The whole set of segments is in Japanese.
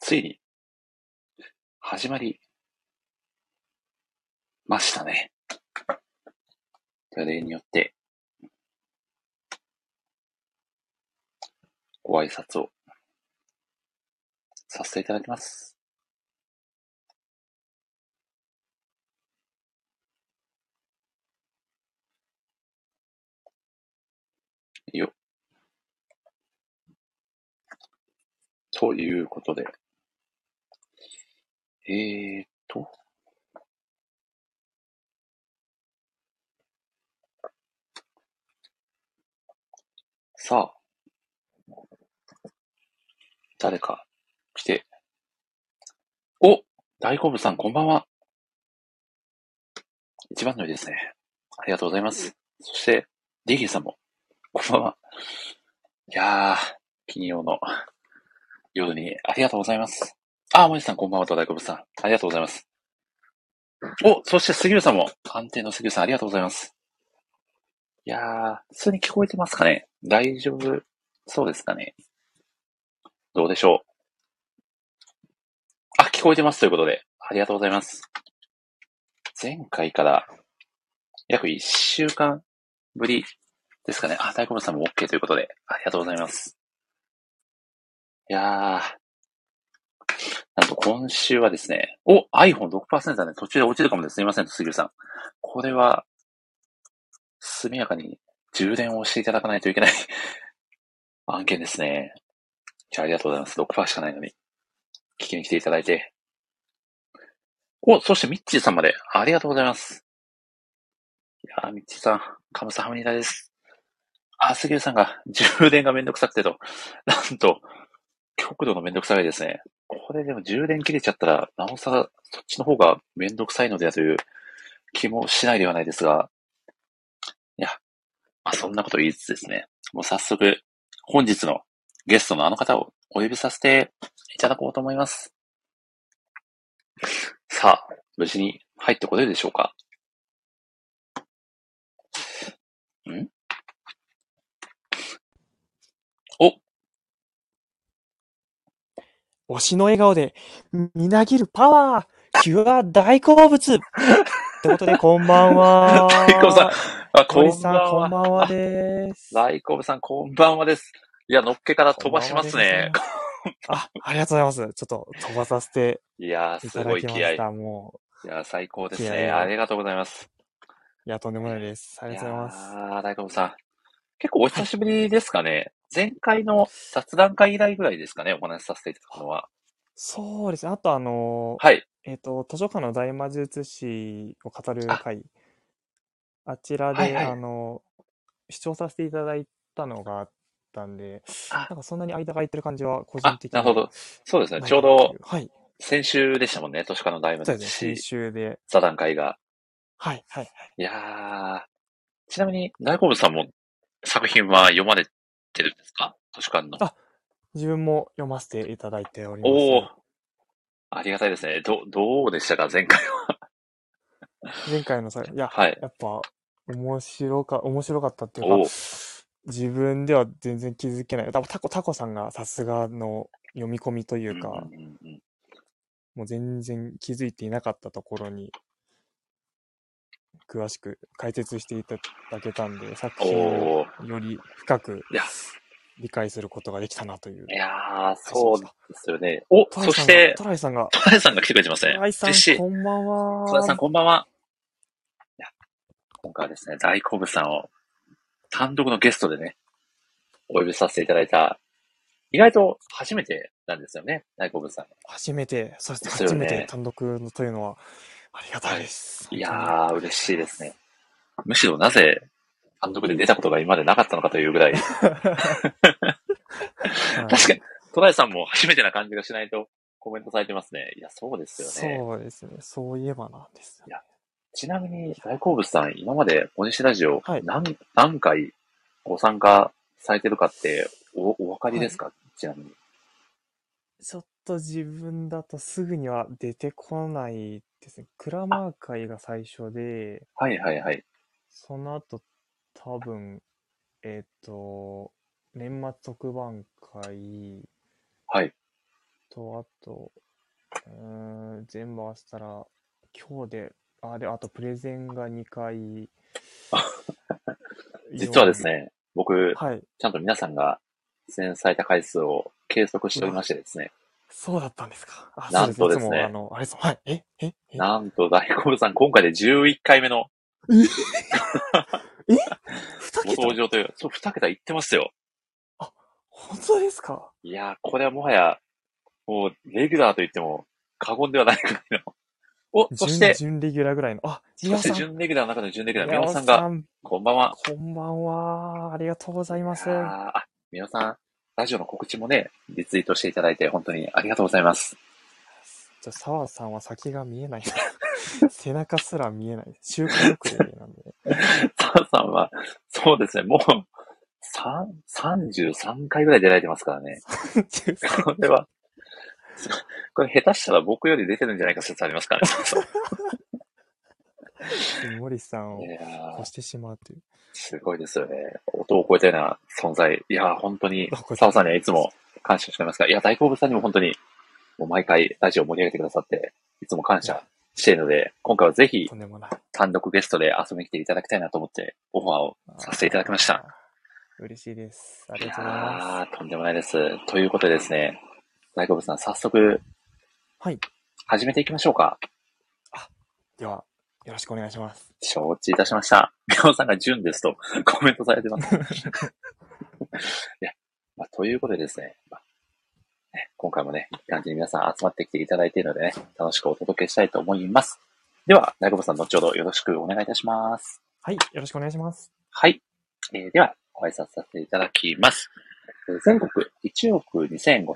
ついに始まりましたね。では例によってご挨拶をさせていただきます。よ。ということで、えーっと、さあ、誰か来て、お、大好物さんこんばんは。一番乗りですね。ありがとうございます。そして、ディギーさんも、こんばんは。いやー、金曜の夜にありがとうございます。あ、もじさんこんばんはと大好物さん。ありがとうございます。お、そして杉浦さんも、鑑定の杉浦さんありがとうございます。いやー、普通に聞こえてますかね？大丈夫そうですかね？どうでしょう？あ、聞こえてますということで、ありがとうございます。前回から約1週間ぶりですかね。あ、大好物さんも OK ということで、ありがとうございます。いやー、なんと今週はですね、iPhone6% はね、途中で落ちるかもです。すいません、杉浦さん。これは、速やかに充電をしていただかないといけない案件ですね。じゃあありがとうございます。6%しかないのに、聞きに来ていただいて。お、そしてミッチーさんまで、ありがとうございます。いやー、ミッチーさん、カムサハムニダです。あ、杉浦さんが、充電がめんどくさくてと、なんと、極度のめんどくさいですね。これでも充電切れちゃったら、なおさら、そっちの方がめんどくさいのではという気もしないではないですが、いや、まあ、そんなこと言いつつですね、もう早速、本日のゲストのあの方をお呼びさせていただこうと思います。さあ、無事に入ってこれるでしょうか？んお、 推しの笑顔で、みなぎるパワーキュア大好物ってことで、こんばん大好物さん、 は。 あ、このりさん、 んばんは。 こんばんはあ、 です。 大好物さん、こんばんはです。いや、のっけから飛ばしこんばんはでますね。 ございます。ありがとうございます。ちょっと飛ばさせていやー、 いたすだきました。 ごい気合い。 もいやー、最高う、 ですね。あ気合で。 りがとうございます。 いや、とんでもいやないです。ありいがとうございます。 やー、大好物さん。結構お久はい。 しぶりですかね。前回の雑談会以来ぐらいですかね、お話しさせていただくのは。 そうですね。あとはい。 図書館の大魔術師を語るあ、 会、あちらで、 はいはい。 視聴させていただいたのがあったんで、 あ、 なんかそんなに間が空いてる感じは個人的にはなるほど。そうですね。 ないちょうどかなという。はい。 先週でしたもんね。都市科の大魔そうですね。先術師週で。 座談会が。 はい、はい、はい。 いやー、ちなみに大好物さんも作品は読まれてるんですか？図書館の。 あ、自分も読ませていただいておりまおー、 す。 ありがたいですね。どうでしたか前回は？ 前回のいや、 はい。 やっぱ面白かったっていうか、 おー、 自分では全然気づけない。多分タコさんがさすがの読み込みというんうんうか、 うんうん。 もう全然気づいていなかったところに詳しく解説していただけたんで、作品をおー、 より深くいや、 理解することができたなといういやー、そうで配信でした。 すよね。お、 トライさんが、 そして、 トライさんが、 トライさんが来てくれてますね。 トライさん、 嬉しい。 こんばんトライさん、 は。 こんばんは。いや、今回はですね、大好物さんを単独のゲストでね、お呼びさせていただいた、意外と初めてなんですよね、大好物さん。 初めて、そしてですよ初めてね。 単独のというのは、ありがたいはい。 です。 い本当に。 やー、嬉しいですね。むしろなぜ単独で出たことが今までなかったのかというぐらい、 はい。 確かに、トライさんも初めてな感じがしないとコメントされてますね。いや、そうですよね。 そうですね。そういえばなんですよね。 いや、ちなみに大好物さん、今まで小西ラジオはい。 何回ご参加されてるかってお分かりはい。 ですか？ちなみに。 ちょっと自分だとすぐには出てこないですね。クラあ、 マー会が最初で、 はいはいはい。 その後多分、年末特番会、 はい。 あと、全部合わせたら、今日で、あとプレゼンが2回、 実はです 4、 ね、僕、 はい。 ちゃんと皆さんが出演された回数を計測しておりまうわ、 してですね、 そうだったんですか。そうなんです。いつも、 とですね、 あれです。はい。 なんと大好物さん今回で11回目のえ ?2 ご登桁？ 場という、そう、2桁いってますよ。 あ、本当ですか？ いやー、これはもはや、もう、レギュラーと言っても過言ではないくらいの。お、そして、 準レギュラーぐらいの。 そして宮尾さん。 準レギュラーの中の準レギュラー、 宮尾宮尾さんが、 さん、 こんばんは。 こんばんは。ありがとうございます。 宮尾さん、ラジオの告知もね、リツイートしていただいて、本当にありがとうございます。 澤さんは先が見えないな。背中すら見えない。周回遅れなんで。 澤さんは、そうですね、もう、33回ぐらい出られてますからね。これは、これ下手したら僕より出てるんじゃないか説ありますからね。 森さんをいやー、 越してしまうという。 すごいですよね。音を超えたような存在。いやー、本当に、 こ澤さんにはいつも感謝しておりますが、いや、大好物さんにも本当に、もう毎回ラジオを盛り上げてくださって、いつも感謝しているので、今回はぜひとんでもない。 単独ゲストで遊びに来ていただきたいなと思ってオファーをさせていただきました。 嬉しいです。あいりがとうございます。 やー、とんでもないです。ということでですね、大好物さん、早速、 はい。 始めていきましょうか。 では、よろしくお願いします。 承知いたしました。みおさんが純ですとコメントされてます。いや、ということでですね、今回もね、いい感じに皆さん集まってきていただいているのでね、楽しくお届けしたいと思います。では、大久保さん、後ほどよろしくお願いいたします。 はい、よろしくお願いします。 はい。では、ご挨拶させていただきます。全国1億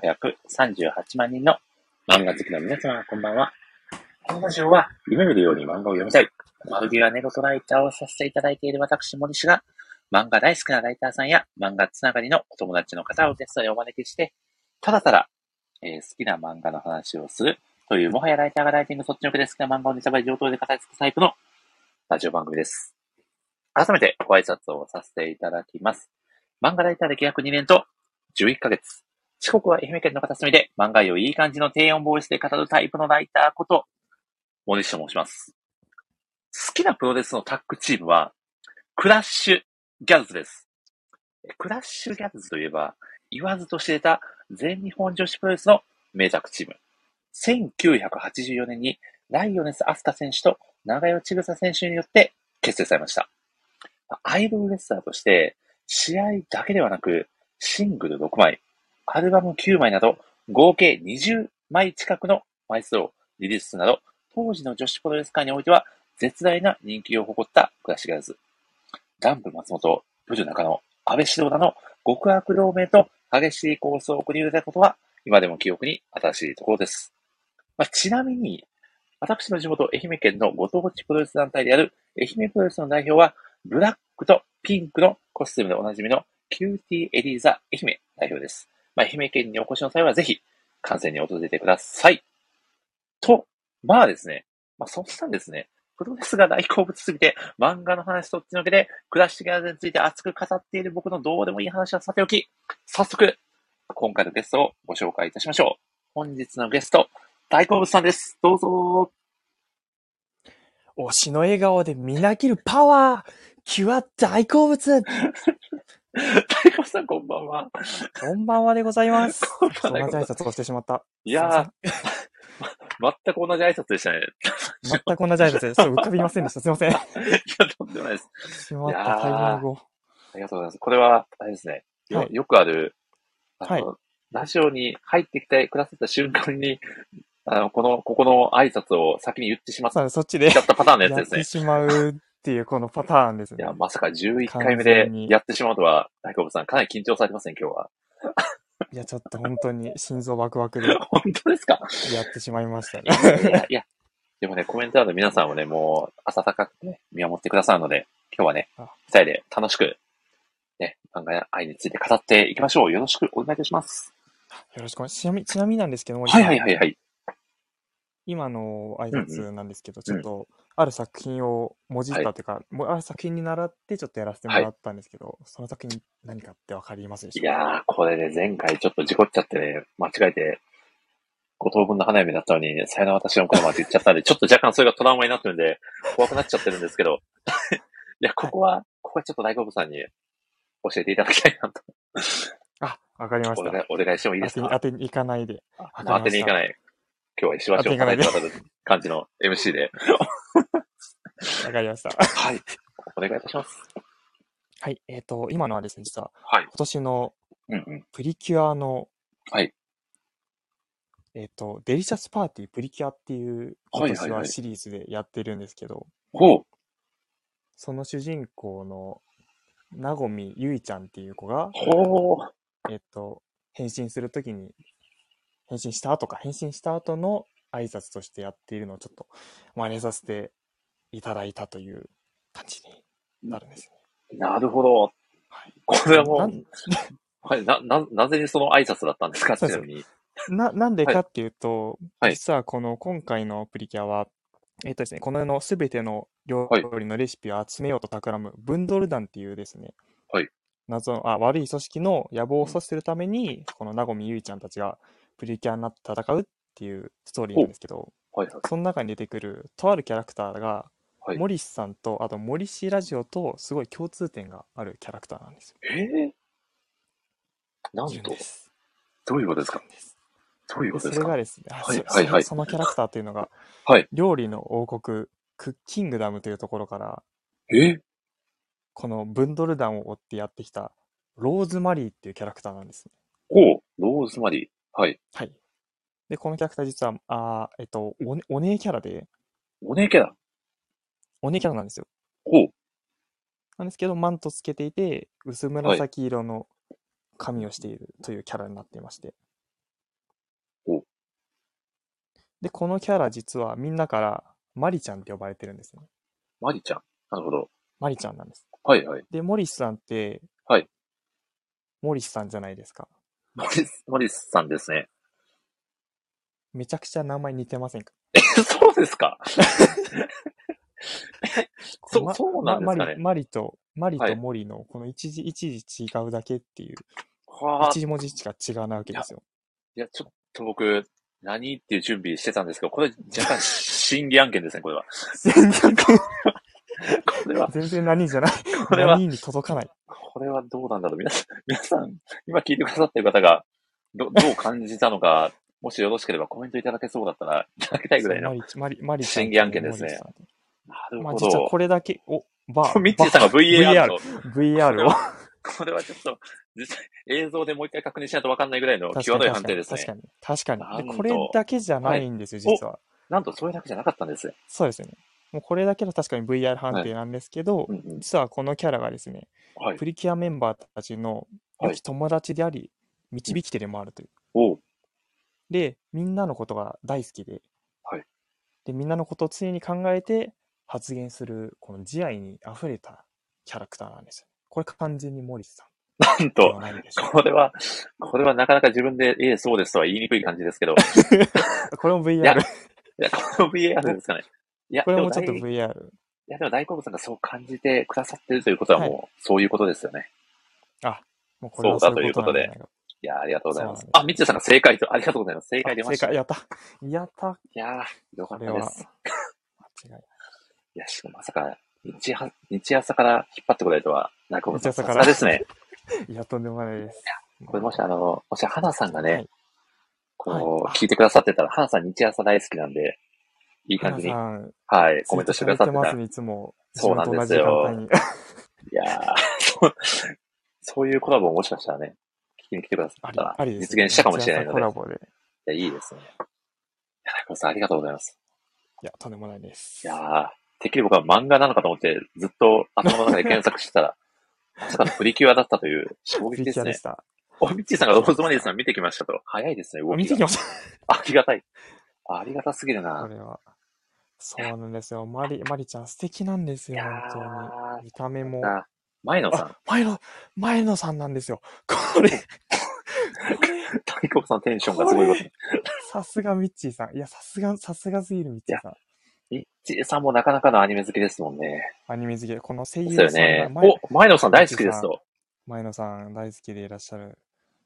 2538万人の漫画好きの皆様、こんばんは。このラジオは、夢見るように漫画を読みたい。丸際ネゴトライターをさせていただいている私、森氏が、漫画大好きなライターさんや漫画つながりのお友達の方をゲストにお招きして、ただただ好きな漫画の話をするという、もはやライターがライティングそっちのけで好きな漫画をネタバレ上等で語り尽くすタイプのラジオ番組です。改めてご挨拶をさせていただきます。漫画ライター歴約2年と11ヶ月。四国は愛媛県の片隅で漫画をいい感じの低音ボイスで語るタイプのライターこと、森下と申します。好きなプロレスのタッグチームは、クラッシュギャルズです。クラッシュギャルズといえば、言わずと知れた全日本女子プロレスの名タッグチーム。1984年にライオネス・アスカ選手と長代千草選手によって結成されました。アイドルレスラーとして、試合だけではなく、シングル6枚、アルバム9枚など、合計20枚近くの枚数をリリースするなど、当時の女子プロレス界においては、絶大な人気を誇ったクラッシュギャルズ。ダンプ松本、ブル中野、安倍指導らの極悪同盟と激しい構想を繰り広げたことは、今でも記憶に新しいところです。ちなみに、私の地元、愛媛県のご当地プロレス団体である愛媛プロレスの代表は、ブラックとピンクのコスチュームでおなじみのキューティーエリーザ愛媛代表です。愛媛県にお越しの際はぜひ観戦に訪れてください。と、ですね、そんなんですね、プロレスが大好物すぎて、漫画の話そっちのけで、クラッシュギャルズについて熱く語っている僕のどうでもいい話はさておき、早速、今回のゲストをご紹介いたしましょう。本日のゲスト、大好物さんです。どうぞ。 推しの笑顔でみなぎるパワー、キュア大好物。 大好さん、こんばんは。 こんばんはでございます。 こんばんは。 同じ挨拶をしてしまった。 いやー、全く同じ挨拶でしたね。 全く同じ挨拶で、浮かびませんでした。すいません。 いや、とんでもないです。 しまった、タイミングを。 ありがとうございます。これは、あれですね。よくある、ラジオに入ってきてくださった瞬間に、ここの挨拶を先に言ってしまったそっちでパターンのやつですね。 やってしまうっていうこのパターンですね。 いや、まさか11回目でやってしまうとは、大久保さん、かなり緊張されてますね、今日は。 いや、ちょっと本当に心臓ワクワクで。 本当ですか？ やってしまいましたね。 いや、でもね、コメント欄の皆さんもね、もう、温かくね、見守ってくださるので、今日はね、二人で楽しく、ね、漫画や愛について語っていきましょう。よろしくお願いいたします。 よろしくお願いします。ちなみになんですけども、 はい。 今の挨拶なんですけど、ちょっと、ある作品をもじったというか、ある作品に習ってちょっとやらせてもらったんですけど、その作品何かってわかりますでしょうか？ いやー、これね、前回ちょっと事故っちゃってね、間違えて、 5等分の花嫁だったのに、さよなら私の頃まで言っちゃったんで、ちょっと若干それがトラウマになってるんで、怖くなっちゃってるんですけど、いや、ここはちょっと大好物さんに教えていただきたいなと。 あ、わかりました。 お願いしてもいいですか？ 当てに行かないで。わかもう当りました。 てに行かない。今日は石橋を当てに行かないで。 叩いて渡る感じの MC で。 わかりました。 はい。お願いいたします。 はい。今のはですね、実は、 はい。 今年のうんうん。 プリキュアの、 はい。 デリシャスパーティープリキュアっていう今はいはいは。 年はいシリーズでやってるんですけど、 ほう。 その主人公のなごみゆいちゃんっていう子が、 ほう。 変身するときに、変身した後の挨拶としてやっているのをちょっと真似させていただいたという感じになるんですね。 なるほど。 はい。 これはもう、はい。なぜにその挨拶だったんですか？ちなみに。 なんでかっていうと、 はい。 実はこの今回のプリキュアは、ですね、この世のすべての料はい。 理のレシピを集めようと企むブンドル団っていうですね、 はい。 悪い組織の野望を阻止するために、このなごみゆいちゃんたちがプリキュアになって戦うっていうストーリーほう。 なんですけど、 はいはい。 その中に出てくるとあるキャラクターが、 はい。 モリスさんと、あとモリシーラジオとすごい共通点があるキャラクターなんですよ。 なんいるんと、 です。 どういうことですか？ いるんです。 どういうこで、そとですか？ れがですね、 はいはいはい。 そのキャラクターというのが、 はい。 料理の王国、クッキングダムというところから、このブンドル団を追ってやってきた、ローズマリーっていうキャラクターなんですね。 ほう。ローズマリー。はい。 はい。で、このキャラクター実は、お姉キャラで、 お姉キャラ。 お姉キャラなんですよ。 ほう。 なんですけど、マントつけていて、薄はい。 紫色の髪をしているというキャラになっていまして。 ほう。 で、このキャラ実はみんなからマリちゃんって呼ばれてるんですね。 マリちゃん。なるほど。 マリちゃんなんです。 はいはい。 で、モリスさんって、 はい。 モリスさんじゃないですか。 モリスさんですね。 めちゃくちゃ名前似てませんか？ そうですか？そうなんですかね。 マリはい。 とモリのこの一時違うだけっていう、 はあ。 一文字しか違うなわけいや、 ですよ。 ちょっと僕、何っていう準備してたんですけど、これ若干審議案件ですね、これは。 全然、 これは、 全然何じゃない。 これは、 何に届かない。 これはどうなんだろう。皆さん、今聞いてくださってる方が、どう感じたのか、もしよろしければコメントいただけそうだったら、いただきたいぐそう、 らいのマリちゃ審議案んとね、 件ですね。 モリスさんと。 なるまあ実はほど。 これだけ、 ミッチーさんが VAR と、これ VR を。 は、これはちょっと、実際、映像でもう一回確認しないと分かんないぐらいの確かに際どい判定ですね。 確かに。 なで、これんと、 だけじゃなはい。 いんですよ、 お、 実は。 なんとそれだけじゃなかったんです。 そうですよね。もうこれだけの確かに VR 判はい。 定なんですけど、 うんうん。 実はこのキャラがですね、 はい。 プリキュアメンバーたちの良はい。 き友達であり、 うん。 導き手でもあるという。 おう。 で、みんなのことが大好きで、 はい。 で、みんなのことを常に考えて発言する、この慈愛に溢れたキャラクターなんですよ。これ完全にモリスさんなんと、 ではないでしょうか。 これは、これはなかなか自分で、そうですとは言いにくい感じですけど。 これもいや、 VR。 この VAR ですかね。いや、 これもちょっと VR。 でも大好物さんがそう感じてくださってるということははい。 もう、そういうことですよね。 あ、もうこれそうだとはそういうこいうことで。 となんじゃないか。 いや、ありがとうございます。あ、 そうなんですよ。 ミッチーさんが正解と、ありがとうございます。正解出ま正解、 した。 やった。やった。 いやー、よかこれは、 ったです。 間違いない。 いや、しかもまさか、日朝から引っ張ってこられるとは、大好物さん、さす日朝からがですね。 いや、とんでもないです。 これもしももし花さんがう、はね、 い。はい。 聞いてくださってたら、花さん日朝大好きなんで、いい感花じに、 さん、 はい、コメントしてくツイートさださってたら、 れてますね、いつも。自そうなんで分と同じ時間帯すよ。 に。 いやー、そういうコラボももしかしたらね、聞きに来てくださったら、 ありですね。 実現したかも日朝しれないので、 コラボで。 いいですね。いや、大久保さんありがとうございます。 いや、とんでもないでいやす。 ー、てっきり僕は漫画なのかと思って、ずっと頭の中で検索してたら、まさかのプリキュアだったという衝プリ撃ですね。 キュアでした。 ミッチーさんがローズマリーさん見てきましたと。早いですね、動きが。 見てきました。 ありがたい。ありがたすぎるな。 これは。そうなんですよ。マリちゃん素敵なんですよ、 いや本当に。 ー、 見た目も。 な、前野さん。 前野さんなんですよ。これ、 大久保さんテンションがすごいこと。いさすがミッチーさん。いや、さすがすぎるミッチや、 ーさん。 ミッチーさんもなかなかのアニメ好きですもんね。 アニメ好きで、この声ですよ優さんが、 ね。前野さん大好ミッチーさん、 きですと。 前野さん大好きでいらっしゃる。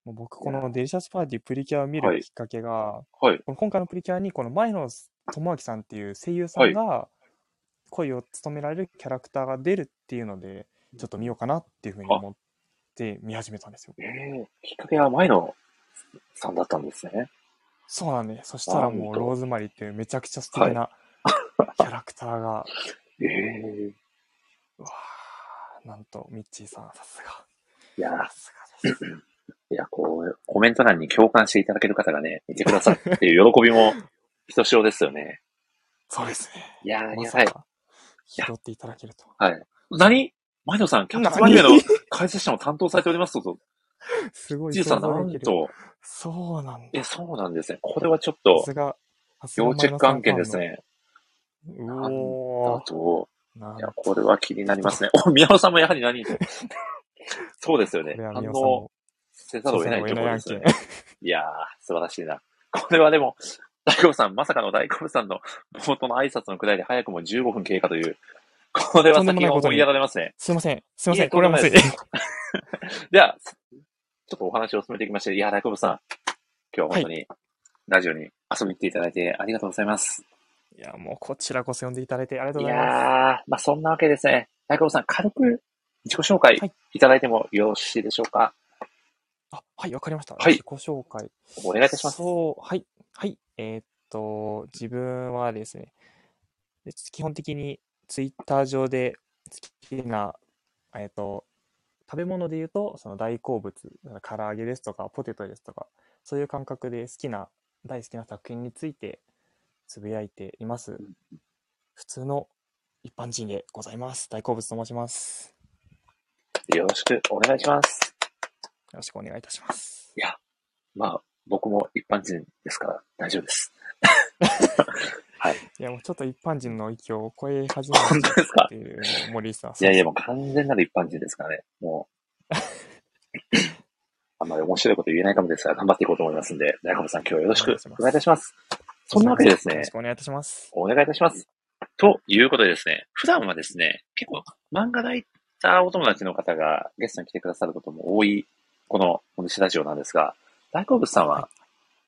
もう僕、このデリシャスパーティープリキュアを見はい。 るきっかけが、 はい。 この今回のプリキュアに、この前野智明さんっていう声優さはい。 んが声を務められるキャラクターが出るっていうので、ちょっと見ようかなっていうふうにあ、 思って見始めたんですよ。 きっかけは前野さんだったんですね。 そうなんで、そしたらもうローなんと。 ズマリーっていうめちゃくちゃ素はい。 敵なキャラクターが、 ええうわー、なんとミッチーさん、さすが、 いや、 さすがです。 いや、こう、コメント欄に共感していただける方がね、いてくださってっていう喜びもひとしおですよね。 そうですね。 いや、ありがたい。いまさかや、 拾っていただけると。 はい。前野さん、キャプツバアニ何メの解説者も担当されておりますと、 すごい想ちいさん、な像できる。 んと、 そうなんだ。 そうなんですね。これはちょっと、 さすが要チェック案前野さんファンの。 件ですね。 うなんおー、 だと、いや、 なんと。 これは気になりちょっと、 ますね。宮野さんもやはり何と。そうですよね。 これは反応宮尾さんもせざるを得ないせざるを得ところですよね。 ない案件。 いやー、素晴らしいな。これはでも、大久保さん、まさかの大久保さんの冒頭の挨拶のくらいで早くも15分経過という、これはとんでも先が思いやないことに。 られますね。 すいません。すいまいえ、 せん。 とんこれはまずい。 でもないです。では、ちょっとお話を進めていきまして、いや、大久保さん、今日ははい。 本当にラジオに遊びに来ていただいてありがとうございます。 いや、もうこちらこそ呼んでいただいてありがとういございます。 やー、まあそんなわけですね。大久保さん、軽く自己紹介はい。 いただいてもよろしいでしょうか。 はい、わかりました。 はい、 自己紹介。 お願いいたします。 はい。はい。自分はですね、基本的にツイッター上で好きな、食べ物で言うと、その大好物、唐揚げですとか、ポテトですとか、そういう感覚で大好きな作品についてつぶやいています。普通の一般人でございます。大好物と申します。 よろしくお願いします。 よろしくお願いいたします。 いや、まあ、僕も一般人ですから大丈夫です。はい。 いや、もうちょっと一般人の域を超え始めちゃっ本当ですか？ ている森さん。 いやいや、 そうそう。 もう完全なる一般人ですからね。もう、あんまり面白いこと言えないかもですが、頑張っていこうと思いますんで、中村さん今日はよろしくお願いいたしまお願いいたしす。 ます。そんなわこちらこそけでですね、 よろしくお願いいたします。 お願いいたします。ということでですね、普段はですね、結構漫画ライターお友達の方がゲストに来てくださることも多い、この森氏ラジオなんですが、大好物さんはい。 は、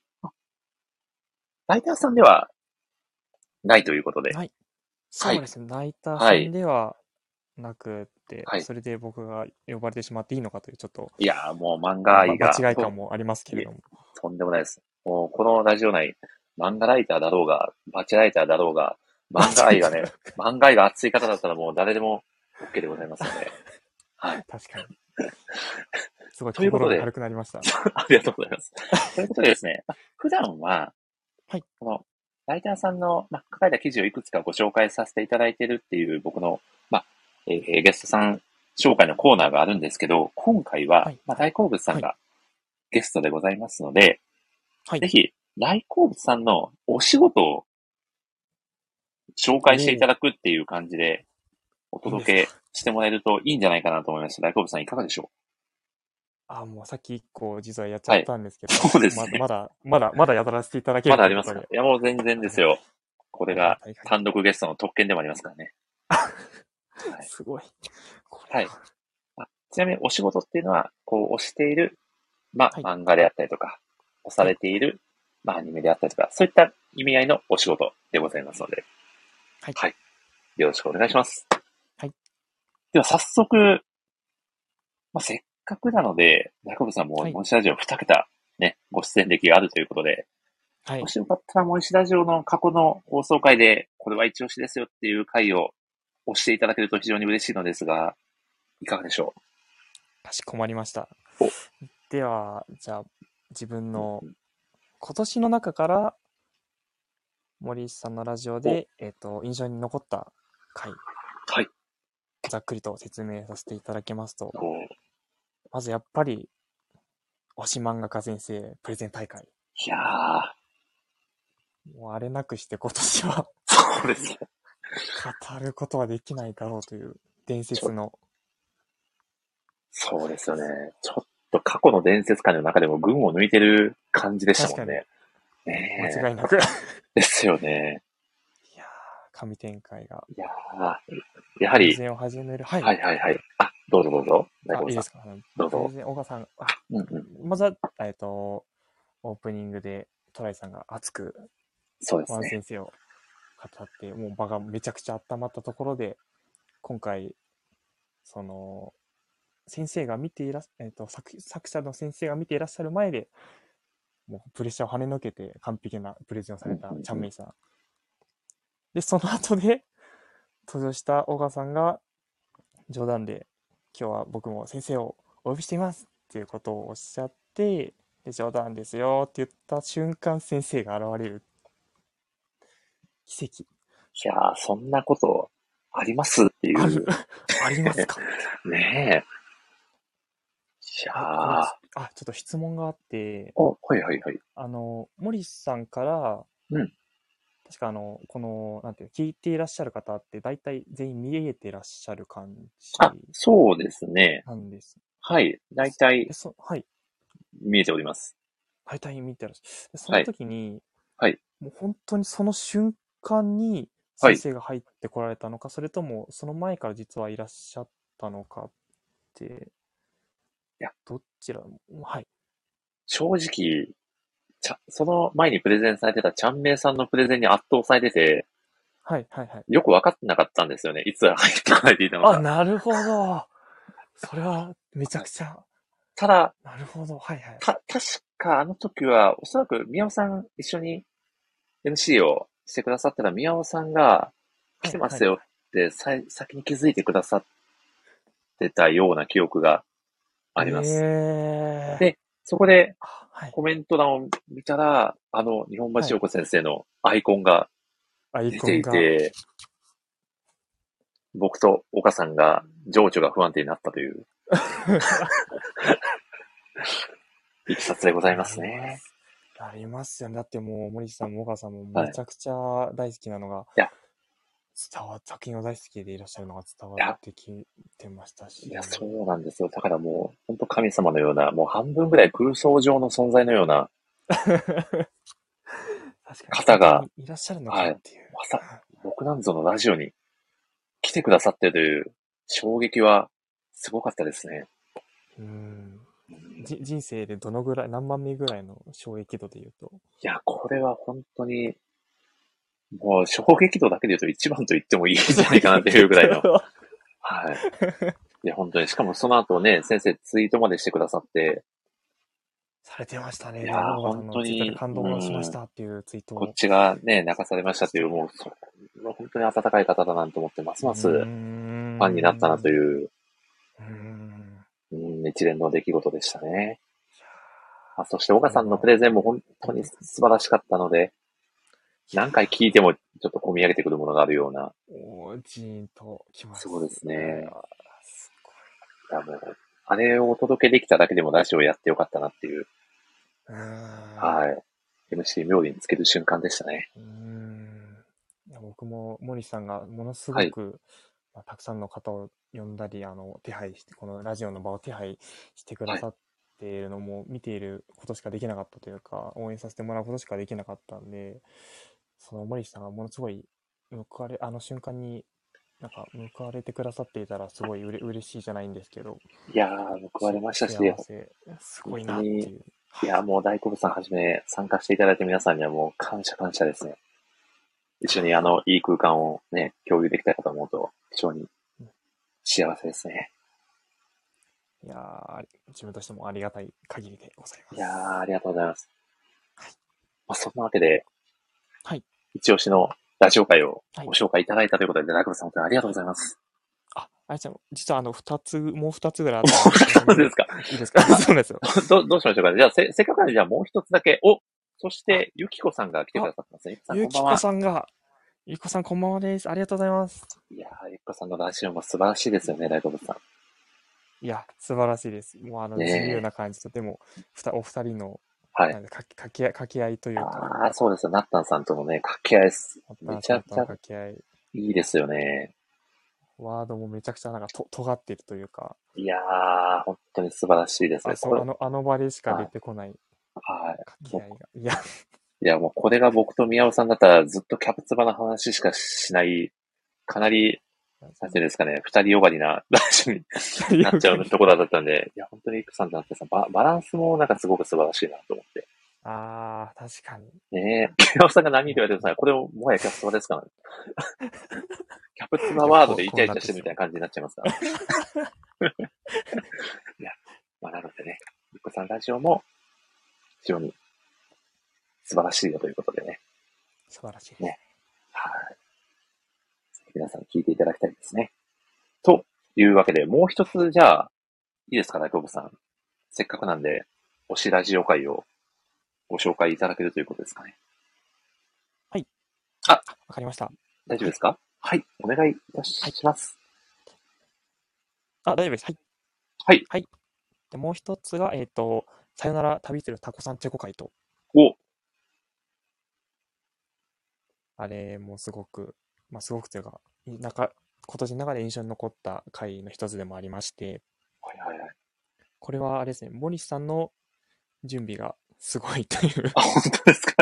ライターさんではないということで、 はい。 はい、 そうですね。ライターさんはい、 ではなくて、 はい。 それで僕が呼ばれてしまっていいのかという、ちょっと、 いやーもう漫画愛場が、 違い感もありますけいえ、 れども。 とんでもないです。もうこのラジオ内、漫画ライターだろうが、バチェライターだろうが、 間漫画愛がね、 違いだろうか。 漫画愛が熱い方だったらもう誰でも OK でございますので、はい。 確かに。すごいということで、 心が軽くなりました。 ありがとうございます。ということでですね、普段は、 はい。 この、ライターさんの、書かれた記事をいくつかご紹介させていただいているっていう僕の、ゲストさん紹介のコーナーがあるんですけど、今回は、 はい。 大好物さんはい。 がゲストでございますので、 はい。 ぜひ、大好物さんのお仕事を紹介していおお、 ただくっていう感じでおいいんですか。 届けしてもらえるといいんじゃないかなと思いました。大好物さんいかがでしょもうさっき一個実はやっちう？はい。 ゃったんですけど、 そうですね。 まだやらせていただけまるだありますか？ ということで、 いや、もう全然ですよ。 ありがたい。ありがこれがたい限り。 単独ゲストの特権でもありますからね。はい。 すごい。これはい。 は。 ちなみにお仕事っていうのは、こう、推している、 はい。 漫画であったりとか、推さはい。 れている、アニメであったりとか、そういった意味合いのお仕事でございますので、 はい。 はい。よろしくお願いします。 はい。 では早速、せっかくなので、中部さんもはい。 モンシラジオ2桁ね、ご出演歴があるということで、 はい。 もしよかったらモンシラジオの過去の放送回で、これは一押しですよっていう回を押していただけると非常に嬉しいのですが、いかがでしょかしこまりました。 う？お、 では、じゃあ、自分の今年の中から森石さんのラジオお、 で、印象に残った回、 はい。 ざっくりと説明させていただきますと、 お、 まずやっぱり、推し漫画家先生プレゼン大会。 いやー、 もうあれなくして今年はそうですね。 語ることはできないだろうという伝ちょ、 説の、 そうですよね。ちょっと過去の伝説界の中でも群を抜いてる感じでした確かにもんね。ね間違いなくいえ。ですよね。 やー、神展開が、 いやー、やはり、 プレゼンを始める。はい。 はいはいはい。 どうぞどうぞ。大あ、 久保さん。 いいですか。 どうぞ。 プレゼン、岡さん、 うんうん。 まずは、オープニングでトライさんが熱く、小野そうですね。 先生を語って、もう場がめちゃくちゃ温まったところで、今回、その、先生が見ていらっ、作者の先生が見ていらっしゃる前で、もうプレッシャーを跳ねのけて完璧なプレゼンをさうんれたうんうん。 チャンメイさん。で、その後で登場した小川さんが冗談で、今日は僕も先生をお呼びしていますっていうことをおっしゃって、で冗談ですよって言った瞬間、先生が現れる奇跡。 いやー、そんなことありますってある、 いう。 ありますかっていう。 ねえ。いやこれ、 ー。 ちょっと質問があって、 はいはいはい。 森さんから、 うん。 確かこの、なんていう、聞いていらっしゃる方って大体全員見えてらっしゃる感あ、 じそうですね。 なんです。 はい。大体はい。 見えております。 大体見てらっしゃる。でそのはい。 時に、 はい。 もう本当にその瞬間にはい。 先生が入ってこられたのか、それともその前から実はいらっしゃったのかって、 いや、 どちら、はい。 正直、その前にプレゼンされてたちゃんめいさんのプレゼンに圧倒されてて、 はい、はい、はい。 よく分かってなかったんですよね。いつ入ってこられていたのあ、 か。 なるほど。それはめちゃはい。 くちゃ、 ただ、 なるほど。はい、はい。 確かあの時は、おそらく宮尾さん一緒に MC をしてくださってた宮尾さんが来はい、はい、 てますよって先に気づいてくださってたような記憶があります。 ええで、そこではい。 コメント欄を見たら、日本はい。 橋陽子先生のアイコンがアイ出ていコンが。 て、僕と岡さんが情緒が不安定になったといういきさつでございまなすね。 ります。なりますよね。だってもう、森さんも岡さんもはい。いめちゃくちゃ大好きなのが、 や、 作品を大好きでいらっしゃるのが伝わっいや、 てきてましたし。 いや、そうなんですよ。だからもう、本当神様のような、もう半分ぐらい空想上の存在のような確かに方が、 本当にいらっしゃるのかはい。 っていう。 僕なんぞのラジオに来てくださってるという衝撃はすごかったですね。 うん。 うん、 人生でどのぐらい、何番目ぐらいの衝撃度で言うと。 いや、これは本当に、もう衝撃度だけで言うと一番と言ってもいいんじゃないかなというぐらいの。はい。いや、本当に。しかもその後ね、先生ツイートまでしてくださって、 されてましたね。で、 いや、 大川さ本んのツイッターで当に、 感動しましたっていうツイートをこっちがね、泣かされましたという、もう、本当に温かい方だなと思って、ますうーますファンになったなとん。 いう、 うーん。 一連の出来事でしたね。そして、岡さんのプこれは、 レゼンも本当に素晴らしかったので、 いや何回聞いてもちょっと込み上げてくるものがあるような、 ジーンときまそうです。 すね。 すごい。 いやもう、あれをお届けできただけでもラジオやってよかったなっていう、 うーん。 はい。MC 冥利につける瞬間でしたね。 うーん。いや僕も森さんがものすはい。 ごく、たくさんの方を呼んだり、手配して、このラジオの場を手配してくだはい。 さっているのも見ていることしかできなかったというか、応援させてもらうことしかできなかったんで、その森さんがものすごい報われ、あの瞬間になんか報われてくださっていたらすごい嬉しいじゃないんですけど、 いやー、報われましたし、 幸せ、す本ごい当に、 なっていう。 いや、もう大好物さんはじめ参加していただいた皆さんにはもう感謝感謝ですね。一緒にいい空間をね、共有できたかと思うと、非常に幸せですね。 いやー、自分としてもありがたい限りでございいやー、 ます。 ありがとうございます。そんなわけで、 はい。 一押しのラジオ会をはい。 ご紹介いただいたということで、大久保さん本当にありがとうございます。 あれちゃん、実はもう二つぐらいあったんですけど、 そうですか。 いいですか？そうなんですよ。 どうしましょうかね。じゃあ、せっかくなんで、じゃあもう一つだけ。そしあ、 て、ゆきこさんが来てくあ、 ださってますね。ゆきこさん、 ゆきここんばんは。 さんが、ゆきこさんこんばんはです。ありがとうございます。 いやー、ゆきこさんのラジオも素晴らしいですよね、大久保さいや、素晴らしいです。もうん。 自由ねえ。 な感じと、でも、お二人の、 はい。 なんで、掛け合いというか、 ああ、そうですよ。ナッタンさんとのね、掛け合いです。 まめたさんとのちゃくちゃ掛け合い、 いいですよね。 ワードもめちゃくちゃなんか尖っているというか、 いやー、本当に素晴らしいですね。 あの場でしかはい。 出てこないはい。 掛け合いが。いや、 いや、もうこれが僕と宮尾さんだったらずっとキャプツバの話しかしない、かなりなんていうんですかね、二人よがりなラジオになっちゃうところだったんで、いや、本当にイクさんとなってさ、バランスもなんかすごく素晴らしいなと思って。 ああ、確かに。 ねえ、木尾さんが何も言われてもさ、これももはやキャプツバですからね。キャプツバいや、 ワードでイこうチャイチャしてるみなってしまう。 たいな感じになっちゃいますから。いや、まあなのでね、イクさんラジオも非常に素晴らしいよということでね。 素晴らしいですね。 ね。はい。皆さん聞いていただきたいですね。というわけで、もう一つじゃあ、いいですか、大久保さん。せっかくなんで、推しラジオ会をご紹介いただけるということですかね。 はい。 あ、 わかりました。はい。 大丈夫ですか？はい、お願いいたはい。 します。 あ、大丈夫です。はい。 はい。 はい。で、もう一つが、さよなら旅するタコさんチェコ会と、 お、 あれもすごく、まあ、すごくというか、今年の中で印象に残った回の一つでもありまして、 はいはいはい。 これはあれですね、モリスさんの準備がすごいといあ、本当ですか？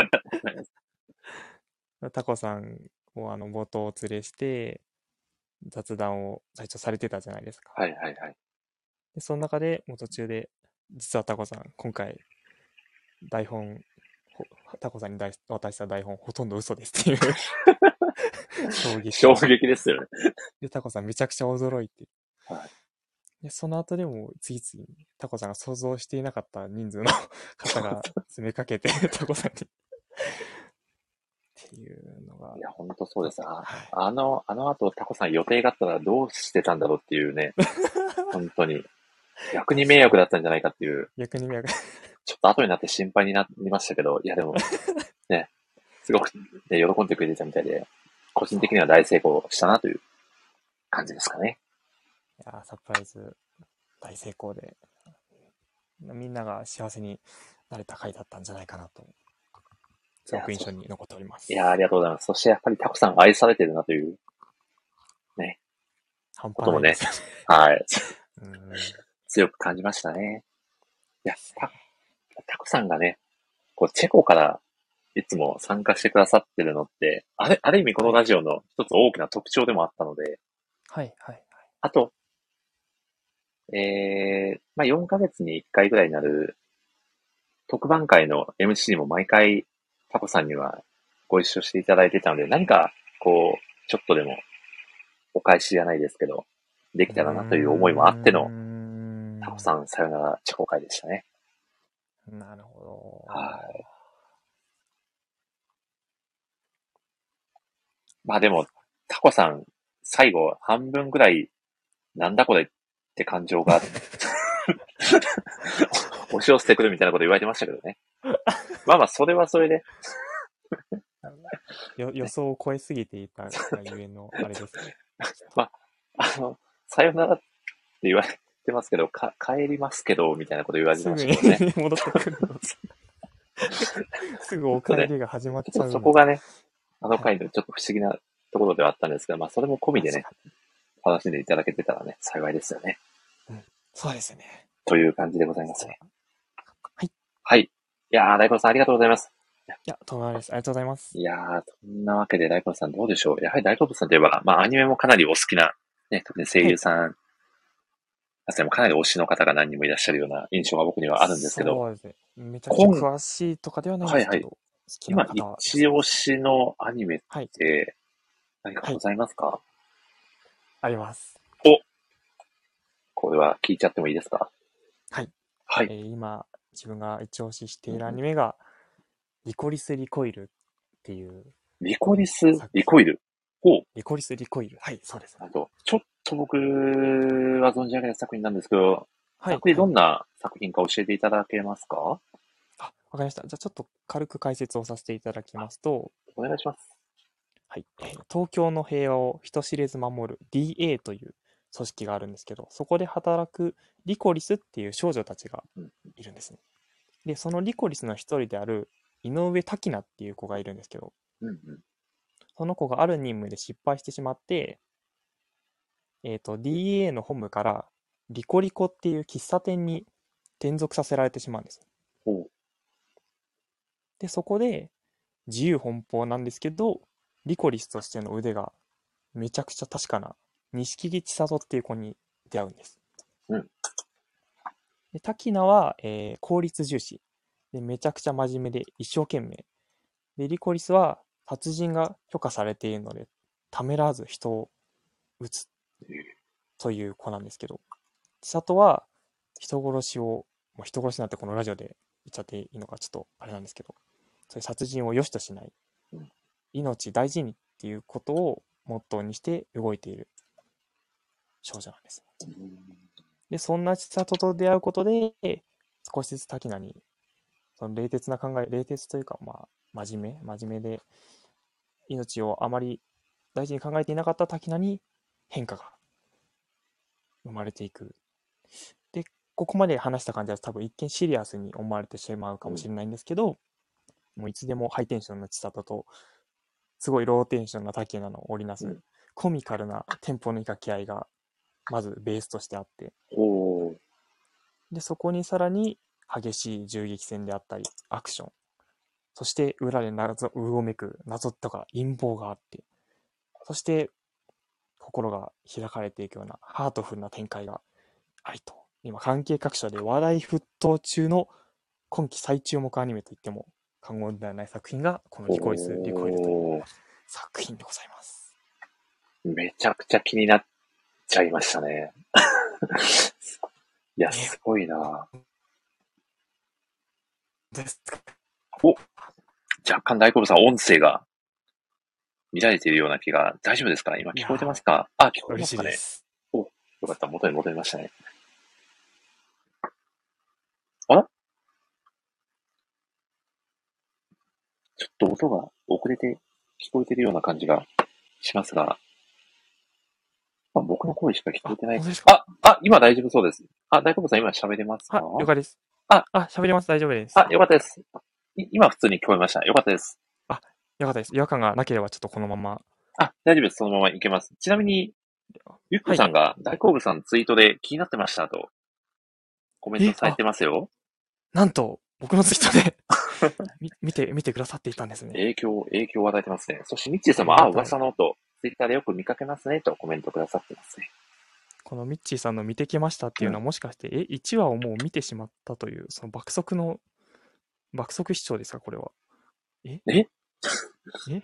う、タコさんを冒頭お連れして雑談を最初されてたじゃないですか。 はいはいはい。 で、その中でもう途中で、実はタコさん、今回台本、タコさんに渡した台本ほとんど嘘ですっていう衝撃衝を。 撃ですよね。 で、タコさんめちゃくちゃ驚いて、 はい。 で、その後でも次々にタコさんが想像していなかった人数の方が詰めかけてタコさんにっていうのが、 いや、本当そうです。 はい。 あの後、タコさん予定があったらどうしてたんだろうっていうね、本当に、逆に迷確かに。 惑だったんじゃないかっていう、 逆に迷惑。 ちょっと後になって心配になりましたけど、いやでも、ね、すごく、ね、喜んでくれてたみたいで、個人そう。 的には大成功したなという感じですかね。 いやサプライズ大成功で、みんなが幸せになれた回だったんじゃないかなと、すごいや、 く印象に残っておりまいや、ありす。 がとうございます。そしてやっぱりタコさん愛されてるなという、ね、 半こともね、 端ないですよね。 はい、 うん。 強く感じましたね。いや、 ですね。 タコさんがね、こう、チェコからいつも参加してくださってるのって、ある意味このはい。 ラジオの一つ大きな特徴でもあったので、 はい。はい。 あと、まあ、4ヶ月に1回ぐらいになる特番会の MC も毎回タコさんにはご一緒していただいてたので、何か、こう、ちょっとでもお返しじゃないですけど、できうーたらなという思いもあってのタコん。 さんさよならチェコ会でしたね。 なるほはい。まあでも、タコさん、最後半分ぐらい、なんだこれって感情が押し寄せてくるみたいなこと言われてましたけどね。まあまあ、それはそれで、 ど。予ね、 想を超えすぎていたがゆえの、あれですね。ちょっと、 まあ、さよならって言われてますけど、帰りますけど、みたいなこと言われてすぐにましたけどね。 戻ってくるの。すぐおちょっとね、 帰りが始まっちょっとちゃうみたいそこがね、あのな。はい。 回のちょっと不思議なところではあったんですが、まあ、それも込みでね、 確か楽しんでいただけてたらね、幸いですよね。 に。うん。そうですね。 という感じでございます実は。 ね。 はい。いはい。いやー、大根さんありがとうございます。 や、とんでもないです。ありがとうございます。 いやー、そんなわけで大根さんどうでしょう。やはり大根さんといえば、まあ、アニメもかなりお好きな、ね、特に声はい。 優さん、もかなり推しの方が何人もいらっしゃるような印象が僕にはあるんですけど、 そうですね。めちゃくちゃ今、 詳しいとかではないんではいはい。 すけど、好きな今、 方は一押しのアニメっはい。 て何かはい。 ございますか？ あります。 お、これは聞いちゃってもいいですか？ はい。 はい。 今、自分が一押ししているアうんうん、 ニメが、リコリス・リコイルっていうリコリス、 作品。 リコイル。お、 リコリス・リコイル。はい、そうです。 ちょっと僕は存じ上げない作品なんですけど、 はい、 ざっくりはい。 どんな作品か教えていただけますか？ あ、わかりました。じゃあちょっと軽く解説をさせていただきますと、 お願いします。 はい、東京の平和を人知れず守る DA という組織があるんですけど、そこで働くリコリスっていう少女たちがうん、 いるんですね。で、そのリコリスの一人である井上滝菜っていう子がいるんですけど、 うん、うん。 その子がある任務で失敗してしまって、DA の本部からリコリコっていう喫茶店に転属させられてしまうんです。 お、 で、そこで自由奔放なんですけど、リコリスとしての腕がめちゃくちゃ確かな錦木千里っていう子に出会うんです。 うん。 で、滝名は、効率重視。で、めちゃくちゃ真面目で一生懸命。で、リコリスは達人が許可されているので、ためらわず人を撃つという子なんですけど、千里は人殺しを、もう人殺しなんてこのラジオで言っちゃっていいのかちょっとあれなんですけど、そういう殺人を良しとしない、命大事にっていうことをモットーにして動いている少女なんです。で、そんな千里と出会うことで、少しずつ滝名に、その冷徹な考え、冷徹というか、まあ、真面目で、命をあまり大事に考えていなかった滝名に変化が生まれていく。で、ここまで話した感じは多分一見シリアスに思われてしまうかもしれないんですけど、もういつでもハイテンションな千里と、すごいローテンションな滝名の織りなす、コミカルなテンポの掛け合いが、まずベースとしてあって、で、そこにさらに激しい銃撃戦であったり、アクション、そして裏でうごめく謎とか陰謀があって、そして心が開かれていくようなハートフルな展開がありと、今関係各社で話題沸騰中の今季最注目アニメといっても過言ではない作品がこのリコイス・リコイルという作品でございます。 めちゃくちゃ気になっちゃいましたね。いや、すごいな。 ですか。 お、若干大好物さん音声が乱れているような気が、大丈夫ですか？今聞こえてますか？あ、聞こえ嬉ますかね？ しいです。 お、よかった。元に戻りましたね。あら？ちょっと音が遅れて聞こえているような感じがしますが、まあ、僕の声しか聞こえてない。 本当ですか？ 今大丈夫そうです。あ、大好物さん今喋れますか？ 了解です。 あ、 喋ります。大丈夫です。 よかったです。今普通に聞こえました。よかったです。 あ、よかったです。違和感がなければちょっとこのまま。 大丈夫です。そのままいけます。ちなみに、ゆっこはい。 さんが大好物さんのツイートで気になってましたとコメントされてますよ。 なんと、僕のツイートで見てくださっていたんですね。 影響を与えてますね。そして、ミッチーさんも、 ありがたい。 噂のと、ツイッターでよく見かけますね、とコメントくださってますね。 このミッチーさんの見てきましたっていうのはもしかして、1話をもう見てしまったという、その爆速視聴ですか、これは。ええええ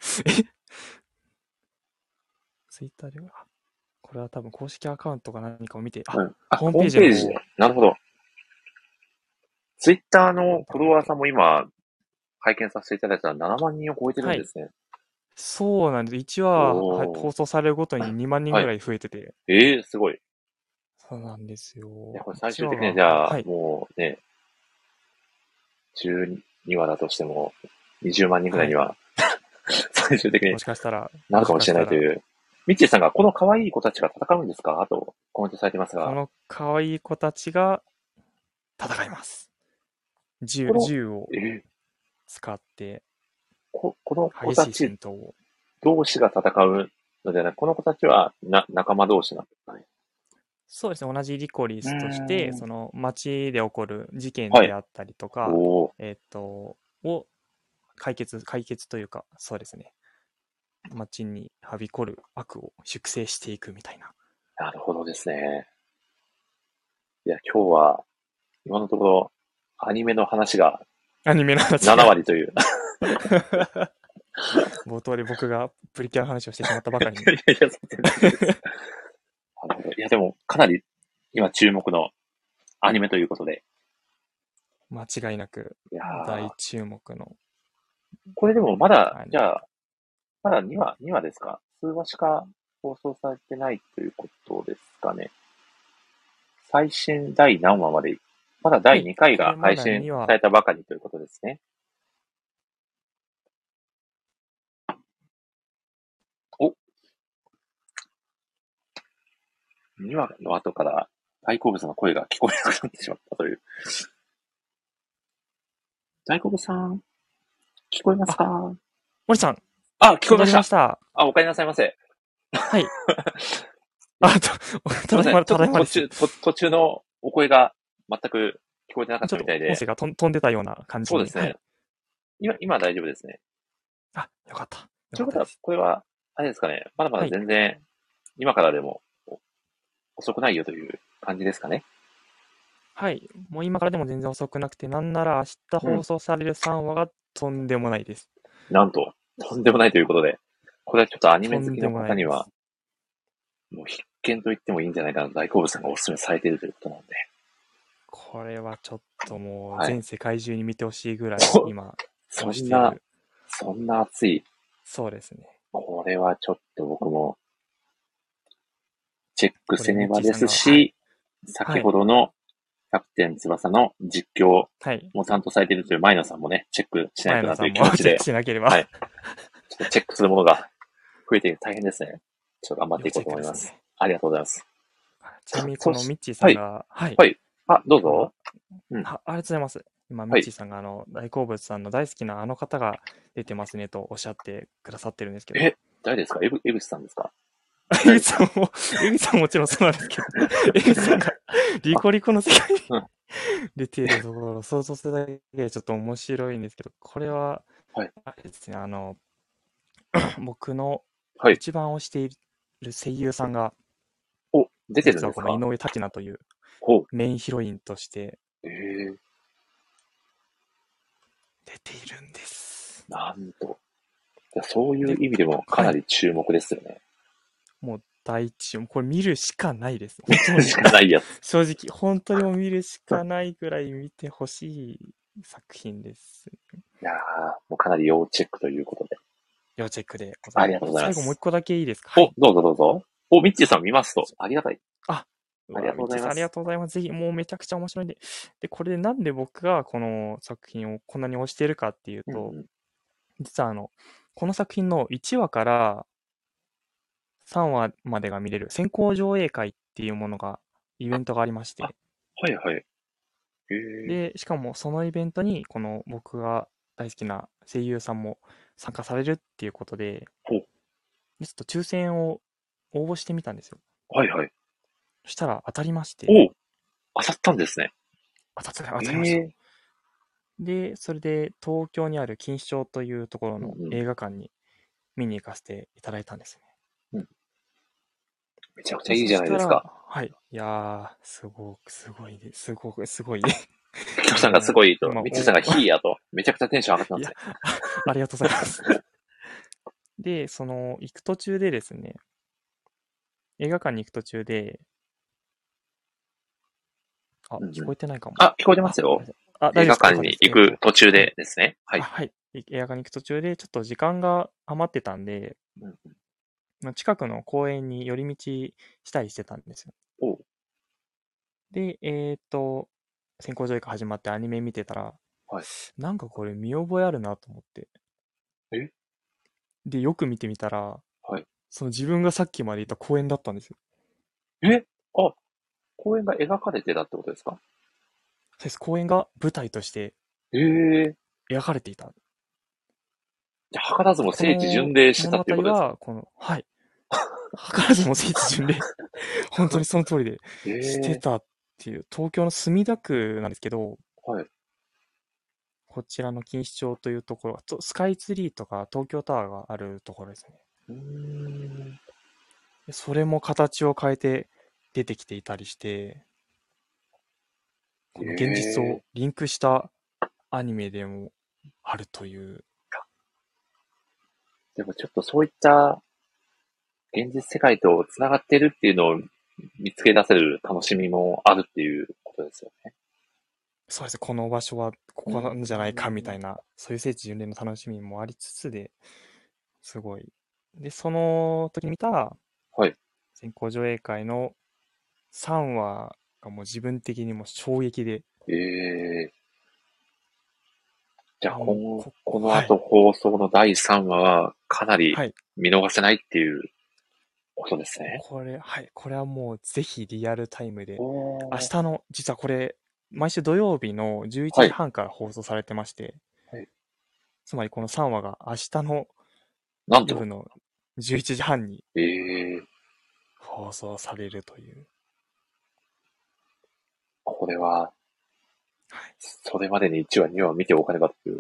ツイッターでは、これは多分公式アカウントか何かを見て、 うん。 ホームホーページの方を、 ムページで。なるほど。ツイッターのフォロワーさんも今、拝見させていただいたら7万人を超えてるんはい。 ですね。 そうなんです。1話おー。 放送されるごとに2万人はい。 ぐらい増えてて、 すごい。 そうなんですいや、 よ。 これ最 1 終的には話が、 じゃあ、 はい。 もうね、12話だとしても、20万人ぐらいはい。 には最終的にもしかしたら、もなるかもしれなしかしたら、 いという。ミッチーさんがこの可愛い子たちが戦うんですかとコメントされてますが、 この可愛い子たちが戦います。 この、 銃をえー使ってこの子激しいたち戦闘を。 同士が戦うのではなく、この子たちは仲間同士なんですかね。 そうですね、同じリコリうースとして、 ん。 その街で起こる事件はい。 であったりとか、 おー、 を解決というか、そうですね、街にはびこる悪を粛清していくみたいな。 なるほどですね。いや、今日は、今のところ、アニメの話がアニメの話 7 が割という。 冒頭で僕がプリキュアの話をしてしまったばかりに。 いやいや、全然大丈夫です。なるほど。いや、でも、かなり、今注目のアニメということで。 間違いなくいやー、 大注目のこれでもまだ、 アニメ。 じゃあ、まだ2話ですか？数話しか放送されてないということですかね。最新第何話まで、まだ第はい、 2回がこれまだ配信 2話、 されたばかりということですね。お、2話の後から大好物の声が聞こえなくなってしまったという。大好物さん、聞こえますあ、 か？ 森さん、 聞こえま戻した。 りました。 お帰りなさいませ。 はい。 いや、すいません。ちょっただいまです。 と途中のお声が全く聞こえてなかっちょったみたいで。 と音声が飛んでたような感じに。 そうですね。 はい。 今大丈夫ですね。 よかった。よということは、 かったです。 これは、あれですかね。まだまだはい。 全然今からでも遅くないよという感じですかね。 はい。もう今からでも全然遅くなくて、なんなら明日うん。 放送される3話がとんでもないです。 なんと、とんでもないということで、これはちょっとアニメ好きのとんでもな方には、 いです。 もう必見と言ってもいいんじゃないかなと大好物さんがお勧めされているということなので、 これはちょっともうはい。 全世界中に見てほしいぐらい今そんな、 推してる。 そんな熱い、 そうですね。 これはちょっと僕もチェックこれ、ミッせねばでチーさんが、はい。 すし、先はい。 ほどのキャプテン翼の実況はい。 も担当されているというマイナさんもね、チェックしないとなという前野さんもチェック気持ちで、 しなければはい。ちょっとチェックするものが増えて大変ですね。ちょっと頑張っていこう要チェッと思います。 クですね。 ありがとうございます。 ちなみにこそし、 のミッチーさはい、 んが、はい。 はい。あ、どう今、 ぞ。うん。 ありがとうございます。今、ミはい。 ッチーさんが大好物さんの大好きなあの方が出てますねとおっしゃってくださってるんですけど、 誰ですか？江口さんですか？ 江誰ですか？ 口さんも、江口さんももちろんそうなんですけど、江口さんがリあ、 コリコの世界にうん。 出ているところを想像するだけでちょっと面白いんですけど、これは、 はい。 あれですね、僕のはい。 一番推している声優さんが、 お、出てるん実はこの井ですか？ 上咲菜というほう。 メインヒロインとしてええ、 出ているんです。 なんと。じゃあそういうで、 意味でもかはい。 なり注目ですよね。 もう第一、これ見るしかないです。本当しに。 かないやつ。 正直、本当にもう見るしかないぐらい見てほしい作品です。 いやー、もうかなり要チェックということで。 要チェックでございます。 ありがとうございます。 最後もう一個だけいいですか？はお、 い。 どうぞどうぞ。お、ミッチーさん見ますと。ありがたい。 あ、うありがわ、 とうございます。 みちさんありがとうございます。ぜひ、もうめちゃくちゃ面白いんで。で、これでなんで僕がこの作品をこんなに推しているかっていうと、 うんうん。 実はこの作品の1話から3話までが見れる先行上映会っていうものが、イベントがありましあ、 て、 はいはい。へえ。 で、しかもそのイベントに、この僕が大好きな声優さんも参加されるっていうことで、 ほう。 でちょっと抽選を応募してみたんですよ。 はいはい。 そしたら当たりまして、 お、当たったんですね。 当たりました。 ええ。 で、それで東京にある錦糸町というところのうんうん。 映画館に見に行かせていただいたんですね。 うん。めちゃくちゃで、 いいじゃないそしたら、 ですか。 はい。いやー、すごいで、すごいで。 キョさんがすもう、 ごいと、 今、 ミッチーさんがヒーやと、めちゃくちゃテンション上がってまいや、 すね。 ありがとうございます。で、行く途中でですね、映画館に行く途中で、聞うんうん。 こえてないかも。 あ、聞こえてまあ、 すよ。 ごめんなさい。大丈夫ですか？よ映画館かったです。 に行く途中はい。 でですね。はい。 はい。映画館に行く途中で、ちょっと時間が余ってたんで、 うんうん。 近くの公園に寄り道したりしてたんですよ。 おう。 で、先行上映会始まってアニメ見てたら、 はい。 なんかこれ見覚えあるなと思って。 え、 で、よく見てみたら、 はい。 その自分がさっきまでいた公園だったんですよ。 え、あ、公演が描かれてたってことですか？ そうです。公園が舞台としてええ。 描かれていた。 じゃあ、図らずもこ聖地巡の礼してた物っていうことですか？ 語は、はい。図らずも聖地巡礼本当にその通りでええ。 してたっていう、東京の墨田区なんですけど、 はい。 こちらの錦糸町というところ、スカイツリーとか東京タワーがあるところですね。 うーん。 でそれも形を変えて出てきていたりして、この現実をええ。 リンクしたアニメでもあるという、 でもちょっとそういった現実世界と繋がってるっていうのを見つけ出せる楽しみもあるっていうことですよね。 そうですね、この場所はこうーこなんじゃないかみたん。 いな、そういう聖地巡礼の楽しみもありつつで、すごい。で、その時に見たはい。 先行上映会の3話がもう自分的にも衝撃で、 ええ。じゃあもう、 このはい、 後放送の第3話はかなりはい。 見逃せないっていうことですね。 はい、これはもうぜひリアルタイムで、明おー。 日の、実はこれ、毎週土曜日の11 はい。 時半から放送されてまして、 はい。 つまりこの3話が明日のなんと。 夜の11時半にええ。 放送されるという。 これは、 はい。 それまでに1話、2話見ておかねばという。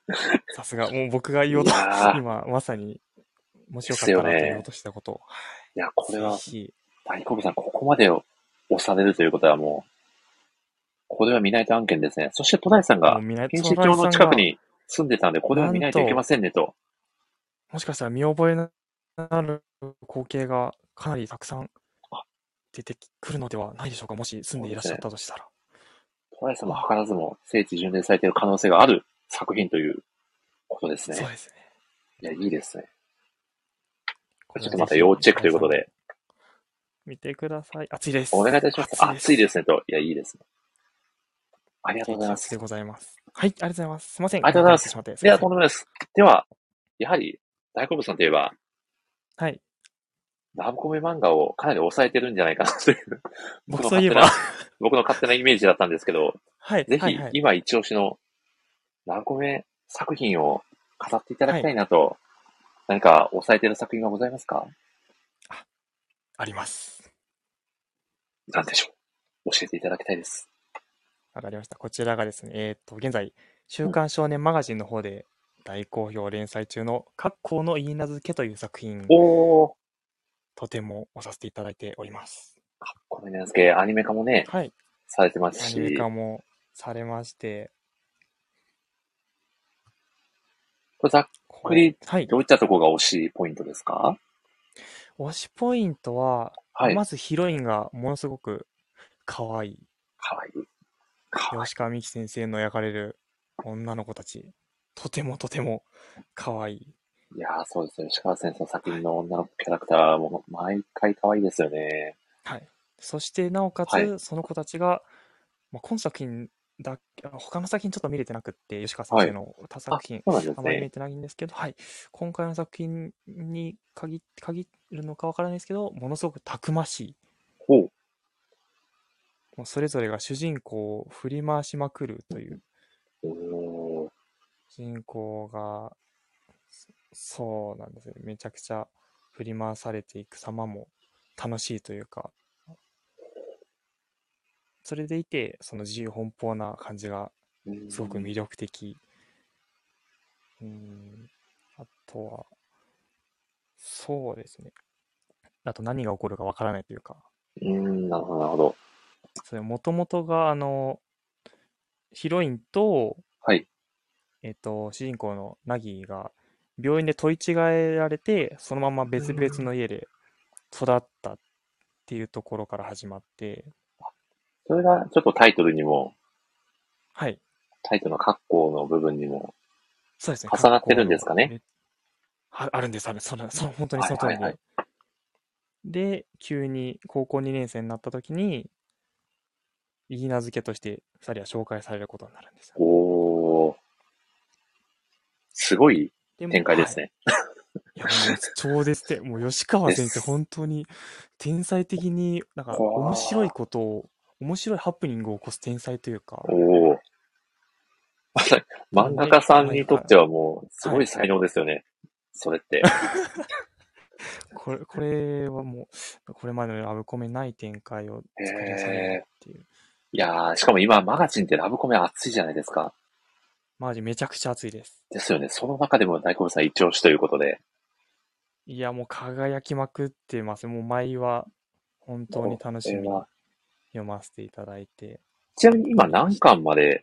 さすが、もう僕が言おういと、 やー、 今まさに、もしでよかったらと言おうすよね。 としたことを。 いや、これは、 ぜひ、 大小木さん、ここまで押されるということはもう、これは見ないと案件ですね。そして戸田さんが、 もうみな、トライ錦糸町のさんが、 近くに住んでたんで、これはな見ないといけまんと、 せんねと。 もしかしたら見覚えのある光景がかなりたくさんあ、 出てくるのではないでしょうか。もし住んでいらっしゃっそうですね。 たとしたら。 戸田さんもわあ、 図らずも聖地巡礼されている可能性がある作品ということですね。 そうですね。 いや、いいですね。ちょっとまたこれはぜひ、 要チェックトライさんもということで、 見てください。暑いでお願いいす。 たします。あ、 暑いです。 暑いですねと。いや、いいですね。ありがとうございます。 激アツでございます。はい、ありがとうございます。すいません。 ありがとうございます。 長くなってしまって、すいでは、 ません。 とんでもないです。では、やはり、大好物さんといえば、 はい。 ラブコメ漫画をかなり抑えてるんじゃないかなという、僕僕といえばの勝手な、僕の勝手なイメージだったんですけど、 はい、 ぜひ、 はい、はい。 今一押しのラブコメ作品を語っていただきたはい。 いなと、何か抑えてる作品はございますか？ あ、あります。 何でしょう？教えていただきたいです。 わかりました。こちらがですね、現在、 うん。 週刊少年マガジンの方で大好評連載中の、格好の許嫁という作品、 おー、 とても押させていただいております。 ごめんなさい。アニメ化もね、 はい。 されてますアニメ化し、 もされまして、 これざっくり、 はい。 どういったところが推しポイントですか？ 推しポイントは、 はい。 まずヒロインがものすごく可愛い。 かわいい。かわい吉川美希先生の描かれる女の子たち、とてもとても可愛い。 い。いやー、そうですよ。石川先生の作はい。 品の女の子キャラクターも毎回可愛いですよね。 はい。そして、なおかはい。 つ、その子たちが、今作品だ、他の作品ちょっと見れてなくって、吉川先はい。 生の他あ、 作品、 そうなんですね。 あまり見れてないんですけど、はい。今回の作品に限るのかわからないですけど、ものすごくたくましい。 ほう。 もうそれぞれが主人公を振り回しまくるという、 おー。 主人公が、そうなんですよ。めちゃくちゃ振り回されていく様も楽しいというか、それでいて、その自由奔放な感じがうーすごくん。 魅力的。あとは、そうですね。あと何が起こるかわからないというか、 なるほど、なるほど。 それもともとが、ヒロインと、 はい。 主人公のナギが病院で取り違えられて、そのまま別々の家で育ったっていうところから始まって、 それがちょっとタイトルにも、 はい。 タイトルの括弧の部分にもそうですね。 重なってる学校の、 んですかね。 あるんです、あるんです。本当にはい、はい、 その通りで。 はい。 で、急に高校2年生になった時に、いい名付けとして2人は紹介されることになるんですよ。 おー。すごいでも、はい。 展開ですね。 いや、もう超絶で、もう吉川先生、 です。 本当に天才的に、なんか面白いほことを、面白いハプニングを起こす天才というか、 ー。おー。まさに漫画家さんにとってはもう、すはい。 ごい才能ですよね。それって。 これはもう、これまでのラブコメない展開をへ作り出されるえ。 っていう。 いやー、しかも今、マガジンってラブコメ熱いじゃないですか。 マジめちゃくちゃ熱いです。 ですよね。その中でも大好物さん一押しということで。 いや、もう輝きまくってます。もう毎話、本当にこ楽しみにれは。 読ませていただいてちなみに今何おりまして。 巻まで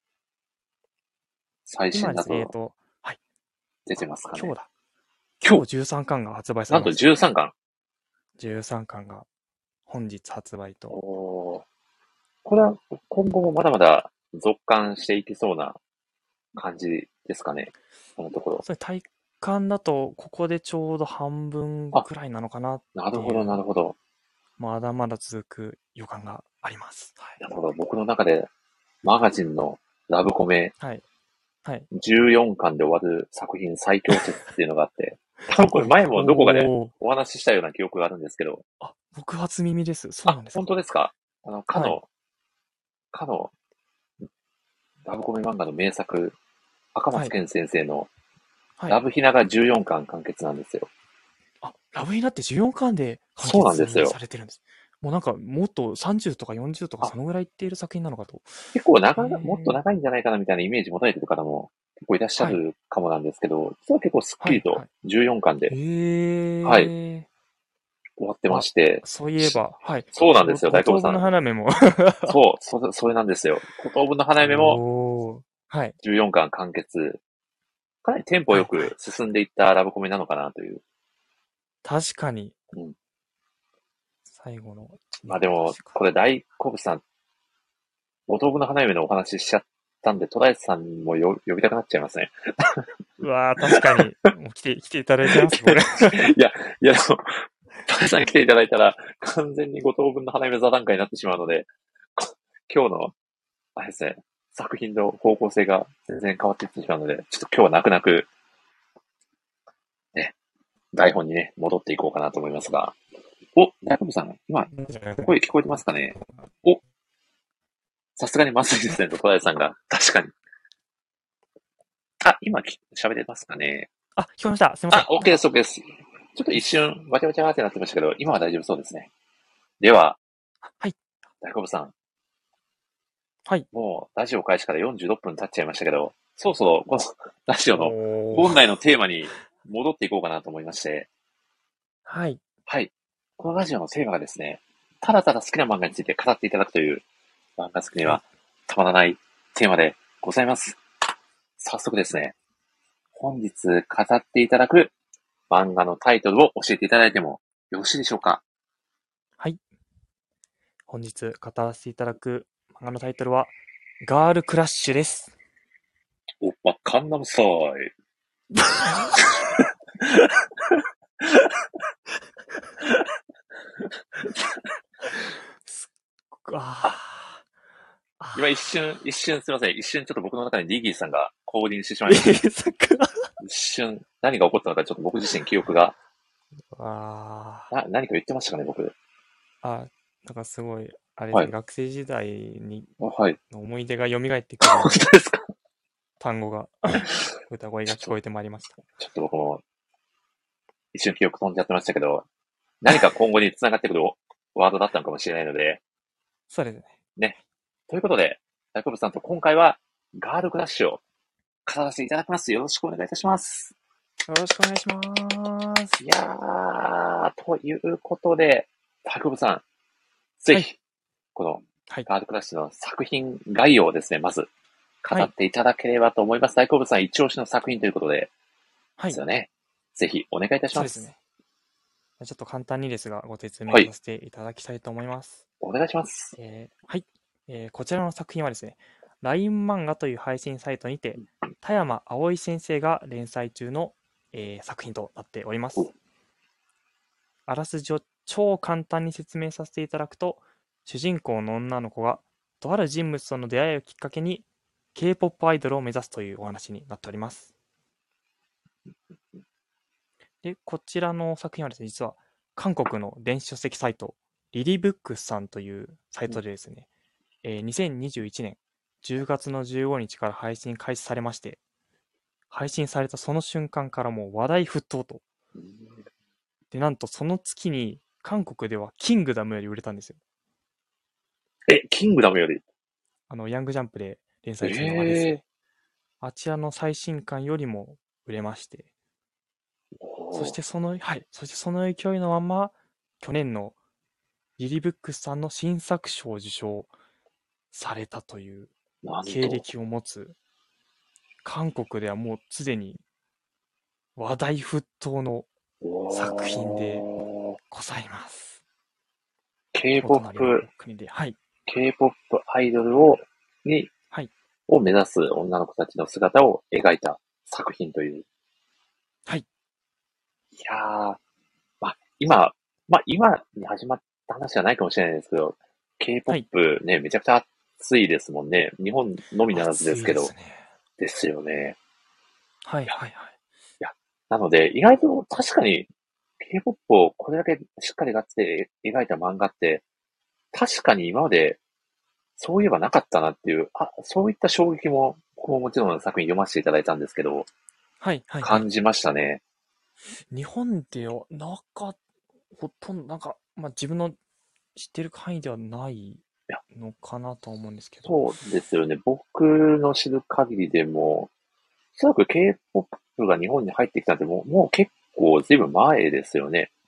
最今ですね、 新だとはい、 出てますかね。 今日だ。 今日、 今日13巻が発売さなんとれました。 13巻。 13巻が本日発売と。 おー。これは今後もまだまだ続刊していきそうな感じですかね。このところ。 それ体感だと、ここでちょうど半分あ、 くらいなのかなっなるほど、なていう、 るほど。 まだまだ続く予感があります。はい。 なるほど。僕の中でマガジンのラブコメはい。はい。 14巻で終わる作品最強説っていうのがあって、多分これ前もどこかでおー。 お話ししたような記憶があるんですけど、 あ、僕初耳です。そうなあ、 んですか。 本当ですか？ はい。 かのラブコメ漫画の名作、赤はい。 松健先生のはい。 ラブヒナが14巻完結なんですよ。 あ、ラブヒナって14巻で完そうなんです結さよ。 れてるんです。もうなんか、もっと30とか40とかあ、 そのぐらいいっている作品なのかと。 結構もっとへえ。 長いんじゃないかなみたいなイメージ持たれてる方も結構いらっしゃはい。 るかもなんですけど、実は結構スッはい。 キリとはい。 14巻で、はい。 へえ。 終わってまあ、 して、 そういえば、はい。 そうなんですよ、大久保さん。 五等分の花嫁もそれなんですよ。五等分の花嫁もおー。はい。 14巻完結。かなりテンポよはい、はい。 く進んでいったラブコメなのかなという。 確かに、 うん。 最後の2話、 まあでも、 確かこれ大好物さん、五等分の花嫁のお話ししちゃったんで、トライスさんも呼びたくなっちゃいますね。 に。うわー、確かに。もう来ていただいちゃいます、これ。 いや、いや、でも、トライさん来ていただいたら、完全に五等分の花嫁座談会になってしまうので、今日の、あれですね、作品の方向性が全然変わっていってしまうので、ちょっと今日は泣く泣く、ね、台本にね、戻っていこうかなと思いますが。お、大久保さん、今、声聞こえてますかね？お、さすがにまずいですね、と、小林さんが。確かに。あ、今喋れますかね？ あ、聞こえました。すいませあ、 ん。 OK です、OK です。ちょっと一瞬、わちゃわちゃってなってましたけど、今は大丈夫そうですね。では、 はい。 大久保さん、 はい。 もう、ラジオ開始から46分経っちゃいましたけど、そろそろ、このラジオのおー。 本来のテーマに戻っていこうかなと思いまして、 はい。 はい。このラジオのテーマがですね、ただただ好きな漫画について語っていただくという漫画好きにははい。 たまらないテーマでございます。早速ですね、本日語っていただく漫画のタイトルを教えていただいてもよろしいでしょうか？ はい。本日語らせていただく漫画のタイトルは、ガールクラッシュです。 おっぱカンナムサイ。あ、 あー。 今一瞬すいません。一瞬ちょっと僕の中にリギーさんが降臨してしまいまして、 桜。 一瞬何が起こったのかちょっと僕自身記憶が、 あ何か言ってましたかね、僕。 なんかすごい、あれですね、 はい。 学生時代にはい。 の思い出が蘇ってくる本ような当ですか？ 単語が、歌声ちょっと、 が聞こえてまいりました。 ちょっと僕も一瞬記憶飛んじゃってましたけど、何か今後に繋がってくるワードだったのかもしれないので、 そうですね。 ね。ということで、大久保さんと今回はガールクラッシュを語らせていただきます。よろしくお願いいたします。 よろしくお願いします。 いやということで、大久保さん、ぜはい。 ひ、このはい。 ガールクラッシュの作品概要をですね、まず語っはい。 ていただければと思います。大久保さん一押しの作品ということで、 はい。 ですよね。ぜひお願いいたします。 そうですね。ちょっと簡単にですが、ご説明はい。 させていただきたいと思います。 お願いします。 はい。こちらの作品はですね、LINE 漫画という配信サイトにて、田山葵先生が連載中の、作品となっておりまおす。あらすじを超簡単に説明させていただくと、主人公の女の子が、とある人物との出会いをきっかけに、K-POP アイドルを目指すというお話になっております。で、こちらの作品はですね、実は韓国の電子書籍サイト、リリブックスさんというサイトでですね、2021年10月の15日から配信開始されまして、配信されたその瞬間からもう話題沸騰と。で、なんとその月に韓国ではキングダムより売れたんですよ。 キングダムより。 ヤングジャンプで連載中のあれですええね。あちらの最新刊よりも売れまして、そしおー、 てそしてその勢いのまま、去年のリリブックスさんの新作賞を受賞されたというなんと。 経歴を持つ、韓国ではもうすでに話題沸騰の作品でおー、 ございます。お隣の K-POP、 国で。はい。 K-POP アイドルを、に、 はい。 を目指す女の子たちの姿を描いた作品という。 はい。 いやー、まあ、今、今に始まった話じゃないかもしれないですけど、 はい。 K-POP ね、めちゃくちゃ熱いですもんね。日本のみならずで熱すけど、 いですね。 ですよね。 はいいや、 はいはい。 いや、なので、意外と確かに K-POP をこれだけしっかりガッツで描いた漫画って、確かに今までそういえばなかったなっていう、そういった衝撃も、僕ももちろん作品読ませていただいたんですけど、 はいはいはい。 感じましたね。 日本では、ほとんど、自分の知ってる範囲ではないいや、 のかなと思うんですけど。 そうですよね。僕の知る限りでも、おそらく K-POP が日本に入ってきたんてもう結構ずいぶん前ですよね。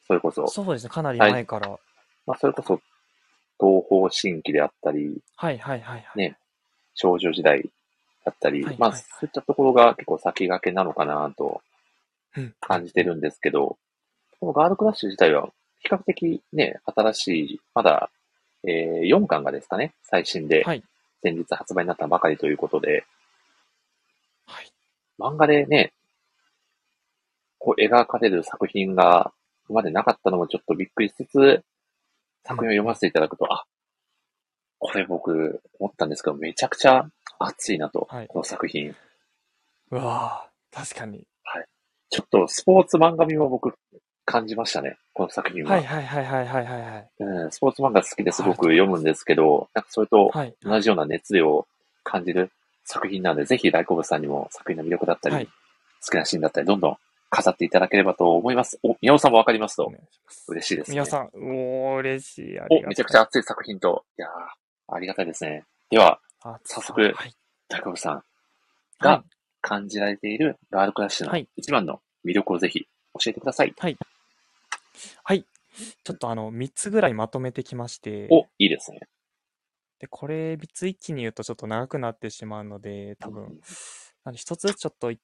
それこそ、 そうですね。かなりはい、 前から。 まあ、それこそ東方神起であったり、 はいはいはいはい。 ね、少女時代だったり、 はいまあ、 はいはい。 そういったところが結構先駆けなのかなとうんうんうん。 感じてるんですけど、このガールクラッシュ自体は比較的ね、新しい、まだ、4巻がですかね、最新ではい。 先日発売になったばかりということで、 はい。 漫画でね、こう描かれる作品が今までなかったのもちょっとびっくりしつつ、 うんうん。 作品を読ませていただくと、あ、これ僕思ったんですけど、めちゃくちゃ熱いなと、 はい。 この作品。 うわー、確かに。 はい。ちょっとスポーツ漫画味も僕感じましたね、この作品は。 はいはいはいはいはいはいはい。 うん、スポーツ漫画好きですあるごくと思います。 読むんですけど、なんかそれとはいはい。 同じような熱量を感じる作品なので、ぜひ大好物さんにも作品の魅力だったり、 はい。 好きなシーンだったり、どんどん飾っていただければと思います。お、宮尾さんもわかりますとお願いします。 嬉しいですね。 皆さん、おー、嬉しい。ありお、めちゃくがたい。 ちゃ熱い作品と、いやー、ありがたいですね。では、 あさ、 早速、 はい。 大好物さんがはい。 感じられているガールクラッシュのはい。 一番の魅力をぜひ教えてください。 はい。はい。ちょっと3つぐらいまとめてきましお、 て、 いいですね。 で、これ3つ一気に言うとちょっと長くなってしまうので、多分、 うん、 なんで1つずつちょっと言って、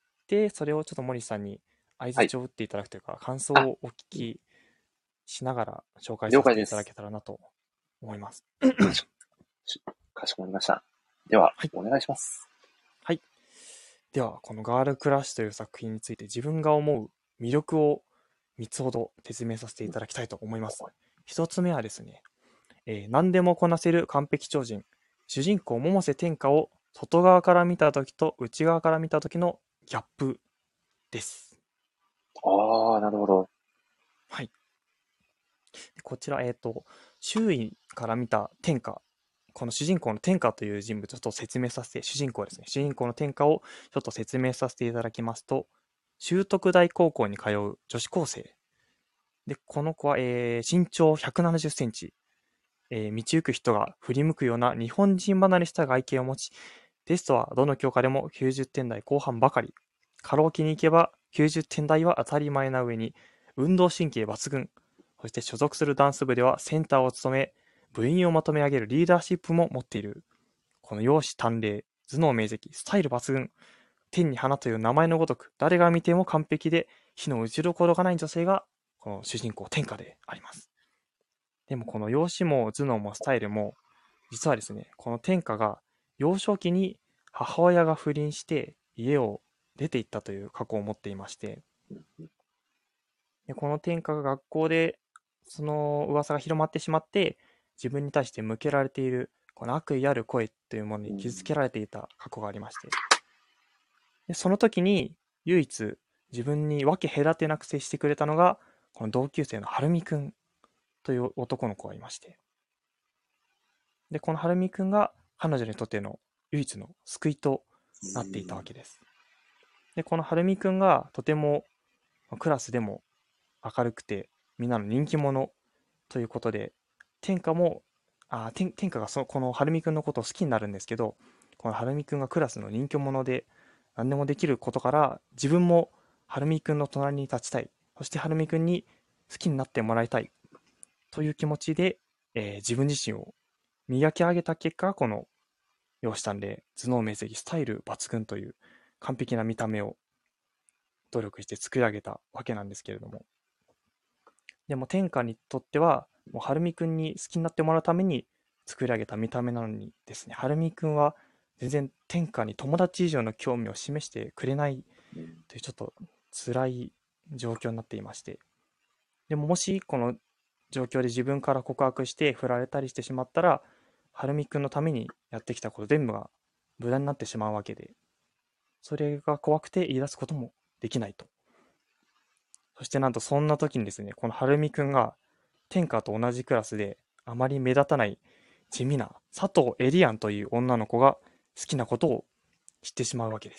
それをちょっと森さんに相はい。 槌を打っていただくというか、感想あ、 をお聞きしながら紹介了させていただけ解です。 たらなと思います。 かし、かしこまりました。では、 はい。 お願いします。 はい。では、このガールクラッシュという作品について自分が思う魅力を3つほど説明させていただきたいと思います。1つ目はですね、何でもこなせる完璧超人、主人公百瀬天下を外側から見た時と内側から見た時のギャップです。 ああ、なるほど。 はい。こちら、周囲から見た天下、この主人公の天下という人物をちょっと説明させて、主人公ですね。主人公の天下をちょっと説明させていただきますと、修徳大高校に通う女子高生。で、この子は、身長170センチ、道行く人が振り向くような日本人離れした外見を持ち、テストはどの教科でも90点台後半ばかり。カラオケに行けば90点台は当たり前な上に、運動神経抜群。そして所属するダンス部ではセンターを務め、部員をまとめ上げるリーダーシップも持っている。この容姿端麗、頭脳明晰、スタイル抜群。天に花という名前のごとく、誰が見ても完璧で、火の打ちどころがない女性が、この主人公天下であります。でもこの容姿も頭脳もスタイルも、実はですね、この天下が幼少期に母親が不倫して家を出て行ったという過去を持っていまして、でこの天下が学校でその噂が広まってしまって、自分に対して向けられているこの悪意ある声というものに傷つけられていた過去がありまして、でその時に唯一自分に分け隔てなく接してくれたのが、この同級生の晴美くんという男の子がいまして、で、この晴美くんが彼女にとっての唯一の救いとなっていたわけです。で、この晴美くんがとてもクラスでも明るくてみんなの人気者ということで、天下も、天下がこの晴美くんのことを好きになるんですけど、この晴美くんがクラスの人気者で何でもできることから、自分も晴美くんの隣に立ちたい。そして晴美くんに好きになってもらいたいという気持ちで、自分自身を磨き上げた結果、この容姿端麗、頭脳明晰、スタイル抜群という完璧な見た目を努力して作り上げたわけなんですけれども、でも天下にとっては、もう晴美くんに好きになってもらうために作り上げた見た目なのにですね、晴美くんは全然天下に友達以上の興味を示してくれないうん、 というちょっと辛い状況になっていまして、でももしこの状況で自分から告白して振られたりしてしまったら、晴美くんのためにやってきたこと全部が無駄になってしまうわけで、それが怖くて言い出すこともできないと。そしてなんとそんな時にですね、この晴美くんが天下と同じクラスであまり目立たない地味な佐藤エリアンという女の子が好きなことを知ってしまうわけです。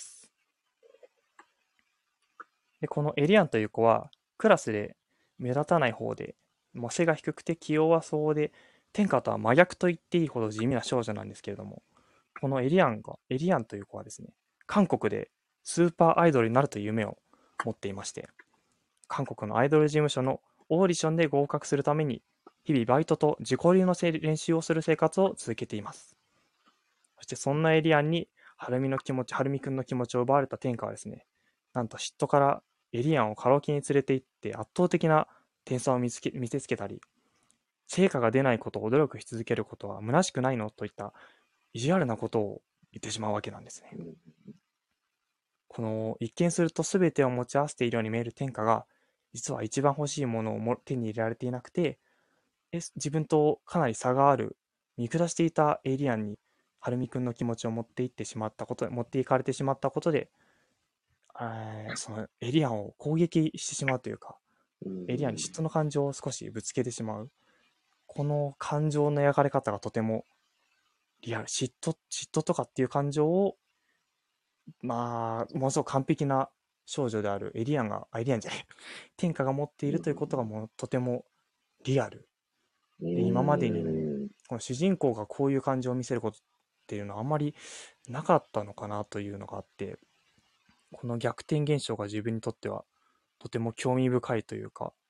で、このエリアンという子はクラスで目立たない方で、もう背が低くて器用はそうで、天下とは真逆と言っていいほど地味な少女なんですけれども、このエリアンという子はですね、韓国でスーパーアイドルになるという夢を持っていまして、韓国のアイドル事務所のオーディションで合格するために、日々バイトと自己流の練習をする生活を続けています。そしてそんなエリアンに、ハルミくんの気持ちを奪われた天下はですね、なんと嫉妬からエリアンをカラオケに連れて行って圧倒的な点差を見せつけたり、成果が出ないことを努力し続けることは虚しくないのといった意地悪なことを言ってしまうわけなんですね。この一見すると全てを持ち合わせているように見える天下が、実は一番欲しいものを手に入れられていなくて、自分とかなり差がある、見下していたエイリアンに、ハルミ君の気持ちを持っていかれてしまったことで、そのエイリアンを攻撃してしまうというか、エイリアンに嫉妬の感情を少しぶつけてしまう。この感情の描かれ方がとてもリアル、嫉妬とかっていう感情を、ものすごく完璧な少女であるエイリアンじゃない、天下が持っているということがもうとてもリアル。で、今までにこの主人公がこういう感情を見せることっていうのはあんまりなかったのかなというのがあって、この逆転現象が自分にとってはとても興味深いというか、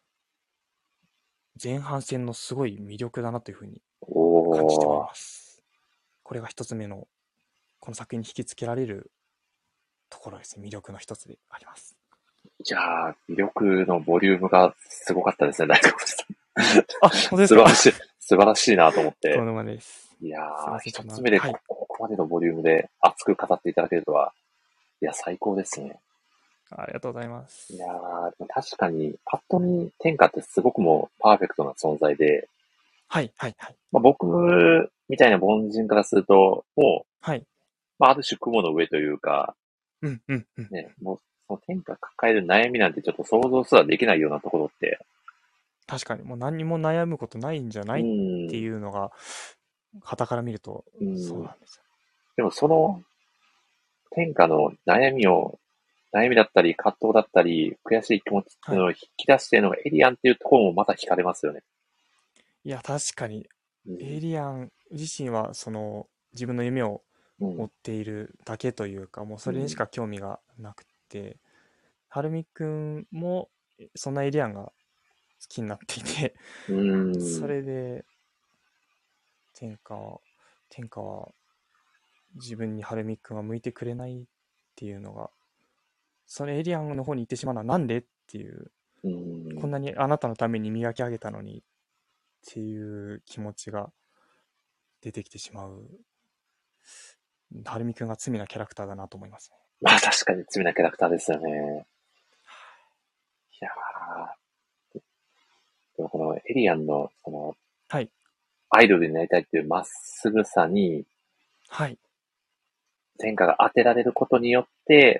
前半戦のすごい魅力だなというふうに感じております。これが一つ目のこの作品に引きつけられるところですね。魅力の一つであります。 じゃあ、魅力のボリュームがすごかったですね、大学さん。 あ、本当ですか？ 素晴らしいなと思って。 とんでもないです。 いやー、 すいません。 一つ目でここまでのボリュームで熱く語っていただけるとは、いや、最高ですね。 ありがとうございます。 いやー、確かに、パッと見、天下ってすごくもうパーフェクトな存在で、 はい、はい、はい。 僕みたいな凡人からすると、もう、 はい。 ある種雲の上というか、 うん、うん、うん。 ね、もう、その天下抱える悩みなんてちょっと想像すらできないようなところって、 確かに、もう何にも悩むことないんじゃなういってん、 いうのが、傍から見ると、 うん、 そうなんですよ。 でもその天下の悩みだったり、葛藤だったり、悔しい気持ちってはい。 いうのを引き出しているのがエリアンっていうところもまた惹かれますよね。 いや、確かに、 うん、 エイリアン自身は、自分の夢をうん、 追っているだけというか、もうそれにしうん、 か興味がなくて、はるみくんも、そんなエイリアンが好きになっていて、 うそん、 れで、天下は自分にはるみくんは向いてくれないっていうのが、そのエイリアンの方に行ってしまうのはなんでっていう、 うん。 こんなにあなたのために磨き上げたのにっていう気持ちが出てきてしまう、はるみくんが罪なキャラクターだなと思いますね。 まあ確かに罪なキャラクターですよね。いやー、でもこのエリアンの、その、 はい。 アイドルになりたいっていうまっすぐさに、 はい。 天下が当てられることによって、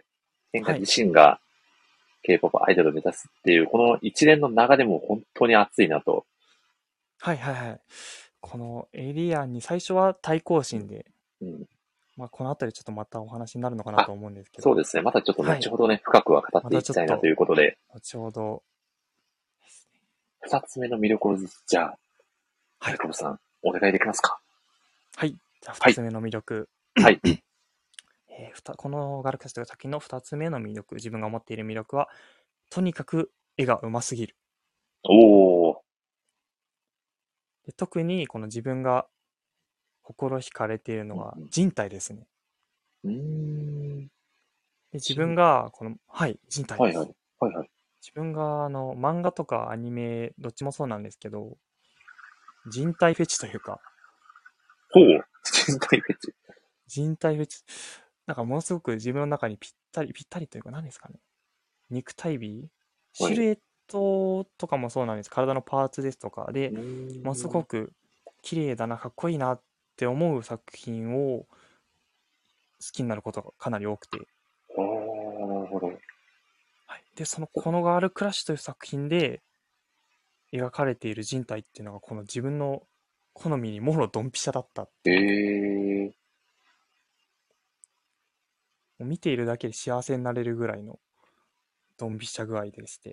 天下はい。 自身が K-POP アイドルを目指すっていう、この一連の流れも本当に熱いなと。 はいはいはい。このエイリアンに最初は対抗うん。 心で、 うん、 このあたりちょっとまたお話になるのかなあ、 と思うんですけど、 そうですね。またちょっとはい。 後ほどね、深くは語っまていきたいなとたちょっと、 いうことで、 後ほど、 二つ目の魅力をじゃあ、 はい。 大久保さん、お願いできますか？ はい。じゃあ、 はい。 二つ目の魅力。 はい。 このガルクスという作品の二つ目の魅力、自分が思っている魅力は、とにかく絵がうますぎる。 おー。 で、特にこの自分が心惹かれているのうんが人体ですね。 うん。うーん。 で、自分がはい、人体はいはい。 です。 はいはい。 自分が漫画とかアニメ、どっちもそうなんですけど、人体フェチというか、 ほう。人体フェチ。 人体フェチ、なんかものすごく自分の中にぴったりというか何ですかね。肉体美はい。 シルエットとかもそうなんです。体のパーツですとかで、 うーものすごん。 く綺麗だな、かっこいいなって思う作品を好きになることがかなり多くて。 あー、なるほど。 はい、で、このガールクラッシュという作品で描かれている人体っていうのが、この自分の好みにもろドンピシャだったっていうか、 ええもう見ているだけで幸せになれるぐらいのドンピシャ具合でして。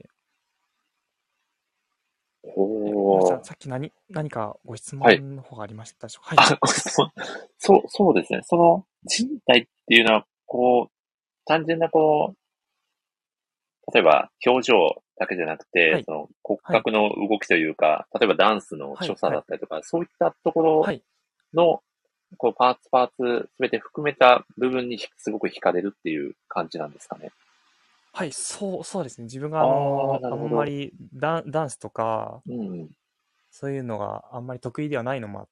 ー。ほー。 まさき何かご質はい。 問の方がありましたでしょうか？はい。 あ、ご質問。そうですね。その、人体っていうのは、こう、単純なこう、例えば表情だけじゃなくて、 はい。 その骨はい。 格の動きというか、例えばダンスのはい。 所作はい。 だったりとか、そういったところはい。 の、こう、パーツすべて含めた部分にすごく惹かれるっていう感じなんですかね。 はい、そうですね。自分がああ、なあるほど。 んまりダンスとか、 うん。 そういうのがあんまり得意ではないのもあって、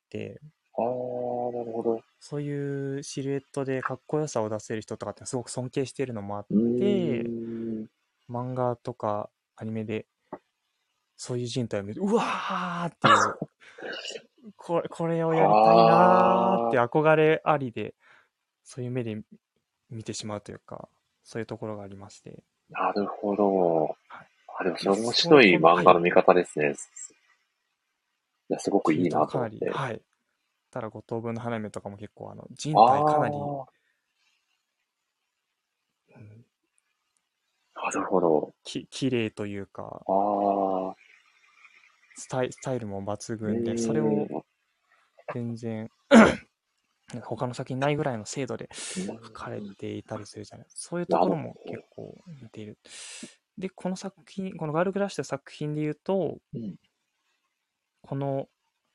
ああ、なるほど。 そういうシルエットでかっこよさを出せる人とかってすごく尊敬しているのもあっうーて、 ん。 漫画とかアニメでそういう人体を見ると、うわーっていう、これをやりたいなーっああ、 て憧れありで、そういう目で見てしまうというか、そういうところがありまして、 なるほど。 はい。 あ、でもそで、 れ面白いはい。っ漫画の見方ですね。いや、すごくていうといいなとかなり、 思って。 はい。ただ五等分の花嫁とかも結構人体かなり、 あうん、 あ、なるほど。 綺麗というか、 ああ、 スタイルも抜う群で、それをーん。 全然なんか他の作品ないぐらいの精度で書かれていたりするじゃないですか。そういうとなるころも結構似ている。で、この作品、このガールグラッシュの作品で言うと、 うん。 この、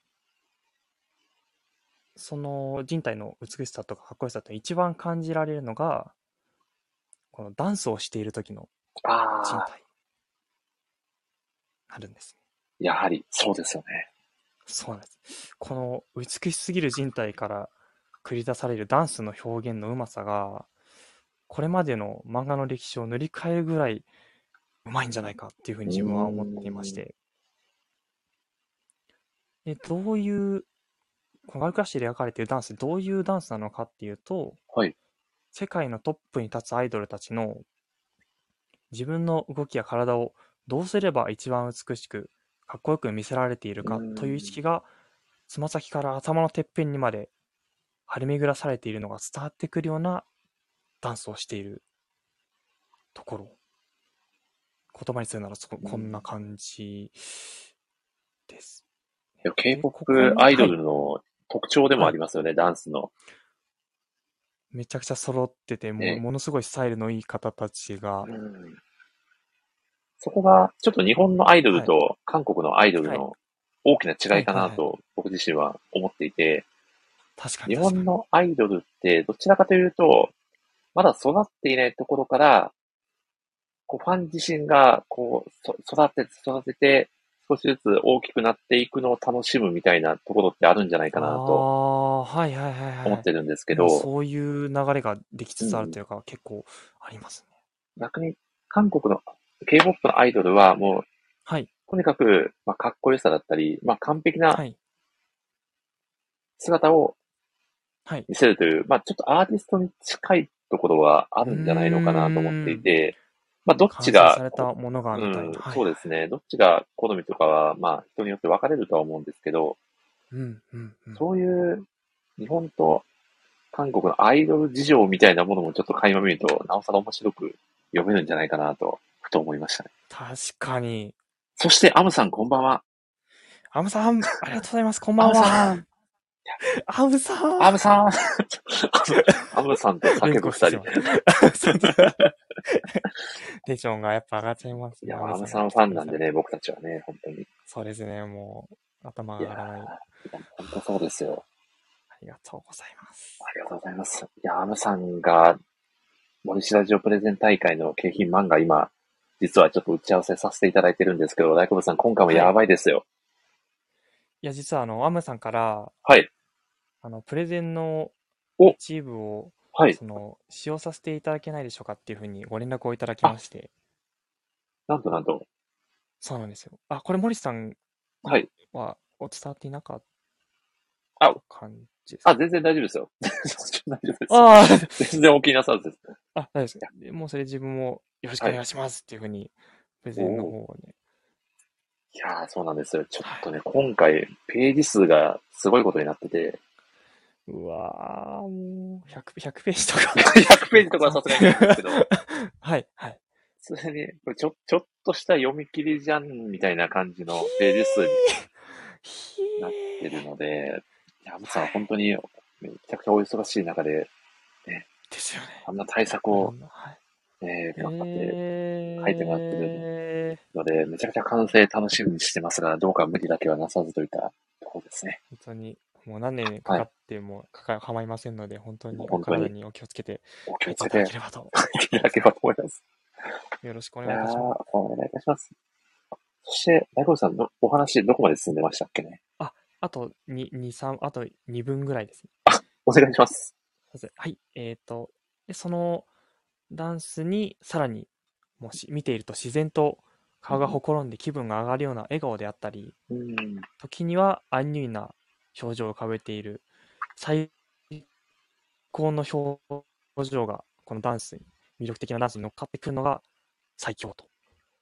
その人体の美しさとかかっこよさと一番感じられるのが、このダンスをしている時の人ああ、 体になるんですね。 やはり、そうですよね。 そうなんです。この美しすぎる人体から繰り出されるダンスの表現のうまさが、これまでの漫画の歴史を塗り替えるぐらいうまいんじゃないかっていうふうにうー自分は思っていましん。 て、で、どういう、このワールドクラッシュで描かれているダンス、どういうダンスなのかっていうと、 はい。 世界のトップに立つアイドルたちの自分の動きや体をどうすれば一番美しく、かっこよく見せられているうーかという意ん。 識が、つま先から頭のてっぺんにまで張り巡らされているのが伝わってくるようなダンスをしているところ。言葉にするならこんな感じです。 でもで、ここ K-POP に、 アイドはい、 ルの特徴でもはい、 ありますよね、ダンスの。 めちゃくちゃ揃ってて、 ね。 ものすごいスタイルのいい方たちが、 うん。そこが、ちょっと日本のアイドルはい、 と韓国のアイドルはい、 の大きな違いはい、はい、はい。 かなと僕自身は思っていて、 確かに日確かに。 本のアイドルってどちらかというと、まだ育っていないところから、こうファン自身がこう育てて、少しずつ大きくなっていくのを楽しむみたいなところってあるんじゃないかあなとあ、はいはいはいはい。 思ってるんですけど、 今そういう流れができつつあるうん、 というか、結構ありますね。 逆に韓国の K-POP のアイドルはもう、 はい、 とにかく、かっこよさだったり、完璧なはい、 姿をはい。 見せるという、ちょっとアーティストに近いところはあうるんじゃないのかなと思ってーん。 いて、どっち完成さが、 れたものがみたいな。はいはいはい。 そうですね。どっちが好みとかは、人によって分かれるとは思うんですけど、 うん、うん、うん。 そういう日本と韓国のアイドル事情みたいなものもちょっと垣間見ると、なおさら面白く読めるんじゃないかなと、ふと思いましたね。 確かに。 そして、アムさんこんばんは。 アムさん、ありがとうございます。こんばアムんは。 さんアムさん。 アムさんアムさんと連叫ぶ二人。 呼してしまった。そうだテンションがやっぱ上がっちゃいますね。 いや、 アムアムさんが来てさんファンなんくださると。 でね、僕たちはね、本当に。 そうですね。もう、頭いやが上がらない。 本当そうですよ。 ありがとうございます。 ありがとうございます。いや、アムさんが森氏ラジオプレゼン大会の景品漫画今、実はちょっと打ち合わせさせていただいてるんですけど、大久保さん今回もやはい。 ばいですよ。 いや、実はアムさんから、 はい。 プレゼンのお、 一部を、 はい。 使用させていただけないでしょうかっていうふうにご連絡をいただきあ、 まして、 なんとなんと。 そうなんですよ。あ、これ森さんはい。 は伝わっていなかっあ、 た感じですか？ 全然大丈夫ですよ。大丈夫ですよ。 あ全然お気になさらずです。 あ、大丈夫です。 いや、 でもうそれ自分もよろしくはい。 お願いしますっていうふうに、プレゼンのおお。 方をね、 いやー、そうなんですよ。ちょっはい。 とね、今回、ページ数がすごいことになってて、 うわー、もう、100ページとか 100ページとかはさめっちゃすがにないんですけど、 はい、はい。 それに、これちょっとした読み切りじゃん、みたいな感じひのページ数にーひなってるーので、山本さんはい。 本当にめちゃくちゃお忙しい中で、ね、 ですよね。 あんな対策をいろんな、はい。 頑張って書いてもらってるえー、 ので、めちゃくちゃ完成楽しみにしてますが、どうか無理だけはなさずといったところですね。 本当に、もう何年かはい。 かっても構いませんので、本当にお本当に体にお気をつけてお気書いていただをつけてければと、 書いていただければと思います。 よろしくおいやー、 願いいたします。 お願いいたします。そして、大悟さんのお話どこまで進んでましたっけね。 あ、あとあと2分ぐらいですね。 お願いします。 はい。で、そのダンスにさらに、もし見ていると自然と顔がほころんで気分が上がるような笑顔であったり、 うん。 時にはアンニュイな表情を浮かべている最高の表情がこのダンスに、魅力的なダンスに乗っかってくるのが最強と。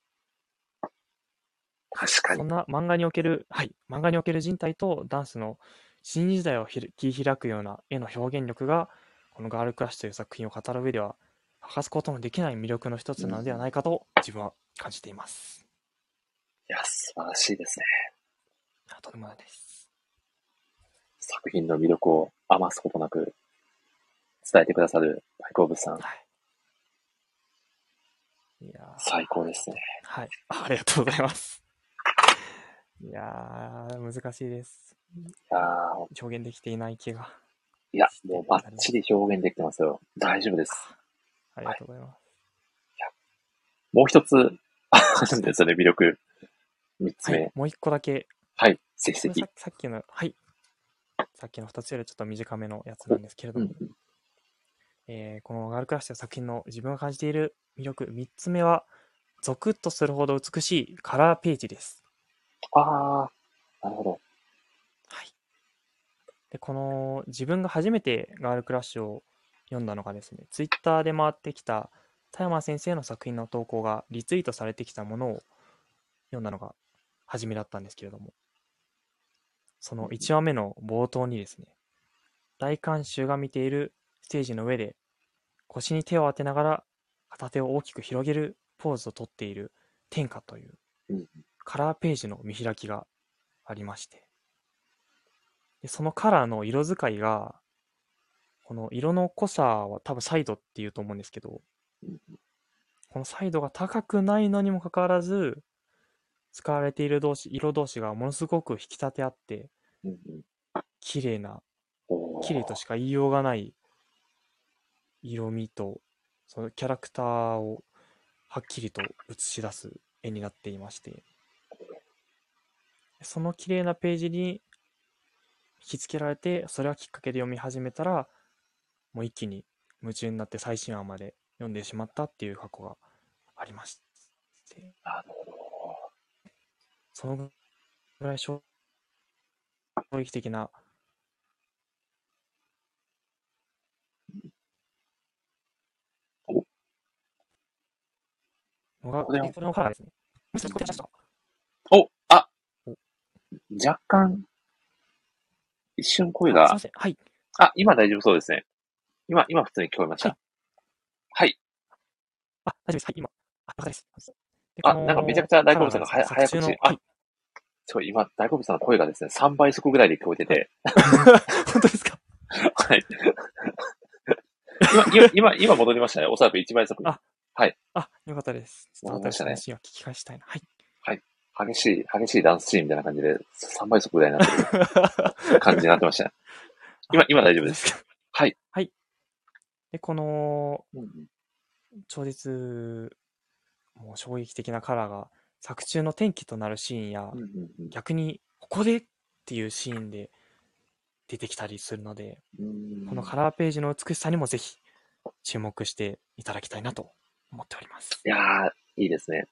確かに。 そんな漫画における、はい、漫画における人体とダンスの新時代を切り開くような絵の表現力が、このガールクラッシュという作品を語る上では、欠かすことのできない魅力の一つなのではないかと自分は感じています。 いや、素晴らしいですね。 とてもないです。 作品の魅力を余すことなく伝えてくださる大好物さん。 はい。いや最高ですね。 はい。ありがとうございます。いや難しいです。 いやー、 表現できていない気がいや、 してもうバッなります。 チリ表現できてますよ。大丈夫です。 ありはい。 がとうございます。 もう一つ、あるんですよね、魅力。三つはい。 目。 もう一個だけ、 はい。ぜひこれぜひ。 さっきの、はい。さっきの2つよりちょっと短めのやつなんですけれども、 うんうん。 このガールクラッシュ作品の自分が感じている魅力、3つ目は、ゾクッとするほど美しいカラーページです。 あー、なるほど。 はい。で、この自分が初めてガールクラッシュを読んだのがですね、ツイッターで回ってきた田山先生の作品の投稿がリツイートされてきたものを読んだのが初めだったんですけれども、その1話目の冒頭にですね、大観衆が見ているステージの上で腰に手を当てながら片手を大きく広げるポーズをとっている天下といううん。 カラーページの見開きがありまして、でそのカラーの色使いが、この色の濃さは多分サイドっていうと思うんですけど、このサイドが高くないのにもかかわらず、使われている色同士がものすごく引き立て合って、 うんうん。 綺麗な、綺麗とおー。 しか言いようがない色味と、そのキャラクターをはっきりと映し出す絵になっていまして、その綺麗なページに引きつけられて、それがきっかけで読み始めたら、もう一気に夢中になって最新話まで読んでしまったっていう過去がありまして、 なるほど。 そのぐらい衝撃的なお、 のが、 これは、 これのカラーですね。もし聞こえましたか？ お、あ、 お、 若干、一瞬声が、 すいません。はい。 あ、今大丈夫そうですね。今普通に聞こえましはい。 た。はい。 大丈夫です。はい。今。よかったです。で、こあ、なんかめちゃくのちゃ大好物さんがカラーがですね、作中の、 早口、あ、 はい。 そう、今、大好物さんの声がですね、3倍速ぐらいで聞こえてはい。 て、 本当ですか？ はい。今戻りましたね。おそらく1倍速に。 あ、 はい。 よかったです。ちょっと後で戻りましたね。 そのシーンは聞き返したいな。はい。 はい。激しいダンスシーンみたいな感じで、3倍速ぐらいになってる感じになってましたね。今大丈夫です。 そうですか。 はい。 はい。で、このうんうん。 超絶、もう衝撃的なカラーが作中の転機となるシーンや、 うんうん逆にここでっていうシーンで出てきたりするので、 うん。 このカラーページの美しさにもぜひ注目していただきたいなと思っております。 いやー、いいですね。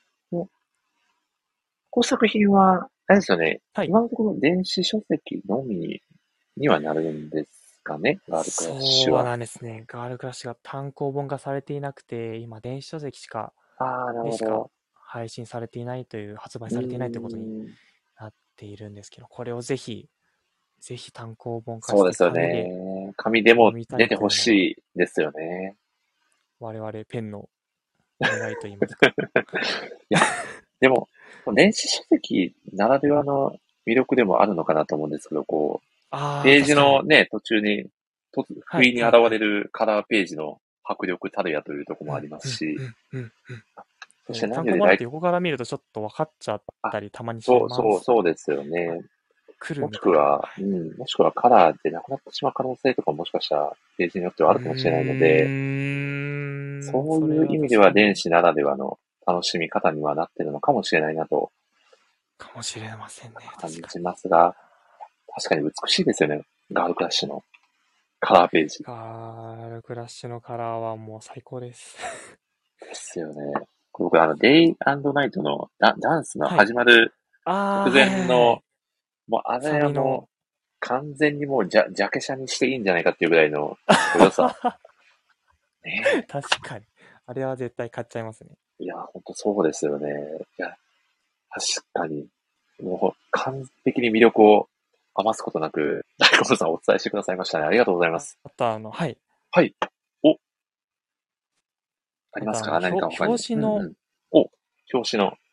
この作品は、あれですよね。 はい。 今のところ電子書籍のみにはなるんですかね。ガールクラッシュは。 そうなんですね。ガールクラッシュが単行本化されていなくて、今電子書籍ああ、なるでしかほど。 配信されていないという、発売うーされていないということにん。 なっているんですけど、これをぜひ単行本化してそうですよ紙でね。紙でも読みたい出てほというのがしいですよね。 我々ペンの願いといいますか。 いや、でも、電子書籍ならではの魅力でもあるのかなと思うんですけど、こう、 ああ、 ページ確かに。 のね、途中に、 はい、 不意に現はい、はい。 れるカラーページの迫力たるやというところもありますし、そして単何より行本だと横から見るとちょっと分かっちゃったりたまにします。 そうですよね。 来るもみたいな。 しくは、もしくはカラーでなくなってしまう可能性とかもしかしたらページによってはあるかもしれないので、そうそれはいう意味では確かに電子ならではの楽しみ方にはなってるのかもしれないなとかもしれませんね。 感じ確かに。 ますが、確かに美しいですよね。ガールクラッシュのカラーページ。 ガールクラッシュのカラーはもう最高です。 ですよね。僕、デイナイトのダンスのはい。 始まる直はいはい前の、 はいはい。 もうあれサビの。 はもう完全にもうジャケ写にしていいんじゃないかっていうぐらいのかっこよさ。ね確かに。あれは絶対買っちゃいますね。 いや、ほんとそうですよね。いや、確かに。もう完璧に魅力を余すことなく、大根さんお伝えしてくださいましたね。ありがとうございます。 あとはい。 はい。お、ありまたますか何か他に。 表紙の、 お、表紙の、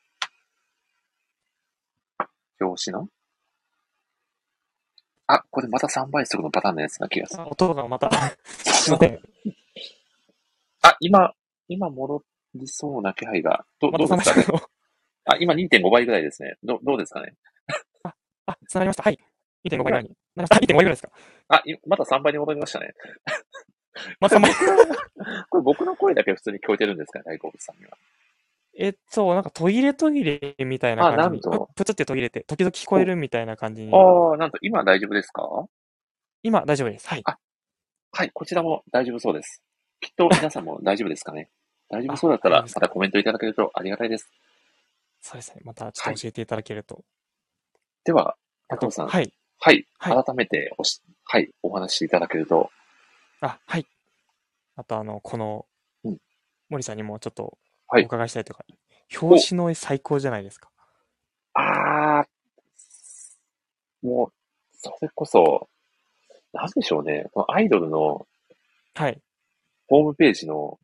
表紙のこれまた3倍速のパターンのやつな気がする。 音がまたすいそう。 ません。 今戻りそうな気配が、 また3 どうですかね。 倍速の。 今2.5倍ぐらいですね。どうですかね。 繋がりました。はい。2.5倍ぐらいに。なりました。2.5倍ぐらいですか。 また3倍に戻りましたね。 また3倍。 これ僕の声だけ普通に聞こえてるんですかね、大好物さんには。 なんか途切れみたいな感じに、 なんと、 プツって途切れて、時々聞こえるみたいな感じに。 なんと今大丈夫ですか？ 今、大丈夫です。はい。 はい、こちらも大丈夫そうです。きっと皆さんも大丈夫ですかね。大丈夫そうだったら、 大丈夫ですか。 またコメントいただけるとありがたいです。 そうですね。またちはい。 ょっと教えていただけると。 では、 あと、 大好物さん、 はい。 はい、 はい。 改めてはい、お話しいただけると、 はい。あとこの、 うん、 森さんにもちょっとはい。 お伺いしたいというか、 お、 表紙の絵最高じゃないですか。 あもう、それこそ、なんでしょうね。このアイドルのはい。 ホームページの、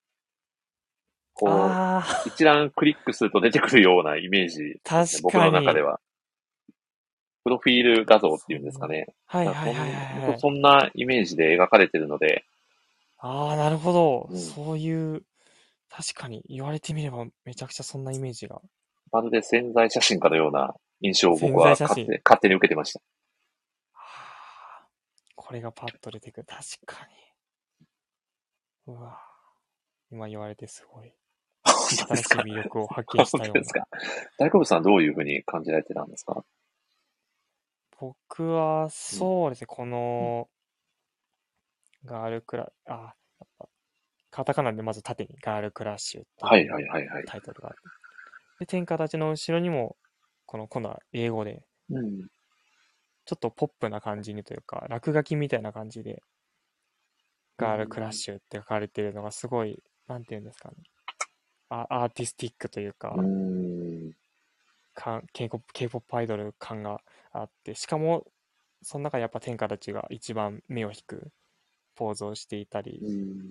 こう、 あー、 一覧クリックすると出てくるようなイメージですね。 確僕の中でかに。 は。プロフィール画像っていうんですかね。 はいはいはいはい本当はい。 そんなイメージで描かれてるので、 なるほど。 うん。 そういう、確かに言われてみればめちゃくちゃそんなイメージが。 まるで潜在写真家のような印象を僕潜在は写真。 勝手に受けてました。 はあ、これがパッと出てくる。確かに。うわ、今言われてすごい。 本当で新しいすか？ 魅力を発見本したような。 当ですか？大好物さんはどういうふうに感じられてたんですか？ 僕は、 うん。 そうですね、こうん。 の、ガールクラ、やっぱ、カタカナでまず縦にガールクラッシュってはいいうはいはいはい。 タイトルがあって。で、天下立ちの後ろにも、今度は英語で、 うん。 ちょっとポップな感じにというか、落書きみたいな感じで、 うガールクラッん。 シュって書かれてるのがすごい、なんていうんですかね。アーティスティックといううか、 ん。 K-POP アイドル感があって、しかも、その中でやっぱ天下たちが一番目を引くポーズをしていたり、 うん。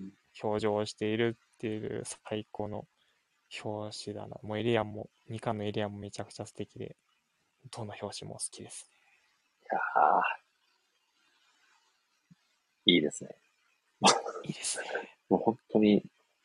表情をしているっていう最高の表紙だな。もうエリアンも、2巻のエリアンもめちゃくちゃ素敵で、どの表紙も好きです。 いいですね。 いいですね。 もう本当に、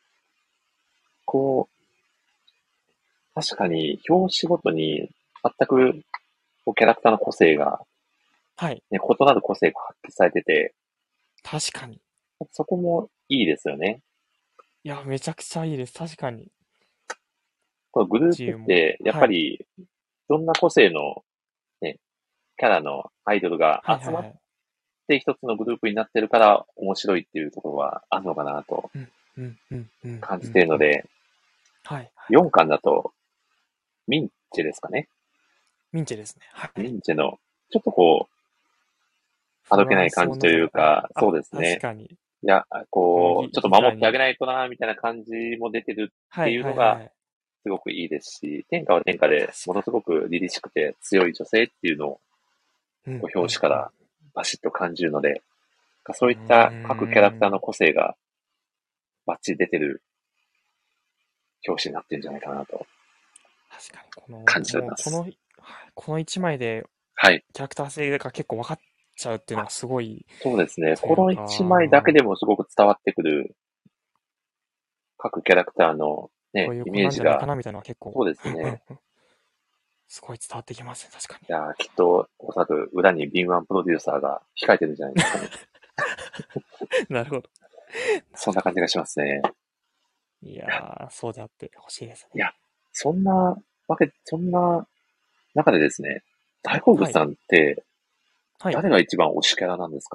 こ確かに表紙ごとに全くこうキャラクターの個性が、 はい。 ね、異なる個性が発揮されてて、 確かに。 そこもいいですよね。 いや、めちゃくちゃいいです。確かに。 このグループっ自由も。 て、やっはい。 ぱり、どんな個性のね、キャラのアイドルが集まっはいはいはい。 て一つのグループになってるから面白いっていうところはあるのかなとうん、うん、うん、うん、 感じうん、うん。 ているので、 はい、はい。 4巻だとミンチェですかね。 ミンチェですね。はい。 ミンチェの、ちょっとこう、あどけない不安感じとそうな感じ。 いうか、そうですね。 確かに。 いや、ちょっとギターに。 守ってあげないとな、みたいな感じも出てるってはいいうのがはいはい。 すごくいいですし、天下は天下で確かものすごく凛々しくて強い女性っていうのをに。うん、 こううん、うん。 表紙からバシッと感じるので、 うそういった各キャラクターのーん。 個性がバッチリ出てる表紙になってるんじゃないかなと確かに、 感じておりもうます。 この一枚ではい。 キャラクター性が結構分かっちゃうっていうのあ、 がすごいそうですね。 というこの一枚だけか、 でもすごく伝わってくる各キャラクターのね、イこういう子メージが、 なんじゃないかなみたいなのは結構、 そうですうんうんね。 うん、すごい伝わってきますね、確かいやー、きっと、おそらく裏に敏腕プロデューサーが控えてるんじゃないですかね。 に。なるほど。なるほそんな感じがしますね。 ど。いやー、そうであってほしいですね。 いや、そんな中でですね、大好物はい。 さんってはい。 誰が一番推しキャラなんですか？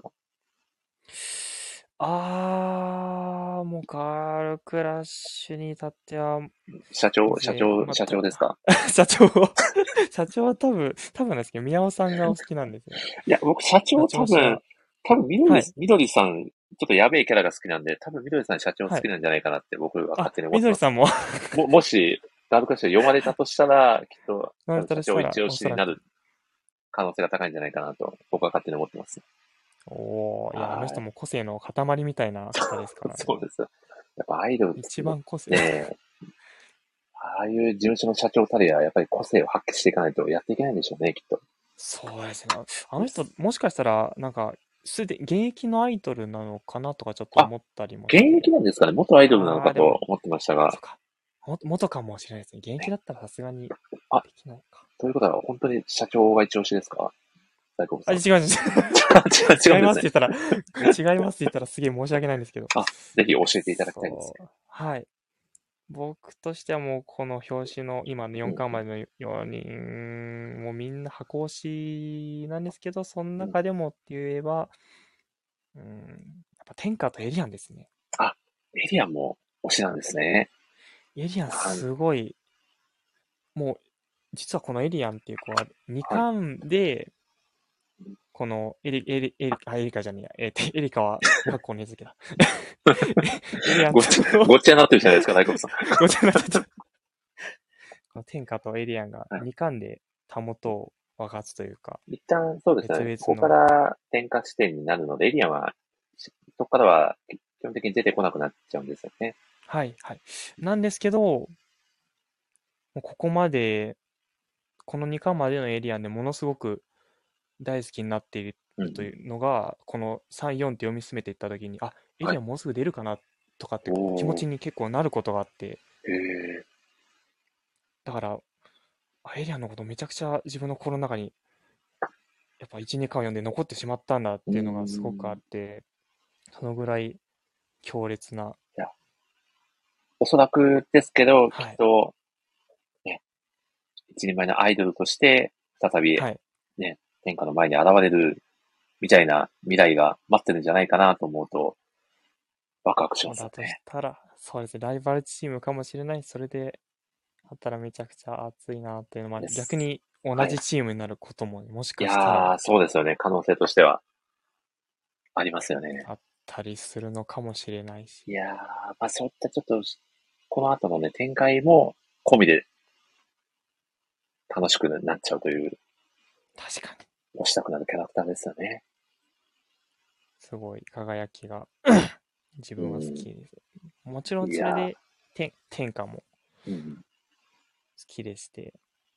もうカールクラッシュに至っては、 社長ですか？ 社長を社長は多分ですけど、宮尾さんがお好きなんですよ。 いや、僕社社長長氏は、 多分はい。 みどりさん、ちょっとやべえキャラが好きなんで、多分みどりさん社長好はい。 きなんじゃないかなって僕はあ、 勝手に思ってます。 みどりさんももし、ダブルクラッシュで読まれたとしたら、きっと、 言われた社としたら、 長一押おそらく。 しになる可能性が高いんじゃないかなと、僕は勝手に思ってます。 おー、いや、あの人はも個性の塊みたいな方ですかい。 らね。 そうです。やっぱアイドルです一番個性。 ね、ああいう事務所の社長たるや、やっぱり個性を発揮していかないとやっていけないんでしょうね、きっと。 そうですね。あの人、もしかしたら、なんか、現役のアイドルなのかなとかちょっとあ、 思ったりも現して。 役なんですかね？元アイドルなのかでも、 と思ってましたが。 そっか。元かもしれないですね。現役だったらさすがにあ、 できないか。 ということは、本当に社長が一押しですか？大久保あ、 さん。 違う、 違うんですね。 違いますって言ったら、違いますって言ったらすげえ申し訳ないんですけど。 あ、ぜひ教えていただきたいですね。 はい。僕としてはもうこの表紙の今の4 うん、 巻までの4人、もうみんな箱推しなんですけど、そのうん。 中でもって言えば、やっぱ天下とエリアンですね。 あ、エリアンも推しなんですね。 エリアンなんすごい、もう、実はこのエリアンっていう子は2 はい。 巻で、このエリカじゃねえや、エリカは、過去根付けだ。エリアンとごっちゃになってるじゃないですか、大久保さん。 ごちゃになっちゃった。この天下とエリアンがはい。 2巻でたもとを分かつというか、 一旦、そうです別ね。ここか 々の、 ら点火地点になるので、エリアンは、そこからは基本的に出てこなくなっちゃうんですよね。 はいはい。なんですけど、もうここまで、この2巻までのエリアンでものすごく大好きになっているうん。 というのが、この3、4って読み進めていったときに、あ、エはい。 リアンもうすぐ出るかなとかって気持おー。 ちに結構なることがあって、 へえ。 だから、エリアンのことめちゃくちゃ自分の心の中に、やっぱ1、2巻を読んで残ってしまったんだっうーていうのがすごくあっん。 て、そのぐらい強烈な、 いや、おそらくですけど、きっはい、 と、ね、一人前のアイドルとして、再び、 はい。 ね、天下の前に現れる、みたいな未来が待ってるんじゃないかなと思うと、ワクワクしますよだとしね。 たら、そうですね、ライバルチームかもしれない。それであったらめちゃくちゃ熱いなっていうのも、 です。 逆に同はい。 じチームになることももしいかしたらやー、そうですよね。可能性としてはありますよね。 あったりするのかもしれないし。 いやー、まあそういったちょっと、この後のね、展開も込みで楽しくなっちゃうという、 確かに。 推したくなるキャラクターですよね。 すごい輝きが自分は好うん。 きです。もちろんいやそれで天下もー、うん。 好きでして、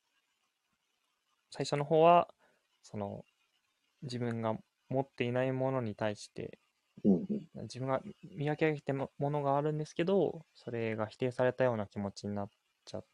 最初の方は、その自分が持っていないものに対して、 うん。うん。 自分が磨き上げてもものがあるんですけど、それが否定されたような気持ちになっちゃって、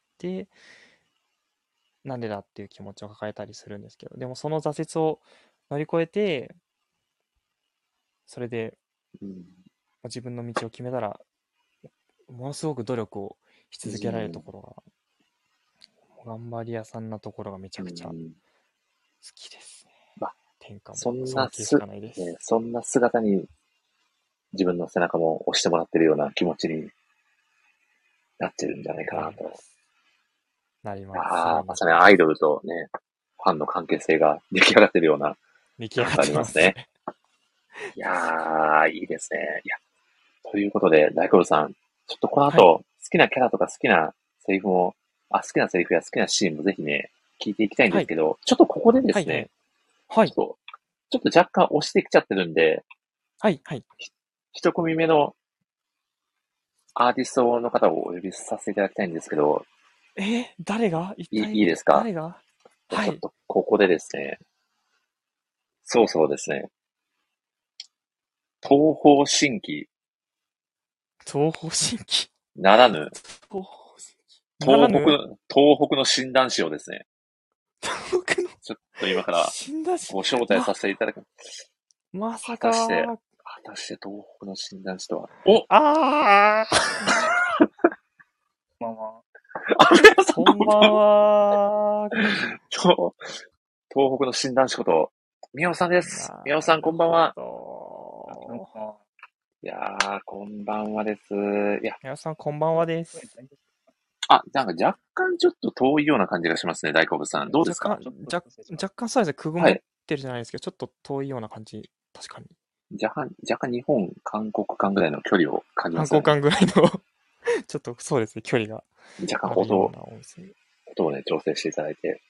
なんでだっていう気持ちを抱えたりするんですけど、でもその挫折を乗り越えて、それでうん。 自分の道を決めたら、ものすごく努力をしう続けられるとん。 ころが、頑張り屋さんなところがめちゃくちゃ好きですね。 まあ、 天下もそんなす、 尊敬しかないです。 そんな姿に自分の背中も押してもらってるような気持ちになってるんじゃないかななと。 ります。なります。すああ、 ごいまなってます。 さにアイドルとね、ファンの関係性が出来上がってるような出来上感があがってまりますね。 すね。 いやー、いいですね。いや、ということで、大黒さん、ちょっとこのはい。 後、好きなキャラとか好きなセリフも、好きなセリフや好きなシーンもぜひね、聞いていきたいんではい。 すけど、ちょっとここでではい。はすね、 い。はい。 ちょっと、ちょっと若干押してきちゃってるんで、 はい。はい。 一組目のアーティストの方をお呼びさせていただきたいんですけど、 誰が一いい体ですか？ 誰が？はい。 ちょっとここでですね、そうそうですね、東方神起、 東方神起。 ならぬ、 東ならぬ東北の診断士をですね、 東北のちょっと今から診断士。 ご招待させていただく。 まさ果たしてか。 東北の診断士とは。おあまあまあ。 ーこんばんは。 東北の診断士こと、宮尾さんです。宮尾さん、こんばんは。いやー、こんばんはです。いや、 宮尾さん、こんばんはです。 なんか若干ちょっと遠いような感じがしますね、大好物さん。どうですか？ 若干そうですね、くぐもってるじゃないですけど、ちょっと遠いような感じ、確かに。 若干日本、韓国間ぐらいの距離を感じますね。 韓国間ぐらいの、ちょっとそうですね、距離が。 若干音をね、調整していただいて。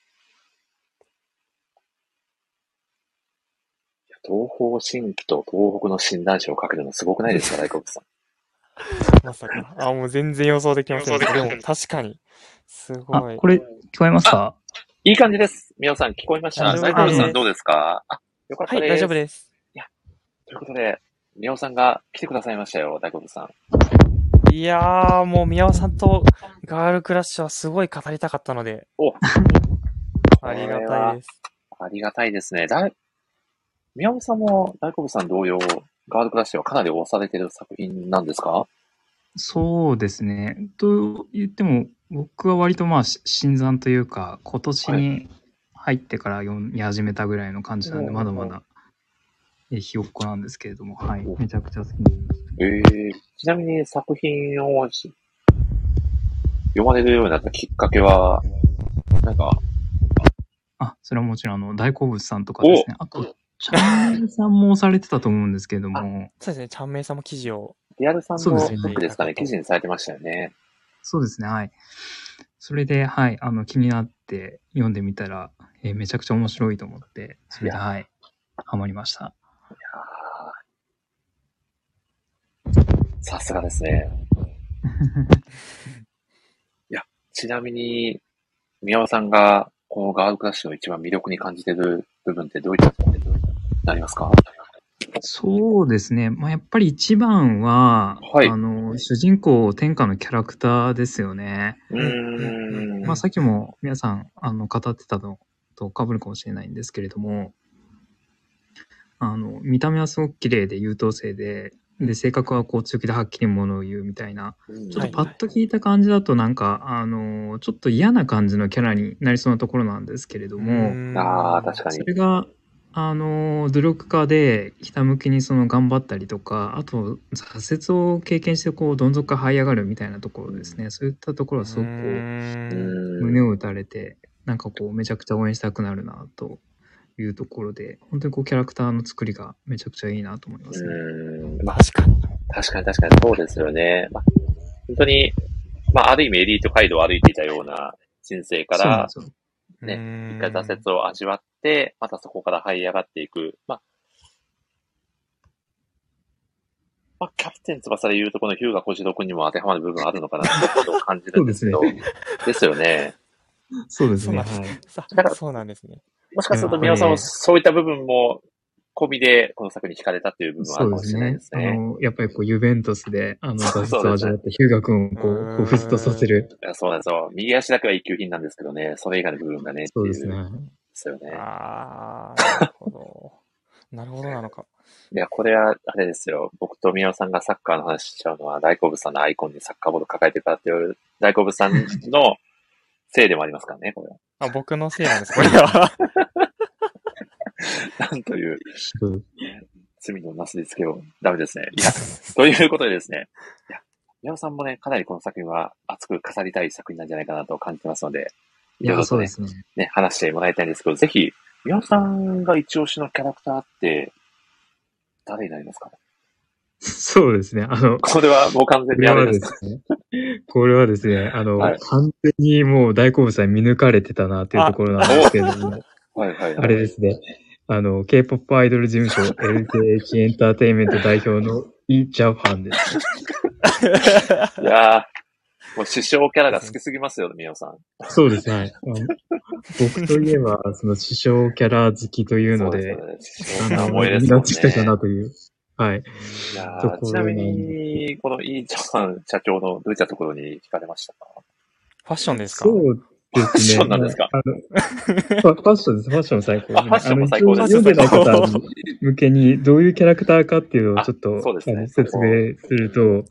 東方神起と東北の診断士をかけるのすごくないですか、大好物さん。 まさか。もう全然予想できません。でも確かに。すごい。 これ、聞こえますか？ いい感じです。皆さん聞こえました？大好物さんどうですか？よかったです。 はい、大丈夫です。 いや、ということで、宮尾さんが来てくださいましたよ、大好物さん。 いやー、もう宮尾さんとガールクラッシュはすごい語りたかったので。ありがたいです。 ありがたいですね。宮尾さんも大好物さん同様、ガールクラッシュはかなり推されている作品なんですか？ そうですね。と言っても、僕は割と新参というか、今年に入ってから読み始めたぐらいの感じなんで、まだまだひよっこなんですけれども、はい、めちゃくちゃ好きです。ちなみに作品を読まれるようになったきっかけは、なんか、 それはもちろん大好物さんとかですね。あと、チャンメイさんも押されてたと思うんですけれども。 そうですね、チャンメイさんも記事を。 リアルさんのブックですかね、記事にされてましたよね。 そうですね、はい。それで、はい、気になって読んでみたら、めちゃくちゃ面白いと思って、それで、はい、ハマりました。 さすがですね。いや、ちなみに、宮尾さんが、このガールクラッシュの一番魅力に感じている部分ってどういったところになりますか？ そうですね。やっぱり一番は、主人公天下のキャラクターですよね。さっきも皆さん、語ってたのと被るかもしれないんですけれども、見た目はすごく綺麗で優等生で、性格は強気ではっきりものを言うみたいな、ちょっとパッと聞いた感じだとなんか、ちょっと嫌な感じのキャラになりそうなところなんですけれども、 確かに。 それが、努力家でひたむきに頑張ったりとか、あと挫折を経験してどん底から這い上がるみたいなところですね。そういったところはすごく胸を打たれて、なんかめちゃくちゃ応援したくなるなというところで、本当にキャラクターの作りがめちゃくちゃいいなと思いますね。 確かにそうですよね。本当に、ある意味エリート街道を歩いていたような人生から、ね、一回挫折を味わって、またそこから這い上がっていく。キャプテン翼で言うとこの日向小次郎君にも当てはまる部分あるのかなと感じるんですけど。ですよね。 そうですね。 そうなんですね。 もしかすると宮尾さんはそういった部分も込みでこの作に惹かれたっていう部分はあるかもしれないですね。 やっぱりユベントスで挫折を味わってヒューガ君を彷彿とさせる。 そうなんですよ。右足だけは一級品なんですけどね、それ以外の部分がね、 そうですね。 ですよね。 なるほど。なるほどなのか。 いや、これはあれですよ。僕と宮尾さんがサッカーの話しちゃうのは大好物さんのアイコンにサッカーボール抱えてるからっていう大好物さんのせいでもありますからね、これは。 僕のせいなんです、これは。 なんという、罪のなすりつけを、ダメですね。いや、ということでですね、宮尾さんもね、かなりこの作品は熱く語りたい作品なんじゃないかなと感じてますので、いろいろとね、話してもらいたいんですけど、ぜひ、宮尾さんが一押しのキャラクターって、誰になりますか？ そうですね。 これはもう完全にあれですね。 これはですね、完全にもう大好物さん見抜かれてたなっていうところなんですけれども、あれですね。K-POP アイドル事務所 LKH エンターテインメント代表のイ・ジャファンです。 いやー、もう師匠キャラが好きすぎますよ、宮尾さん。 そうですね。僕といえば、師匠キャラ好きというので、 思い出すもんね。 なってきたかなという。 はい。 いやとこちなみろなんで。 に、このイ・ジャパン社長のどういったところに惹かれましたか？ ファッションですか？ そうですファッショね。 ンなんですか？ ファッションです。ファッション最高あ、 ですね。 ファッションも最一応高です。 ファッション読んでない方最高。 向けにどういうキャラクターかっていうのをちょっとそうですね、そ説こ。 明すると、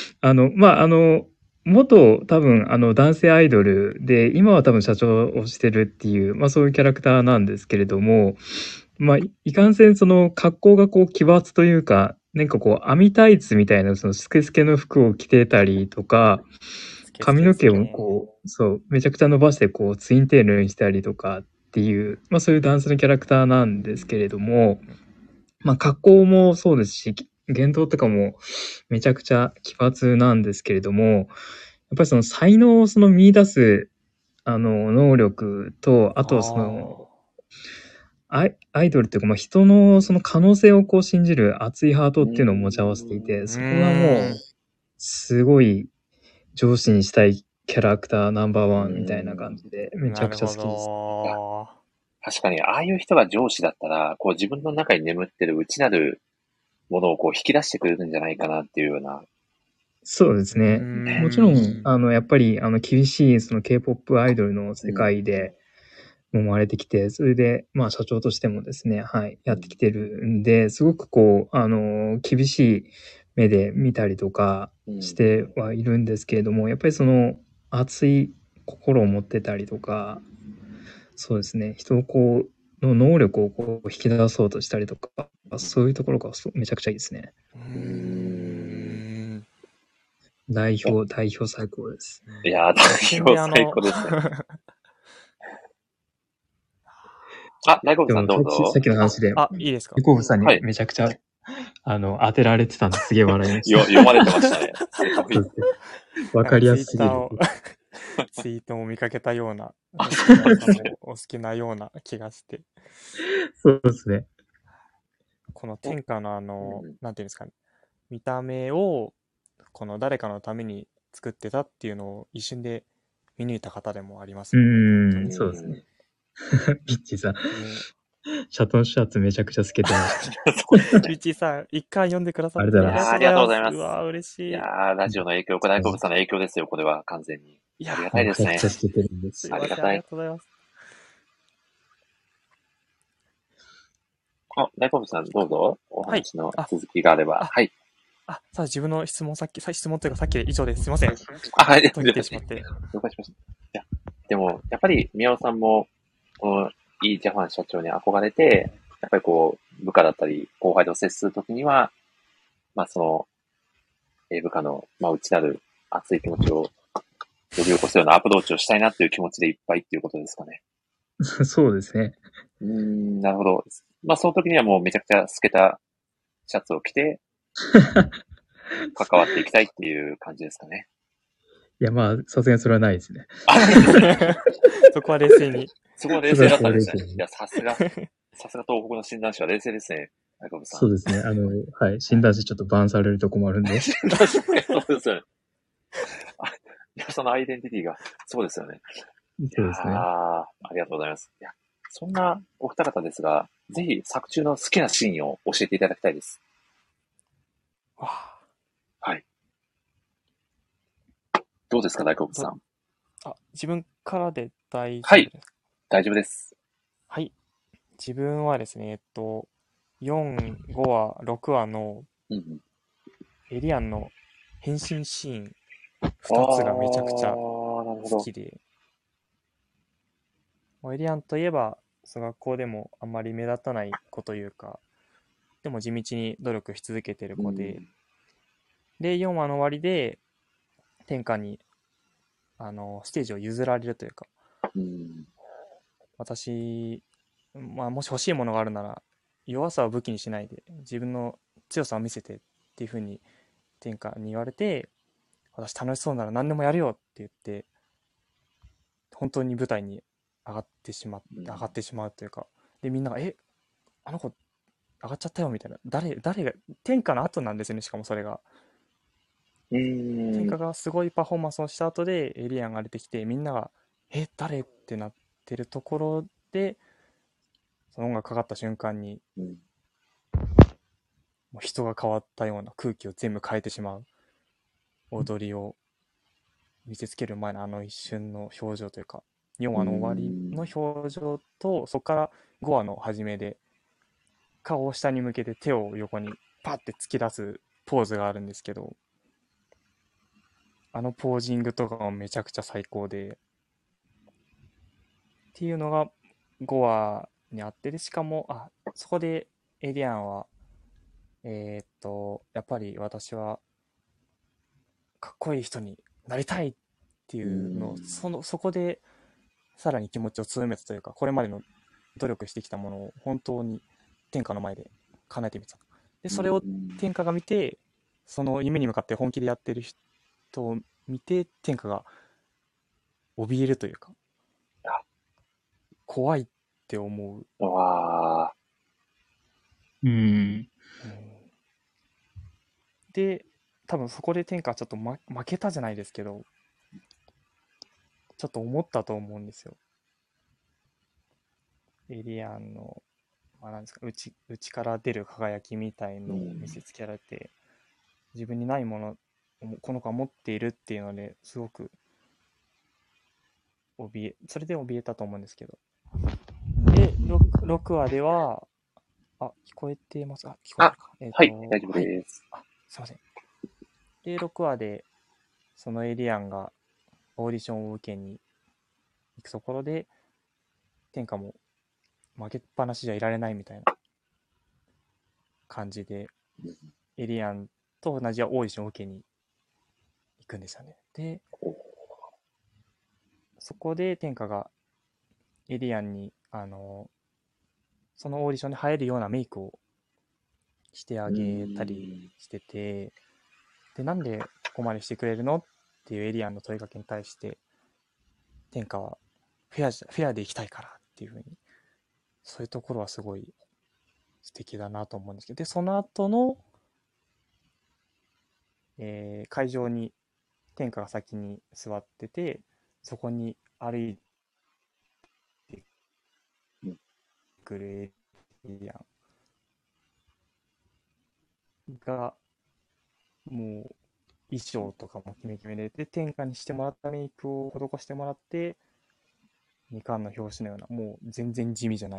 元多分男性アイドルで、今は多分社長をしてるっていう、そういうキャラクターなんですけれども、いかんせんその格好がこう奇抜というか、なんかこう網タイツみたいなそのスケスケの服を着てたりとか、髪の毛をこう、そう、めちゃくちゃ伸ばしてこうツインテールにしたりとかっていう、そういうダンスのキャラクターなんですけれども、格好もそうですし、言動とかもめちゃくちゃ奇抜なんですけれども、やっぱりその才能をその見出す、能力と、あとその、アイドルっていうか、人のその可能性をこう信じる熱いハートっていうのを持ち合わせていて、そこがもう、すごい上司にしたいキャラクターナンバーワンみたいな感じで、めちゃくちゃ好きです。 確かに、ああいう人が上司だったら、こう自分の中に眠ってる内なるものをこう引き出してくれるんじゃないかなっていうような。 そうですね。もちろん、やっぱり、厳しい、その K-POP アイドルの世界で、生まれてきて、それで、社長としてもですね、はい、やってきてるんで、すごくこう、厳しい目で見たりとかしてはいるんですけれども、やっぱりその、熱い心を持ってたりとか、そうですね、人をこう、の能力をこう引き出そうとしたりとか、そういうところがめちゃくちゃいいですね。代表最高です。 いやー、代表最高ですね。あ、大好物さんどうぞ。 さっきの話で、 いいですか？ 大好物さんにめちゃくちゃ、当てられてたんですげえ笑いました。 読まれてましたね。 わかりやすすぎる。 ツイートも見かけたような、お好きなような気がして。 そうですね。 この天下のなんていうんですかね、見た目を、この誰かのために作ってたっていうのを一瞬で見抜いた方でもありますもんね。 そうですね。ビッチーさん。シャトンシャツめちゃくちゃ透けてました。 ビッチーさん、一回読んでくださってありがとうございます。 うわ、嬉しい。 いやー、ラジオの影響、大好物さんの影響ですよ、これは完全に。ありがたいですね。 ありがたい。ありがとうございます。 大好物さんどうぞ、お話の続きがあれば。はい。 さあ、自分の質問質問というかさっきで以上です。すいません。 はい。 解いてしまって。 了解しました。いや、でも、やっぱり宮尾さんも、このイ・ジャファン社長に憧れて、やっぱりこう、部下だったり、後輩と接するときには、その、部下の、内なる熱い気持ちを呼び起こすようなアプローチをしたいなっていう気持ちでいっぱいっていうことですかね。 そうですね。 なるほど。その時にはもうめちゃくちゃ透けたシャツを着て、関わっていきたいっていう感じですかね。 いや、さすがにそれはないですね。 そこは冷静に。 そこは冷静だったんですね。いや、さすが東北の診断士は冷静ですね。 そうですね。はい。診断士ちょっとバンされると困るんで。 診断士ね、そうですよね。そのアイデンティティが、そうですよね。 そうですね。 ありがとうございます。いや、そんなお二方ですが、ぜひ作中の好きなシーンを教えていただきたいです。はい。どうですか、大好物さん。 自分からで大丈夫ですか？ はい。大丈夫です。 はい。自分はですね、4、5話、6話のエリアンの変身シーン2つがめちゃくちゃ好きで、エリアンといえば学校でもあんまり目立たない子というか、でも地道に努力し続けてる子で、で4話の終わりで天下にステージを譲られるというか、私、もし欲しいものがあるなら弱さを武器にしないで自分の強さを見せてっていう風に天下に言われて、私楽しそうなら何でもやるよって言って本当に舞台に上がってしまうというか、でみんながあの子上がっちゃったよみたいな、誰が天下の後なんですよね。しかもそれが天下がすごいパフォーマンスをした後でエリアンが出てきて、みんなが誰ってなってるところでその音楽かかった瞬間に、 もう人が変わったような空気を全部変えてしまう踊りを見せつける前のあの一瞬の表情というか、4話の終わりの表情と、そこから5話の初めで顔を下に向けて手を横にパッて突き出すポーズがあるんですけど、あのポージングとかもめちゃくちゃ最高で、っていうのが5話にあって、でしかもそこでエリアンはやっぱり私はかっこいい人になりたいっていうのをそこでさらに気持ちを強めたというか、これまでの努力してきたものを本当に天下の前で叶えてみた。でそれを天下が見て、その夢に向かって本気でやってる人を見て、天下が怯えるというか、怖いって思う。で多分そこで天下はちょっと、負けたじゃないですけど、ちょっと思ったと思うんですよ。エリアンの、なんですか、内から出る輝きみたいのを見せつけられて、自分にないものをこの子は持っているっていうのですごくそれで怯えたと思うんですけど。で、6話では、聞こえてます？聞こえてるか。 はい、大丈夫です。 すいません。で、6話で、そのエリアンがオーディションを受けに行くところで、天下も負けっぱなしじゃいられないみたいな感じで、エリアンと同じオーディションを受けに行くんですよね。で、そこで天下がエリアンに、そのオーディションに入るようなメイクをしてあげたりしてて、で、なんでここまでしてくれるのっていうエリアンの問いかけに対して、天下はフェアでいきたいからっていう風に、そういうところはすごい素敵だなと思うんですけど、で、その後の、会場に天下が先に座ってて、そこに歩いてくるエリアンが、もう衣装とかも決め決めで、天下にしてもらったメイクを施してもらって、2巻の表紙のような、もう全然地味じゃない、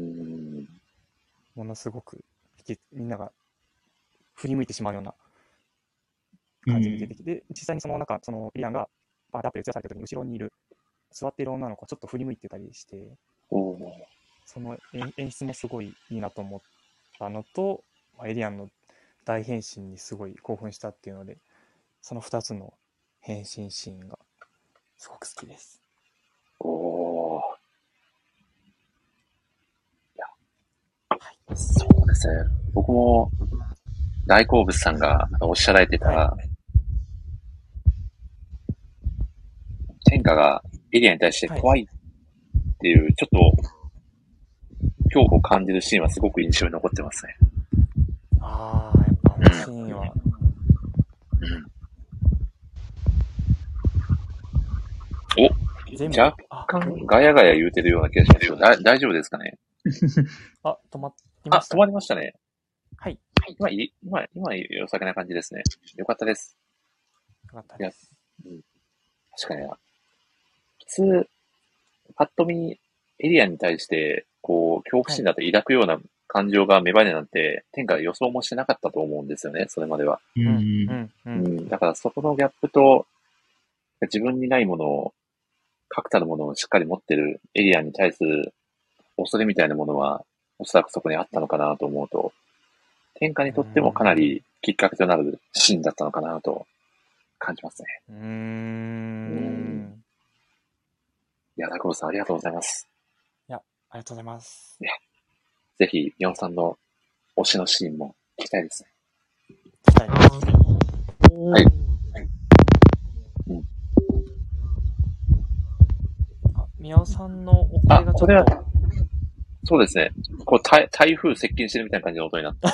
ものすごくみんなが振り向いてしまうような感じで出てきて、実際にその中、そのエリアンがバーダップで強された時に後ろにいる座っている女の子はちょっと振り向いてたりして、その演出もすごいいいなと思ったのと、エリアンの大変身にすごい興奮したっていうので、その2つの変身シーンがすごく好きです。 そうですね。僕も大好物さんがおっしゃられてた、天下がエリアに対して怖いっていう、ちょっと恐怖を感じるシーンはすごく印象に残ってますね。 やっぱあのシーンは、 若干ガヤガヤ言うてるような気がしますけど、大丈夫ですかね？ 止まりました。 止まりましたね。 はい。 今良さげな感じですね。よかったです。 よかったです。 確かに普通、パッと見、エリアに対して、こう、恐怖心だと抱くような感情が芽生えるなんて、天下予想もしてなかったと思うんですよね、それまでは。だからそこのギャップと、自分にないものを、確たるものをしっかり持ってるエリアに対する恐れみたいなものは、おそらくそこにあったのかなと思うと、天下にとってもかなりきっかけとなるシーンだったのかなと感じますね。いや、中尾さんありがとうございます。 いや、ありがとうございます。 ぜひ、宮尾さんの推しのシーンも聞きたいですね。 聞きたいです。 はい。 宮尾さんのお声がちょっと。 そうですね。こう台風接近してるみたいな感じの音になって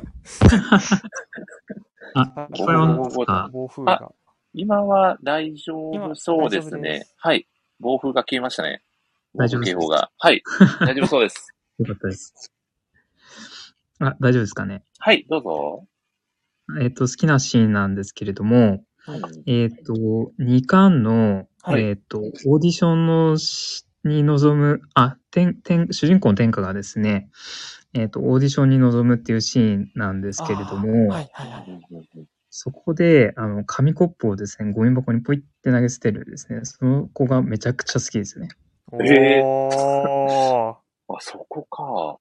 聞こえますか？ 暴風が。 今は大丈夫そうですね。はい。暴風が消えましたね。 大丈夫です。 警報が。はい。大丈夫そうです。 よかったです。 大丈夫ですかね。 はい、どうぞ。 好きなシーンなんですけれども、 はい。 2巻の、 はいオーディションに臨む、主人公の天下がですね、オーディションに臨むっていうシーンなんですけれども、 はいはいはい。 そこで、紙コップをですね、ゴミ箱にポイって投げ捨てるですね、その子がめちゃくちゃ好きですね。 おえー。 あ、そこか。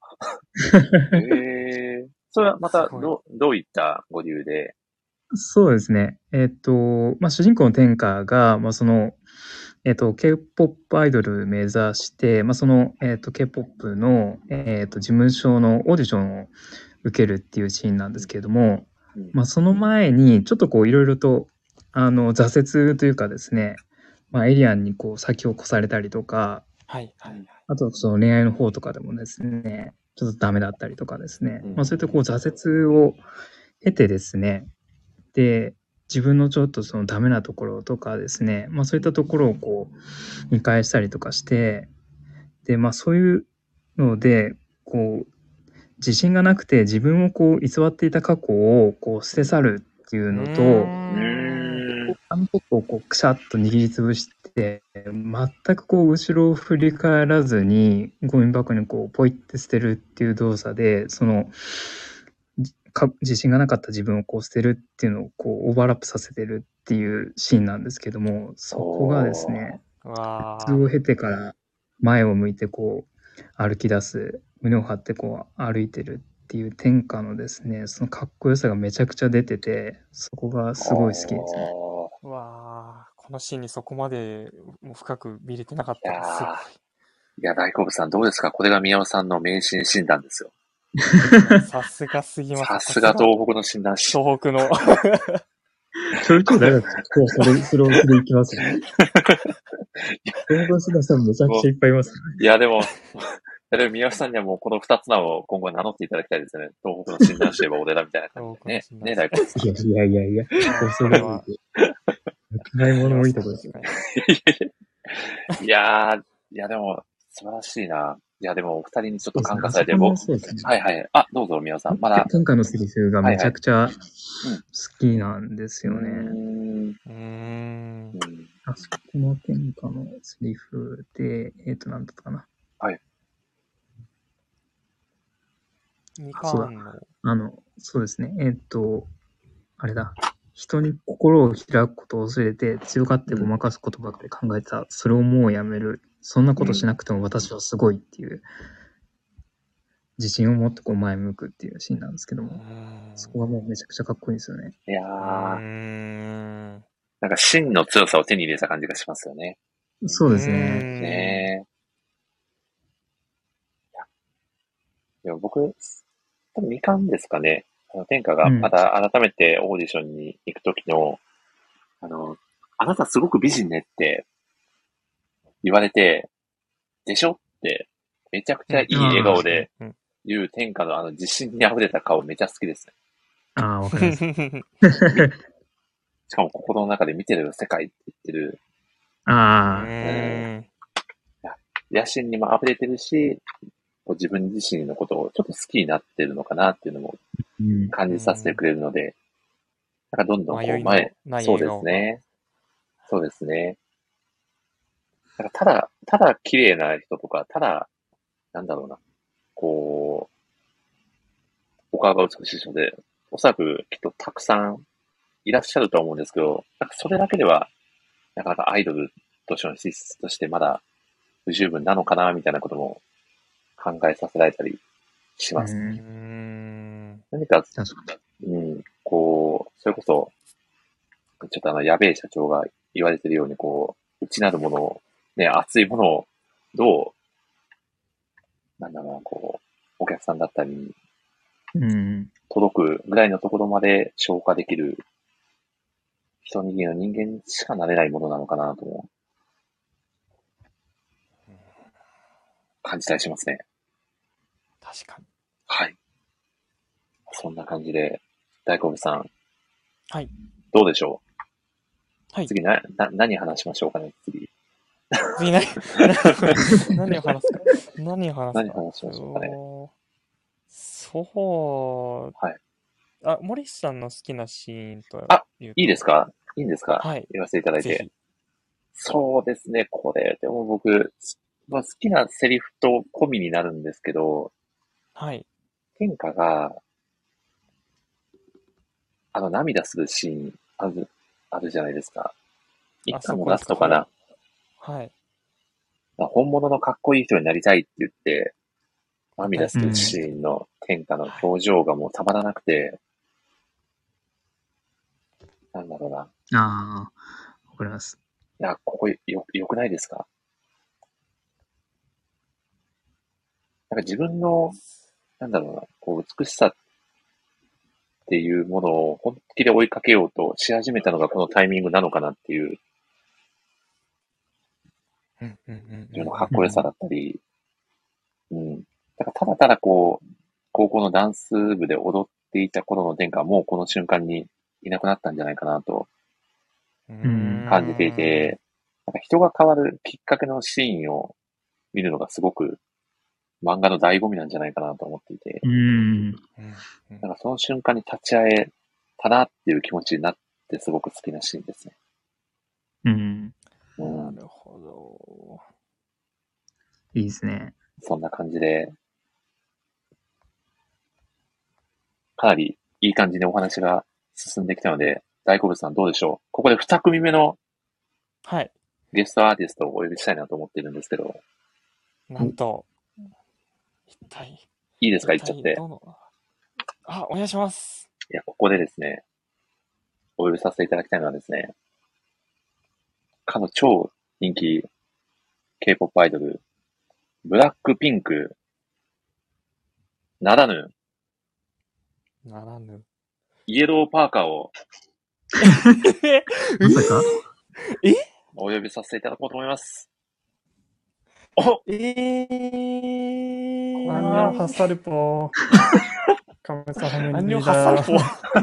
それはまたすごいどういったご理由で？ そうですね。主人公の天下が、その、K-POP アイドル目指して、その、K-POP の、事務所のオーディションを受けるっていうシーンなんですけれども、その前に、ちょっとこう、いろいろと、挫折というかですね、エイリアンにこう、先を越されたりとか、 はいはい。 あと、その恋愛の方とかでもですね、ちょっとダメだったりとかですね、そういったこう、挫折を経てですね、で、自分のちょっとそのダメなところとかですね、そういったところをこう、見返したりとかして、で、そういうので、こう、自信がなくて自分をこう、偽っていた過去をこう、捨て去るっていうのと、紙コップをこう、くしゃっと握りつぶして、全くこう、後ろを振り返らずに、ゴミ箱にこう、ポイって捨てるっていう動作で、その、自信がなかった自分をこう捨てるっていうのをこうオーバーラップさせてるっていうシーンなんですけども、そこがですね、挫折を経てから前を向いてこう歩き出す、胸を張ってこう歩いてるっていう天下のですね、そのかっこよさがめちゃくちゃ出てて、そこがすごい好きですね。 わー、このシーンにそこまでもう深く見れてなかったです。すごい。 いや、大好物さんどうですか？これが宮尾さんの迷信診断ですよ。 さすがすぎます。 さすが東北の診断士。 東北の。 ちょいちょい誰か今日それをでいきますね。東北の人さんめちゃくちゃいっぱいいますね。 いや、でも宮尾さんにはもうこの二つ名を今後名乗っていただきたいですね。東北の診断士といえば俺だみたいな感じでね。ね、大好物さん。 いや。それは。買い物もいいとこですよ。 いやでも、素晴らしいな。いや、でも、お二人にちょっと感化されて、はいはい。あ、どうぞ、宮尾さん。まだ。 天下のセリフがめちゃくちゃ好きなんですよね。あそこの天下のセリフで、なんだったかな。 はい。 そうですね。あれだ。人に心を開くことを忘れて、強がってごまかすことばかり考えてた。それをもうやめる。そんなことしなくても私はすごいっていう、自信を持ってこう前向くっていうシーンなんですけども、そこがもうめちゃくちゃかっこいいですよね。 いやー。なんか真の強さを手に入れた感じがしますよね。 そうですね。 ねえ。いや僕、多分2巻ですかね。天下がまた改めてオーディションに行くときの、あなたすごく美人ねって言われて、でしょってめちゃくちゃいい笑顔で言う天下の自信に溢れた顔めちゃ好きですね。 わかります。 しかも心の中で見てる世界って言ってる。野心にも溢れてるし、自分自身のことをちょっと好きになってるのかなっていうのも感じさせてくれるので、なんかどんどんこうそうですね。そうですね。なんかただ綺麗な人とか、ただ、なんだろうな、こう、お顔が美しい人で、おそらくきっとたくさんいらっしゃるとは思うんですけど、なんかそれだけでは、なかなかアイドルとしての資質としてまだ不十分なのかな、みたいなことも考えさせられたりします。何か、こう、それこそ、ちょっとやべえ社長が言われてるように、こう、内なるものを、ね、熱いものを、どう、なんだろうな、こう、お客さんだったりに、届くぐらいのところまで消化できる、一握りの人間しかなれないものなのかなとも、感じたりしますね。 確かに。 はい。そんな感じで、大好物さん。 はい。 どうでしょう？ はい。 次何話しましょうかね、次。 何を話すか。何を話しましょうかね。 そう、 はい。 森さんの好きなシーンとあ、 いういいですと、 か？いいんですか？ はい、 言わせていただいて。 ぜひ。 そうですね、これ、でも僕、まあ、好きなセリフと込みになるんですけど、 はい。 天下が、涙するシーン、あるじゃないですか。一巻のそこですか。はい。 ラストかな。 はい。 本物のかっこいい人になりたいって言って、涙大好きです。 うん。 するシーンの天下のはい。 表情がもうたまらなくて、なんだろうな。 ああ、わかります。 いや、ここよくないですか？なんか自分の、なんだろうな、こう、美しさっていうものを本気で追いかけようとし始めたのがこのタイミングなのかなっていう、 うんうんうん自分のうんうん。 かっこよさだったり、うん。だからただただこう、高校のダンス部で踊っていた頃の天下はもうこの瞬間にいなくなったんじゃないかなとうーうん。 感じていん。 て、なんか人が変わるきっかけのシーンを見るのがすごく漫画の醍醐味なんじゃないかなと思っていて、 うん。 うんうんなんかその瞬間に立ち会えたなっていう気持ちになってすごく好きなシーンですね。 うん。 うん。 なるほど。 いいですね。 そんな感じで、かなりいい感じにお話が進んできたので、大好物さんどうでしょう？ここで2組目のはい。 ゲストアーティストをお呼びしたいなと思っているんですけど、 なんと、一体、 いいですか？ 一言っちゃって。 体お願いします。 いや、ここでですね、お呼びさせていただきたいのはですね、かの超人気 K-POP アイドル、ブラックピンクならぬならぬ。 イエローパーカーをまさかえお呼びさせていただこうと思います。お、これえアンニョンハッー、 サルポー。カムサハムニアンニョンダー。 ハッサルポ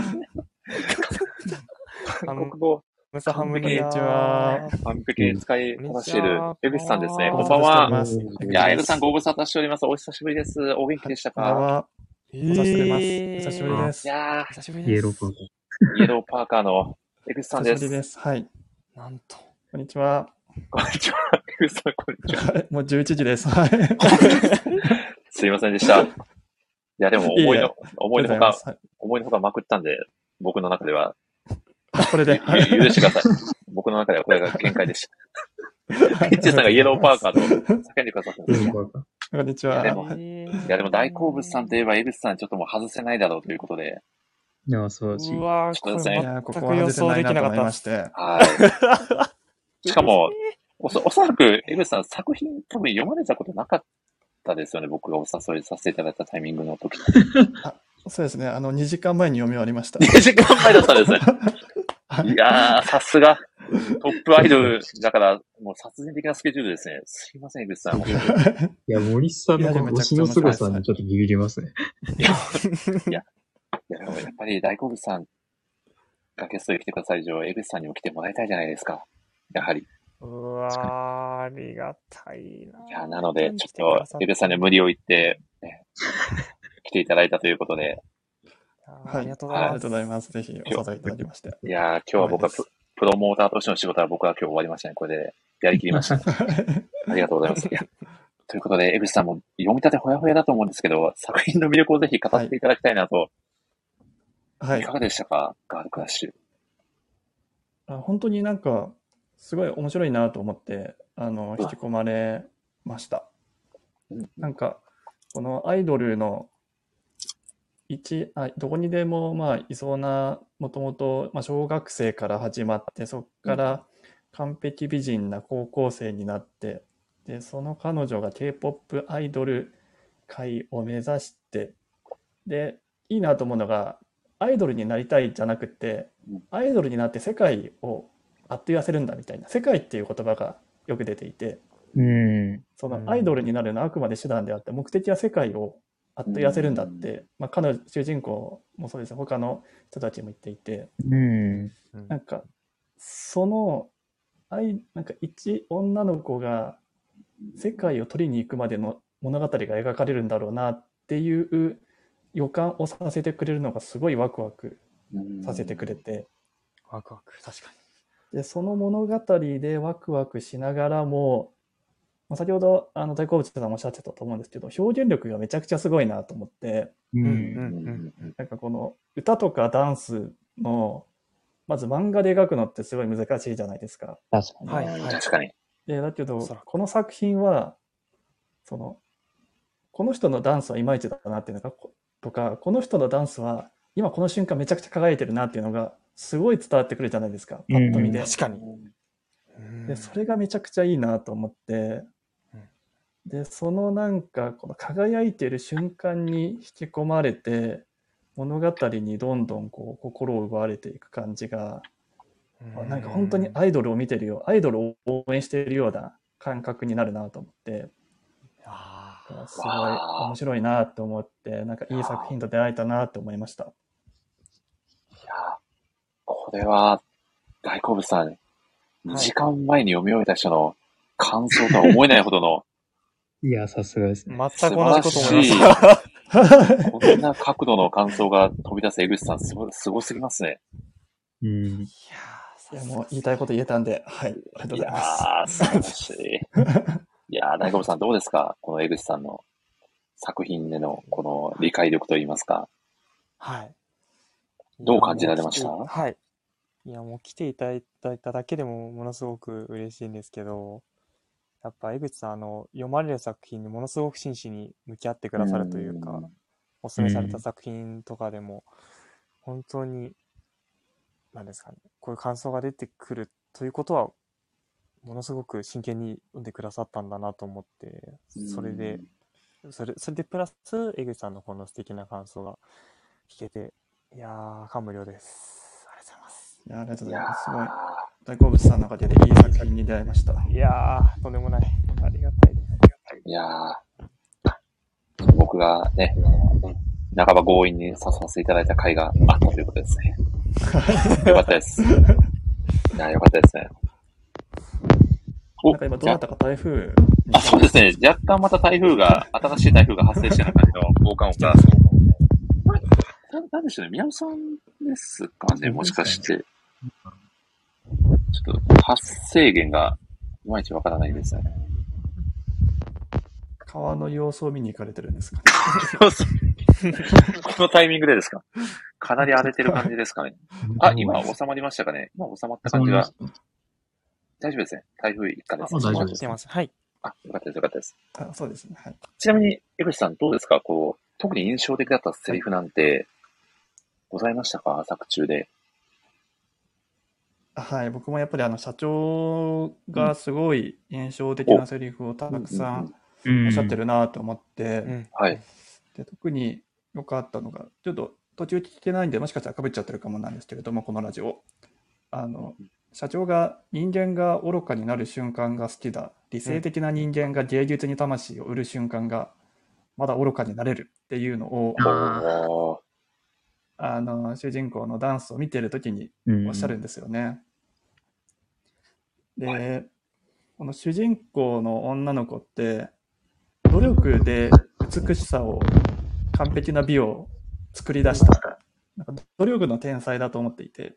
韓国語ムサハムニ完璧に、 こんにちダは。 完璧に使いこんにこなしているちは。 エグスさんですね。 ごこん無沙汰しておりばんは。 ます。 おエいや、エグさんグです。 ご無沙汰しております。お久しぶりです。お元気はい、 でしたか？ こんばんは。 えご無沙汰しております。お久しぶりあ、 です。 いや久しぶりイですエローパーカー。 ー、イエローパーカーのエグスさん久しです。 ぶりです。はい。 なんと。 こんにちは。 こんにちは。エグスさん、こんにちは。 はい。もう11時です。はい。 すいませんでした。いや、でもいえいえ、あり思いのほか、 がとうございます。はい。 思いのほかまくったんで、僕の中では、 これで、はい。 許してください。僕の中ではこれが限界でした。 はいピッチーさんがイエローパーカーと叫んでくださったんイエですよ。 ローパーカー。 こんにちは。 いやでもはい。 いや、でも大好物さんといえば、江口さんちょっともう外せないだろうということで、 いや、素晴らしい。 うわー、こちょっとですね、 いやー、これこは外せ全く予想ないなと思いできなかったっす。 まして。 はい。しかも、おそらく、江口さん作品多分読まれたことなかったですよね。僕がお誘いさせていただいたタイミングの時って。 あ、そうですね。2時間前に読み終わりました。 2時間前だったんですね。 はいいやー、さすが。トップアイドルだから、もう殺人的なスケジュールですね。すいません、江口さん。本当に。 いや、森さんのこの推しの凄さにちょっとビビりますね。 いや、でもやっぱり大好物さんがゲストに来てくださる以上、江口さんにも来てもらいたいじゃないですか。やはり。 うわー、ありがたいな。 いや、なので、ち来てくだょっと、 さって江口さんに無理を言って、ね、来ていただいたということで、 はい。 ありがとうごありがざいます。 とうございます。ぜひお誘いいただきまして。 いやー、今日は僕はプロモーターとしての仕事は僕は今日終わりましたね。これでやりきりました。ありがとうございます。いや、ということで、江口さんも読み立てほやほやだと思うんですけど、作品の魅力をぜひ語っていただきたいなと。 はい。 いかがでしたか？ガールクラッシュ。 本当になんか、すごい面白いなと思って、引き込まれました。なんか、このアイドルのどこにでもまあいそうな、もともと小学生から始まって、そこから完璧美人な高校生になって、で、その彼女が K-POP アイドル界を目指して、で、いいなと思うのが、アイドルになりたいじゃなくて、アイドルになって世界をあっと言わせるんだみたいな、世界っていう言葉がよく出ていて、そのアイドルになるのはあくまで手段であって、目的は世界をあっと言わせるんだって、彼女、主人公もそうです、他の人たちも言っていて、なんか、その、なんか一女の子が世界を取りに行くまでの物語が描かれるんだろうなっていう予感をさせてくれるのがすごいワクワクさせてくれる。 て、 ワクワク、確かで、その物語でワクワクしながらも、まあ先ほど大好物さんもおっしゃってたと思うんですけど、表現力がめちゃくちゃすごいなと思って、 う。 に。 なんかこの歌とかダンスの、まず漫画で描くのってすごい難しいじゃないですか。 確かに。 はいはい確かに。 で、だけどおそらく、 この作品は、この人のダンスはいまいちだなっていうのが、とか、この人のダンスは、今この瞬間めちゃくちゃ輝いてるなっていうのが、すごい伝わってくるじゃないですか、パッと見で。 確かに。 で、それがめちゃくちゃいいなと思って、で、そのなんか、この輝いてる瞬間に引き込まれて、物語にどんどんこう心を奪われていく感じが、なんか本当にアイドルを見てるよ、アイドルを応援しているような感覚になるなと思って、 あすごい面白いなと思って、なんかいい作品と出会えたなと思いました。 いやー、これは、大好物さん、2時間前に読み終えた人の感想とは思えないほどの、 いや、さすがですね。 全く同じこと思いまし素た。 こんな角度の感想が飛び出す江口さん、すごすぎますね。 うん。 いや、もう言いたいこと言えたんで、はい、ありがとうございます。 いやー、素晴らしい。いやー、大好物さんどうですか？この江口さんの作品でのこの理解力といいますか。 はい。 どう感じられました？ はい。いや、もう来ていただいただけでもものすごく嬉しいんですけど、やっぱ江口さん、読まれる作品にものすごく真摯に向き合ってくださるというか、お勧めされた作品とかでも、本当に、なんですかね、こういう感想が出てくるということは、ものすごく真剣に読んでくださったんだなと思って、それでプラス、江口さんのこの素敵な感想が聞けて、いやー、感無量です。ありがとうございます。 いや、ありがとういやございます。すごい。 ー、 大好物さんの中でいい作品に出会いました。 いやー、とんでもない。ありがたいです。 いやー、僕がね、半ば強引に誘わせていただいた回があったということですね。よかったです。いや、よかったですね。 なんか今どなたか台風あ、そうですね。若干また新しい台風が発生したような感じの交換音が。なんでしょうね。宮尾さんですかね、もしかして。ちょっと発生源がいまいちわからないですね。 川の様子を見に行かれてるんですかね。 このタイミングでですか？かなり荒れてる感じですかね。あ、今収まりましたかね。今収まった感じが。大丈夫ですね。台風一過です。 大丈夫です来てます。はい。 あ、よかったです、よかったです。 あ、そうですね。はい。 ちなみに、江口さんどうですか？こう、特に印象的だったセリフなんてございましたか？作中で。 はい、僕もやっぱり社長がすごい印象的なセリフをたくさんおっしゃってるなと思って、 はい。 で特に良かったのが、ちょっと途中聞けないんでもしかしたらかぶっちゃってるかもなんですけれども、このラジオ。社長が人間が愚かになる瞬間が好きだ。理性的な人間が芸術に魂を売る瞬間がまだ愚かになれるっていうのを、主人公のダンスを見てるときにおっしゃるんですよね。で、この主人公の女の子って努力で美しさを、完璧な美を作り出したなんか努力の天才だと思っていて、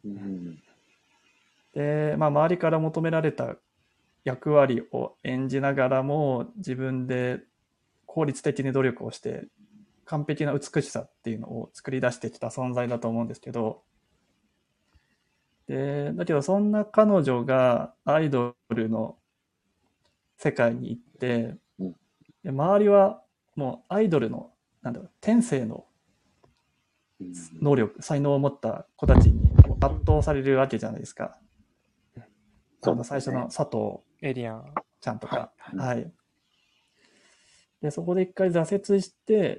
で、周りから求められた役割を演じながらも自分で効率的に努力をして完璧な美しさっていうのを作り出してきた存在だと思うんですけど、だけどそんな彼女がアイドルの世界に行って、で周りはもうアイドルの天性の能力、才能を持った子たちに圧倒されるわけじゃないですか。最初の佐藤エリアンちゃんとか、はい。でそこで一回挫折して、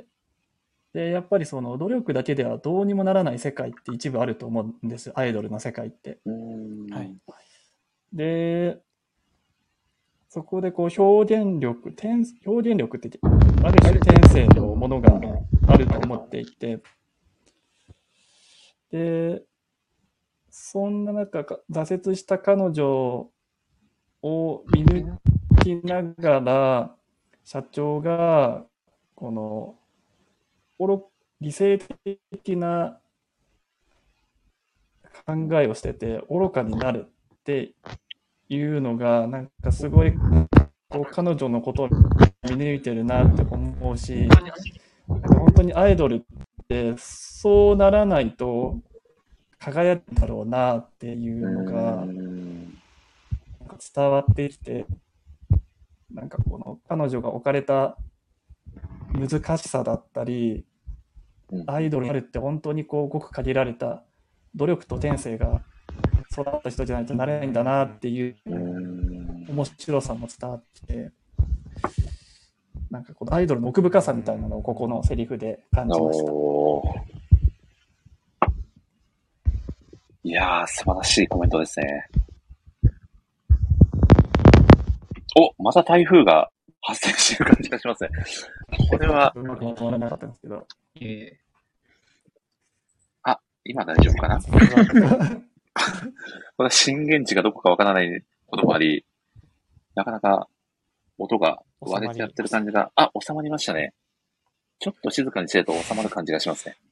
でやっぱりその努力だけではどうにもならない世界って一部あると思うんです、アイドルの世界って。はい。でそこでこう表現力ってある種天性のものがあると思っていて、でそんな中挫折した彼女を見抜きながら社長がこの理性的な考えをしてて愚かになるっていうのがなんかすごいこう彼女のことを見抜いてるなって思うし、なんか本当にアイドルってそうならないと輝くんだろうなっていうのがなんか伝わってきて、なんかこの彼女が置かれた難しさだったり、アイドルになるって本当にこうごく限られた努力と天性が育った人じゃないとなれないんだなっていう面白さも伝わってきて、なんかこのアイドルの奥深さみたいなのをここのセリフで感じました。 いやー、素晴らしいコメントですね。お、また台風が発生してる感じがしますね。これは、 うまくまとまらなかったんですけど。 あ、今大丈夫かなこれは震源地がどこかわからないこともあり、なかなか音が割れちゃってる感じが、収まりましたね。ちょっと静かにしてると収まる感じがしますね。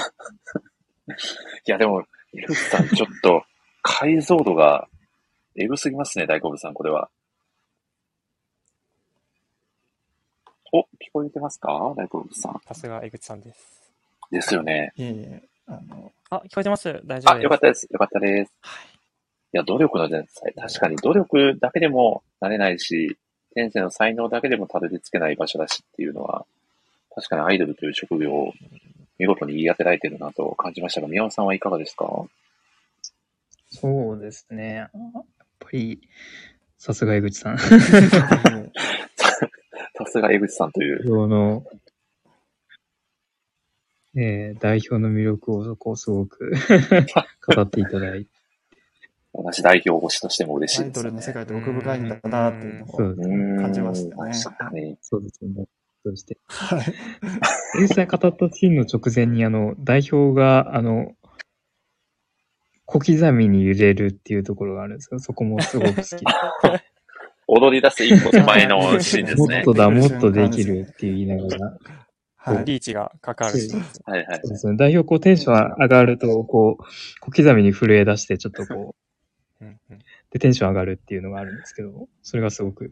いや、でも、エルフさん、ちょっと、解像度が、エグすぎますね、大好物さん、これは。お、聞こえてますか大好物さん。 さすが江口さんです。 ですよね。 いえいえ、 聞こえてます。大丈夫です。 よかったです。よかったです。 はい。 いや、努力の天才。確かに努力だけでもなれないし、天性の才能だけでもたどり着けない場所だしっていうのは、確かにアイドルという職業を見事に言い当てられてるなと感じましたが、宮尾さんはいかがですか？ そうですね。やっぱり、さすが江口さん。 さすが江口さんという。 代表の魅力をこうすごく語っていただいて。 私代表推しとしても嬉しいです、ね。 アイドルの世界って奥深いんだなっていうのを感じましたね。 確かに。 そうですね。そして。 はい。 江口さんが語ったシーンの直前に代表が小刻みに揺れるっていうところがあるんですけど、そこもすごく好き。 踊り出す一歩手前のシーンですね。 もっとだ、もっとできるって言いながら。 はい、リーチがかかるし。 はいはい。 そうですね。代表こうテンション上がると、こう、小刻みに震え出して、ちょっとこう、で、テンション上がるっていうのがあるんですけど、それがすごく。 い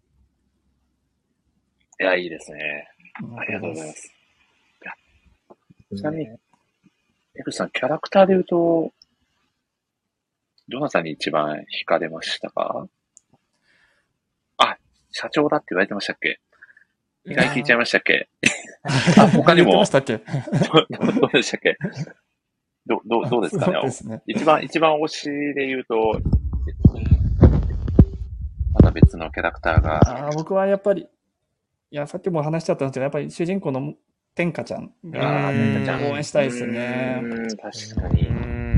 や、いいですね。ありがとうございます。ちなみに、江口さん、キャラクターで言うと、どなたに一番惹かれましたか？社長だって言われてましたっけ？意外聞いちゃいましたっけ？他にも。 言ってましたっけ？ どうでしたっけ？どうですかね？ そうですね。 一番推しで言うと、また別のキャラクターが。 僕はやっぱり、さっきも話しちゃったんですけど、やっぱり主人公の天下ちゃんが応援したいですね。 確かに。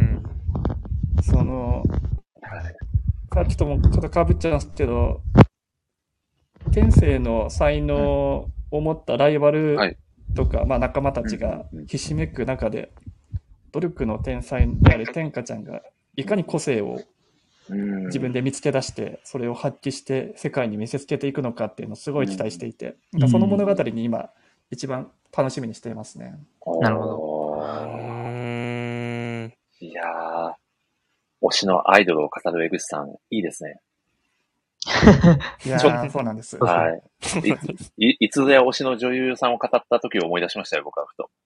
さっきともちょっとかぶっちゃうんですけど、天性の才能を持ったライバルとか、仲間たちがひしめく中で、努力の天才である天下ちゃんがいかに個性を自分で見つけ出して、それを発揮して世界に見せつけていくのかっていうのをすごい期待していて、その物語に今一番楽しみにしていますね。 なるほど。 いやー、推しのアイドルを語る江口さん、いいですね。 いやー、そうなんです。 はい。いつぞや推しの女優さんを語った時を思い出しましたよ、僕はふと。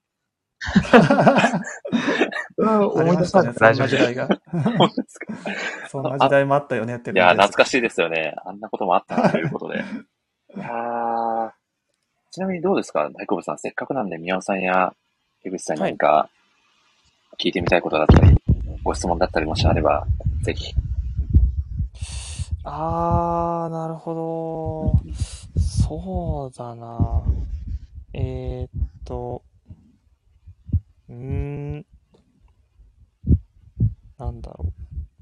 思い出したね、そんな時代が。そんな時代もあったよねって。 いやー、懐かしいですよね。あんなこともあったなということで。いやー、ちなみにどうですか、大好物さん。せっかくなんで、宮尾さんや江口さんに何か聞いてみたいことだったり、ご質問だったりもしあれば、ぜひ。 なるほど。そうだな。なんだろ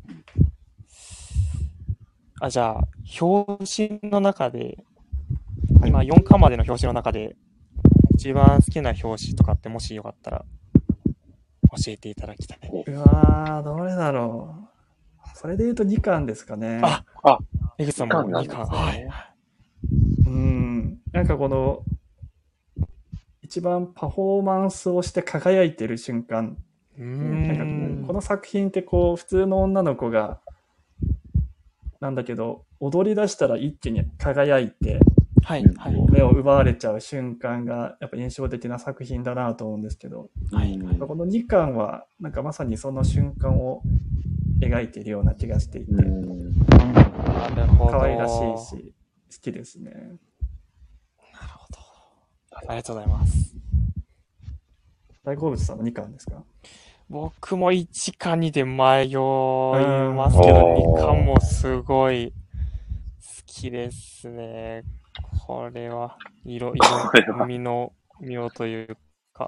う。じゃあ、表紙の中で、今4巻までの表紙の中で、一番好きな表紙とかってもしよかったら、教えていただきたい。 うわー、どれだろう。それで言うと2巻ですかね。 江口さんも2巻。 なんかこの、 一番パフォーマンスをして輝いてる瞬間。なんかこの作品ってこう普通の女の子がなんだけど踊り出したら一気に輝いてはい、はい。 目を奪われちゃう瞬間がやっぱ印象的な作品だなと思うんですけど、 はいこの2巻はなんかまさにその瞬間を描いているような気がしていて、 なるほど。 可愛らしいし好きですね。 なるほど。ありがとうございます。 大好物さんの2巻ですか？ 僕も1か2で迷いますけど、2巻もすごい好きですね。これは、海の妙というか。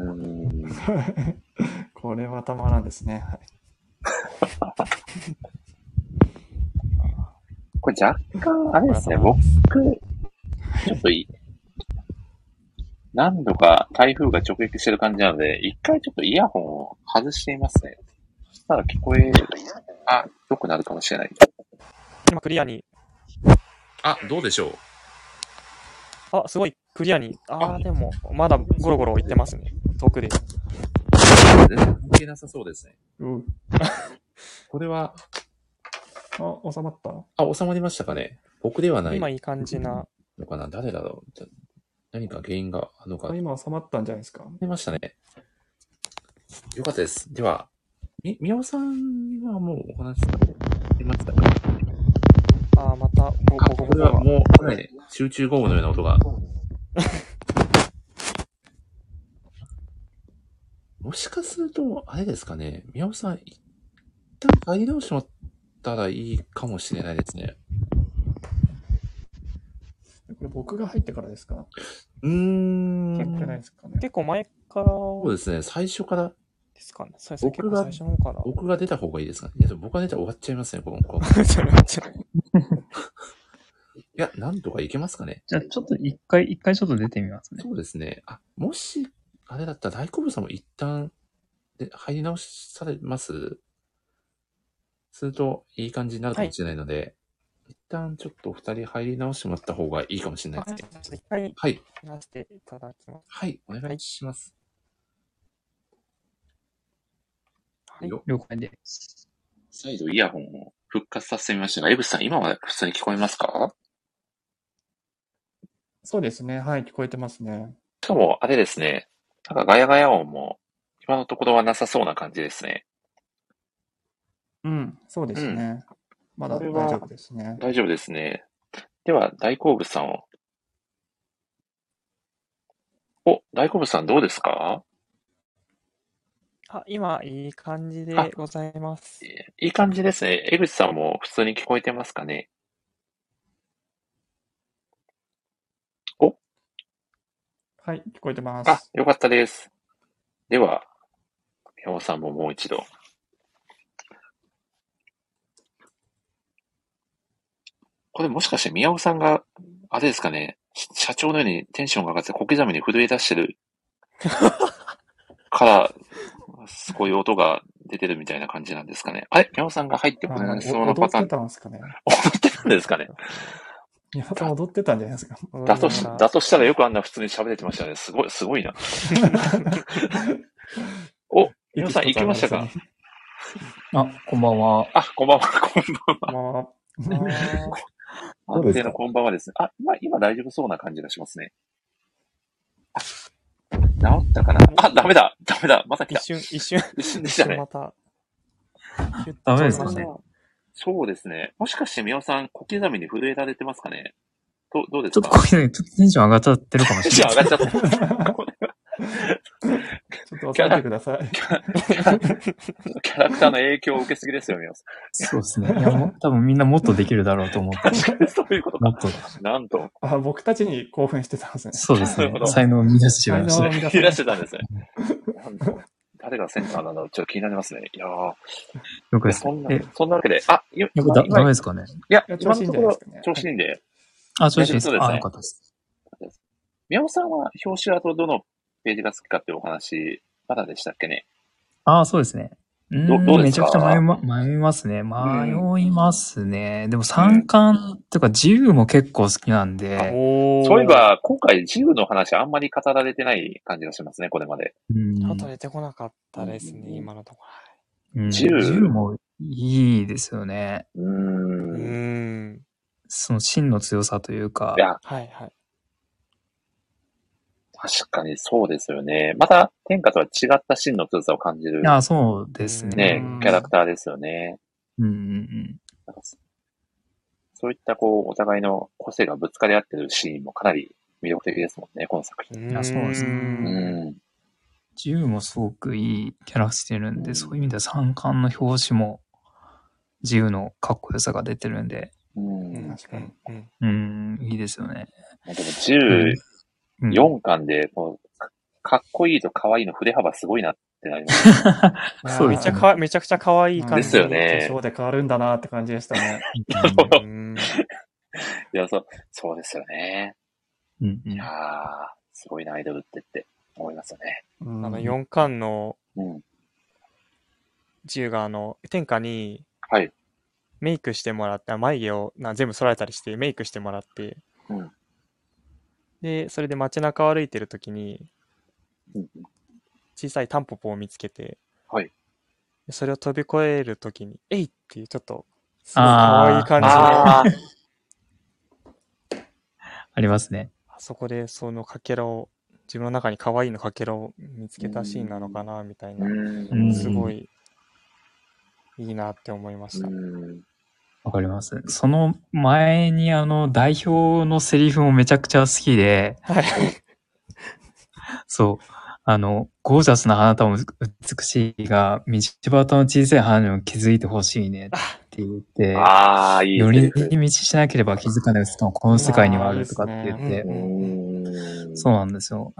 これはたまらんですね。はい。 これ若干、あれですね、僕、ちょっと何度か台風が直撃してる感じなので、一回ちょっとイヤホンを外してみますね。そしたら聞こえ、良くなるかもしれない。 今クリアに。 どうでしょう？ すごいクリアに。でも、まだゴロゴロ言ってますね。遠くで。 全然関係なさそうですね。これは、 収まった？ 収まりましたかね？僕ではない。 今いい感じな。 のかな？誰だろう？何か原因があるのか。 今収まったんじゃないですか？ 出ましたね。よかったです。では、宮尾さんはもうお話しされましたか？ また、 これはもう、ね、集中豪雨のような音が。もしかすると、あれですかね、宮尾さん、一旦入り直してもらったらいいかもしれないですね。 これ僕が入ってからですか？ 結構ないですかね。 結構前から。 そうですね、最初から。 ですかね。そうですね、結構最初の方から。 僕が出た方がいいですかね。いや、僕が出たら終わっちゃいますね、この。いや、なんとかいけますかね。 じゃあ、ちょっと一回ちょっと出てみますね。 そうですね。もし、あれだったら大好物さんも一旦で入り直されますするといい感じになるかもしれないので、一旦ちょっとお二人入り直してもらった方がいいかもしれないですね。 一回、 はい。 やらせていただきます。 はい、お願いします。 はい、 了解です。 再度イヤホンを復活させてみましたが、エブスさん、今は普通に聞こえますか？ そうですね。はい、聞こえてますね。 しかも、あれですね。なんかガヤガヤ音も今のところはなさそうな感じですね。 そうですね。まだ大丈夫ですね。 大丈夫ですね。では、大好物さんを。大好物さんどうですか？ 今、いい感じでございます。 いい感じですね。江口さんも普通に聞こえてますかね？ はい、聞こえてます。 よかったです。では、宮尾さんももう一度。これもしかして宮尾さんが、あれですかね、社長のようにテンションが上がって小刻みに震え出してるから、すごい音が出てるみたいな感じなんですかね。宮尾さんが入ってこられそうなパターン。 踊ってたんですかね。 踊ってたんですかね。 宮尾さん踊ってたんじゃないですか。 だとしたらよくあんな普通に喋れてましたね。すごいな。宮尾さん行きましたか？ こんばんは。 こんばんは。安定のこんばんはですね。今大丈夫そうな感じがしますね。治ったかな？ダメだ。また来た。 一瞬でしたね。 また。 ダメですね。 そうですね。もしかして宮尾さん、小刻みに震えられてますかね？どうですか？ ちょっとテンション上がっちゃってるかもしれない。 テンション上がっちゃった。 ちょっと抑えてください。 キャラクターの影響を受けすぎですよ、宮尾さん。そうですね。いや、多分みんなもっとできるだろうと思って。 そういうことか。もっと。なんと。 僕たちに興奮してたんですね。 そうですね。才能を見出してました。 見出してたんですね。なんと。誰がセンターなんだろう？ちょっと気になりますね。いやー。 よくです。 そんなわけで、 ダメですかね？ いや、今のところ、調子いいんで。 調子いいですね。よかったです。 宮尾さんは表紙はどのページが好きかっていうお話、まだでしたっけね？ そうですね。 どうですか？ めちゃくちゃ迷いますね。迷いますね。でも3巻とか自由も結構好きなんで。 そういえば、今回自由の話あんまり語られてない感じがしますね、これまで。 あと出てこなかったですね、今のところ。 自由もいいですよね。その真の強さというか。 いや、 はいはい。 確かにそうですよね。また、天下とは違った真の強さを感じる。 あ、そうですね。 キャラクターですよね。そういったお互いの個性がぶつかり合ってるシーンもかなり魅力的ですもんね、この作品。 いや、そうですね。自由もすごくいいキャラしてるんで、そういう意味では3巻の表紙も自由のかっこよさが出てるんで。 確かに。 いいですよね。 でも14巻で、かっこいいと可愛いの振れ幅すごいなってなります。 そうですね。めちゃくちゃ可愛い感じですよね。 化粧で変わるんだなって感じでしたね。 いや、そうですよね。いやー、すごいな、アイドルって思いますよね。 4巻の自由が天下にメイクしてもらって、眉毛を全部剃られたりしてメイクしてもらって、でそれで街中を歩いてる時に小さいタンポポを見つけて、それを飛び越える時にえいっていうちょっとすごい可愛い感じでありますね。 そこでそのかけらを自分の中に可愛いのかけらを見つけたシーンなのかなみたいな、すごいいいなって思いました。 わかります。その前に代表のセリフもめちゃくちゃ好きで、そう、ゴージャスな花束も美しいが、道端の小さい花にも気づいてほしいねって言って、寄り道しなければ気づかない美しさもこの世界にはあるとかって言って、そうなんですよ。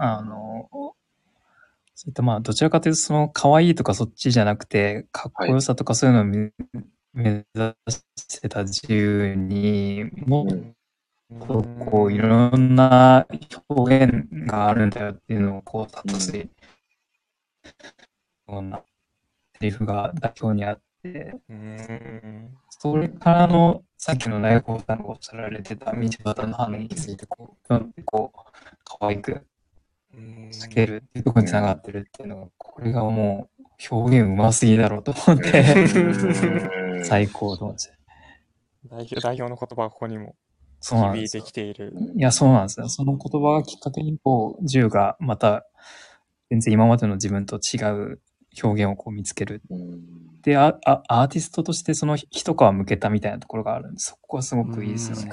そういったどちらかというとその可愛いとかそっちじゃなくて、かっこよさとかそういうのを目指してた自由にもっといろんな表現があるんだよっていうのを諭すようなセリフが代表にあって、それからのさっきの大悟さんがおっしゃられてた道端の花に気づいて可愛く避けるっていうところに繋がってるっていうのが、これがもう表現うますぎだろうと思って最高と思って。 代表の言葉がここにも響いてきている。 いや、そうなんですよ。その言葉がきっかけに銃がまた全然今までの自分と違う表現を見つける。で、アーティストとしてその一皮向けたみたいなところがあるんで、そこはすごくいいですよね。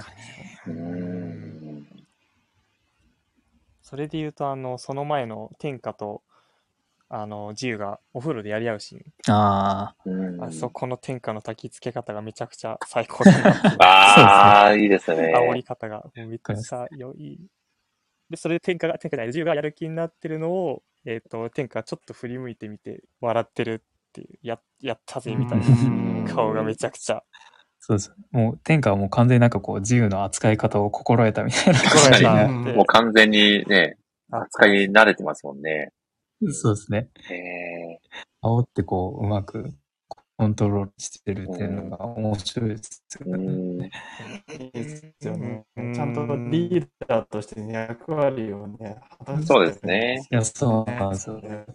それで言うとその前の天下と自由がお風呂でやり合うシーン。あそこの天下の焚き付け方がめちゃくちゃ最高だな。 いいですね。 煽り方がめっちゃ良い。で、それで天下で自由がやる気になってるのを、天下ちょっと振り向いてみて笑ってるっていう、やったぜみたいな顔がめちゃくちゃ。 そうです。もう天下はもう完全に自由の扱い方を心得たみたいな感じで。もう完全にね、扱い慣れてますもんね。 そうですね。煽ってうまくコントロールしてるっていうのが面白いですよね。 いいですよね。ちゃんとリーダーとして役割をね、 果たしてそうですね。 いや、そうなんですよね。 いや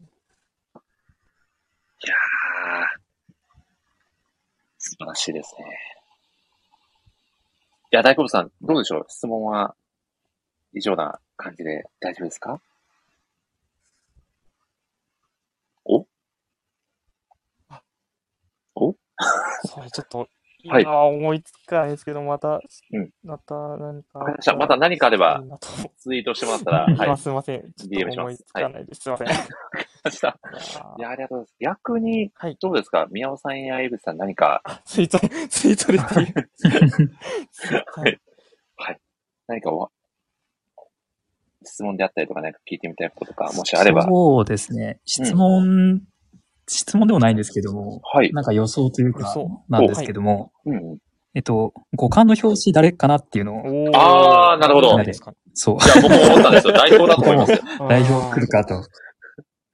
素晴らしいですね。いや、大久保さん、どうでしょう？質問は以上な感じで大丈夫ですか？ それちょっと今思いつかないですけど、また何か。 また何かあればツイートしてもらったら、 すみません。ちょっと思いつかないです。すみません。 いや、ありがとうございます。逆に、どうですか？宮尾さんや江口さん何か。 ツイートでっていう。 はい。何か質問であったりとか何か聞いてみたいこととか、もしあれば。 そうですね。質問でもないんですけども、なんか予想というか、なんですけども、五巻の表紙誰かなっていうのを。 なるほど。 そう。 いや、僕も思ったんですよ。代表だと思いますよ。 代表来るかと。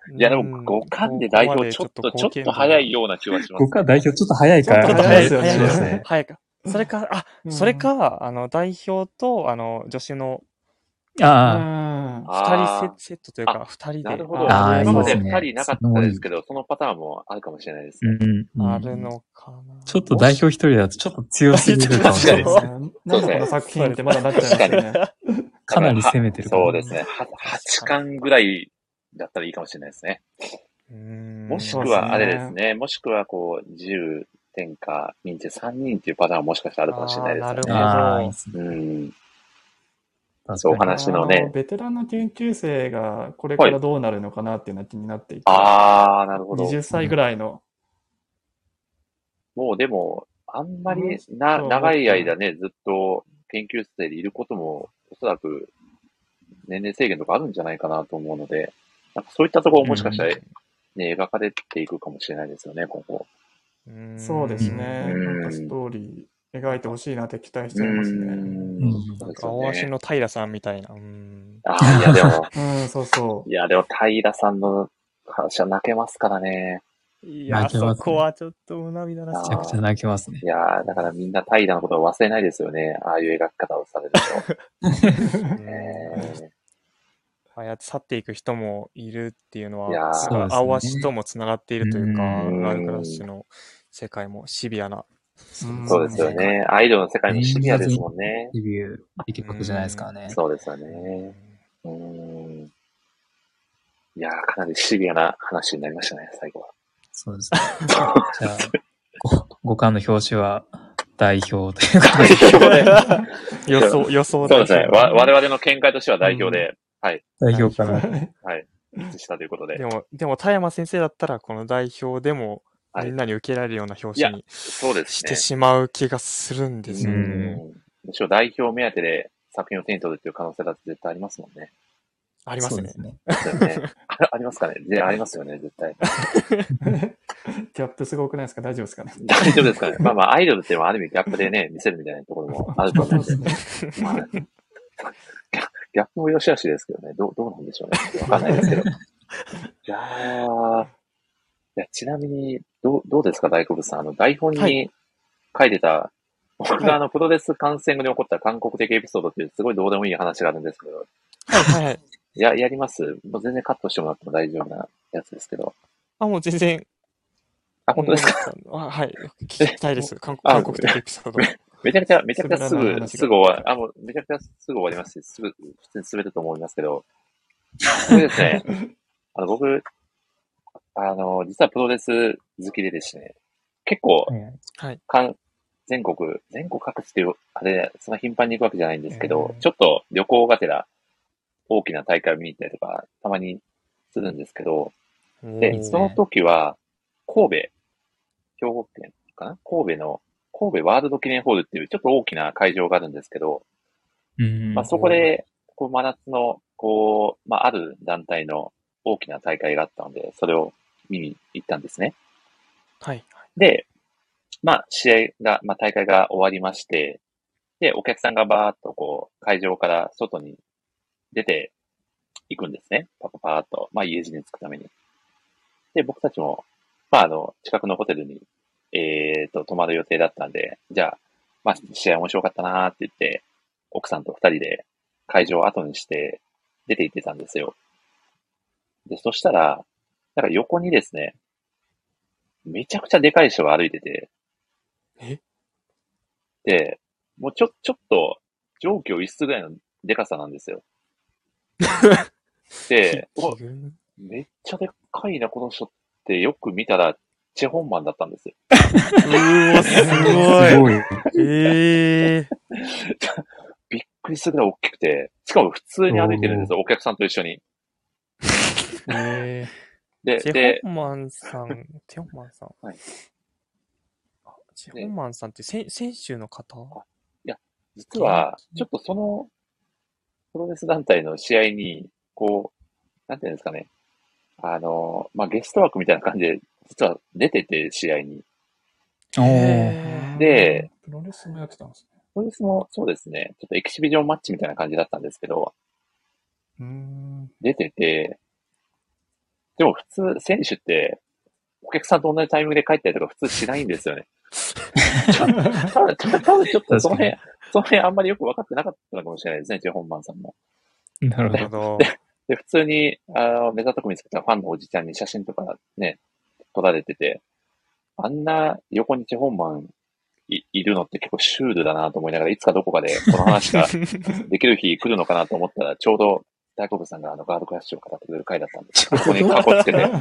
いや、でも5冠で代表ちょっと早いような気はします。 5冠代表ちょっと早いから。 ちょっと早いですよね。 早いですね。 早か。それか、それか、代表と、助手の、 あ 2人セットというか、2人で。 なるほど。 あ今までいいですね 2人なかったですけど、そのパターンもあるかもしれないですね。 あるのかな。 ちょっと代表1人だとちょっと強すぎるかもしれないですね。 なんでこの作品ってまだなっちゃいますよね。 かなり攻めてるから。 そうですね。8巻ぐらいだったらいいかもしれないですね。もしくはあれですね。もしくはこう、10天下、認知3人っていうパターンはもしかしたらあるかもしれないですね。 なるほど。そう、お話のね。 ベテランの研究生がこれからどうなるのかなっていうのが気になっていて。 なるほど。 20歳ぐらいの。 もうでも、あんまり長い間ね、ずっと研究生でいることも、おそらく年齢制限とかあるんじゃないかなと思うので、なんかそういったところもしかしたらね、描かれていくかもしれないですよね、今後。 そうですね。なんかストーリー描いてほしいなって期待しちゃいますね。 なんか、大足の平さんみたいな。 いやでも、 そうそう。 いやでも平さんの話は泣けますからね。 いや、そこはちょっと涙なめちゃくちゃ泣けますね。 いやだからみんな平のことを忘れないですよね。ああいう描き方をされると。 ああやって去っていく人もいるっていうのは、青足ともつながっているというか、ガールクラッシュの世界もシビアな。 そうですよね。アイドルの世界もシビアですもんね。 デビューできることじゃないですからね。 そうですよね。いやかなりシビアな話になりましたね、最後は。 そうですね。じゃあ、5巻の表紙は代表というか。 予想そうですね。我々の見解としては代表で、はい。 代表かな。 はい。一致したということで。 でも、田山先生だったら、この代表でも、みんなに受けられるような表紙にしてしまう気がするんですよね。 むしろ代表目当てで作品を手に取るっていう可能性だって絶対ありますもんね。 ありますね。 ありますかね。ありますよね、絶対。 ギャップすごくないですか？大丈夫ですかね？ 大丈夫ですかね。まあアイドルっていうのはある意味ギャップでね、見せるみたいなところもあると思うんで。ギャップも良し悪しですけどね。どうなんでしょうね。わかんないですけど。いや、ちなみに、どうですか、大好物さん。台本に書いてた、僕がプロレス観戦後に起こった韓国的エピソードっていうすごいどうでもいい話があるんですけど。 はい。 やります？もう全然カットしてもらっても大丈夫なやつですけど。 もう全然。 本当ですか？ はい。聞きたいです。韓国的エピソード。 めちゃくちゃすぐ終わる。めちゃくちゃすぐ終わりますし、普通に滑ると思いますけど。これですね、僕、実はプロレス好きでですね、結構、全国各地っていう、そんな頻繁に行くわけじゃないんですけど、ちょっと旅行がてら大きな大会を見に行ったりとか、たまにするんですけど、で、その時は、兵庫県かな？神戸ワールド記念ホールっていうちょっと大きな会場があるんですけど、そこで、真夏の、ある団体の大きな大会があったので、それを見に行ったんですね。 はい。 で、試合が、大会が終わりまして、で、お客さんがバーっと会場から外に出ていくんですね。パーっと、家路に着くために。で、僕たちも、近くのホテルに、泊まる予定だったんで、じゃあ、試合面白かったなーって言って、奥さんと二人で会場を後にして出て行ってたんですよ。で、そしたら、なんか横にですね、めちゃくちゃでかい人が歩いてて、で、もうちょっと、上気を逸すぐらいのでかさなんですよ。で、めっちゃでっかいな、この人ってよく見たら、チェホンマンだったんですよ。 すごい。 びっくりするぐらい大きくて、しかも普通に歩いてるんですよ、お客さんと一緒に。 チェホンマンさん。はい。チェホンマンさんって選手の方？ いや、実は、ちょっとその、プロレス団体の試合に、なんていうんですかね。ゲスト枠みたいな感じで、実は出てて、試合に。で、 プロレスもやってたんですね。 プロレスもそうですね、ちょっとエキシビジョンマッチみたいな感じだったんですけど、出てて、 でも普通、選手って、お客さんと同じタイミングで帰ったりとか普通しないんですよね。多分ちょっとその辺あんまりよく分かってなかったのかもしれないですね、ジェホンマンさんも。 なるほど。 なるほど。 で、普通に、目ざとく見つけたファンのおじちゃんに写真とかね、撮られてて、あんな横にジェホンマンいるのって結構シュールだなと思いながら、いつかどこかでこの話ができる日来るのかなと思ったら、ちょうど大好物さんがガードクラッシュを語ってくれる回だったんで、ここにカッコつけて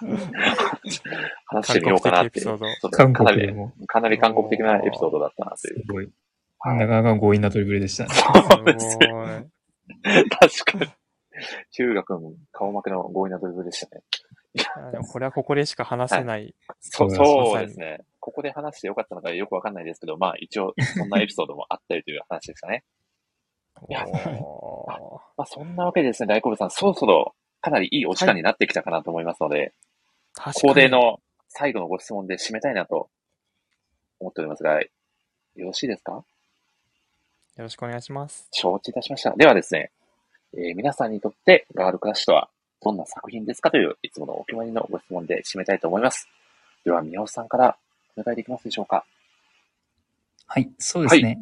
話してみようかなって、ちょっと韓かなり国でも、 かなり韓国的なエピソードだったなという。 すごい。 はいなかなか強引なドリブルでしたね。 そうですすね。 ごい。 確かに。中学も顔負けの強引なドリブルでしたね。 いやでもこれはここでしか話せない。 そうですね。ここで話してよかったのかよくわかんないですけど、まあ一応そんなエピソードもあったりという話でしたね。いやおまあそんなわけでですね、大好物さん、そろそろかなりいいお時間になってきたかなと思いますので、恒例の最後のご質問で締めたいなと思っておりますが、よろしいですか？よろしくお願いします。 承知いたしました。ではですね、皆さんにとってガールクラッシュとはどんな作品ですかといういつものお決まりのご質問で締めたいと思います。では、宮尾さんからお願いできますでしょうか？ はい、そうですね。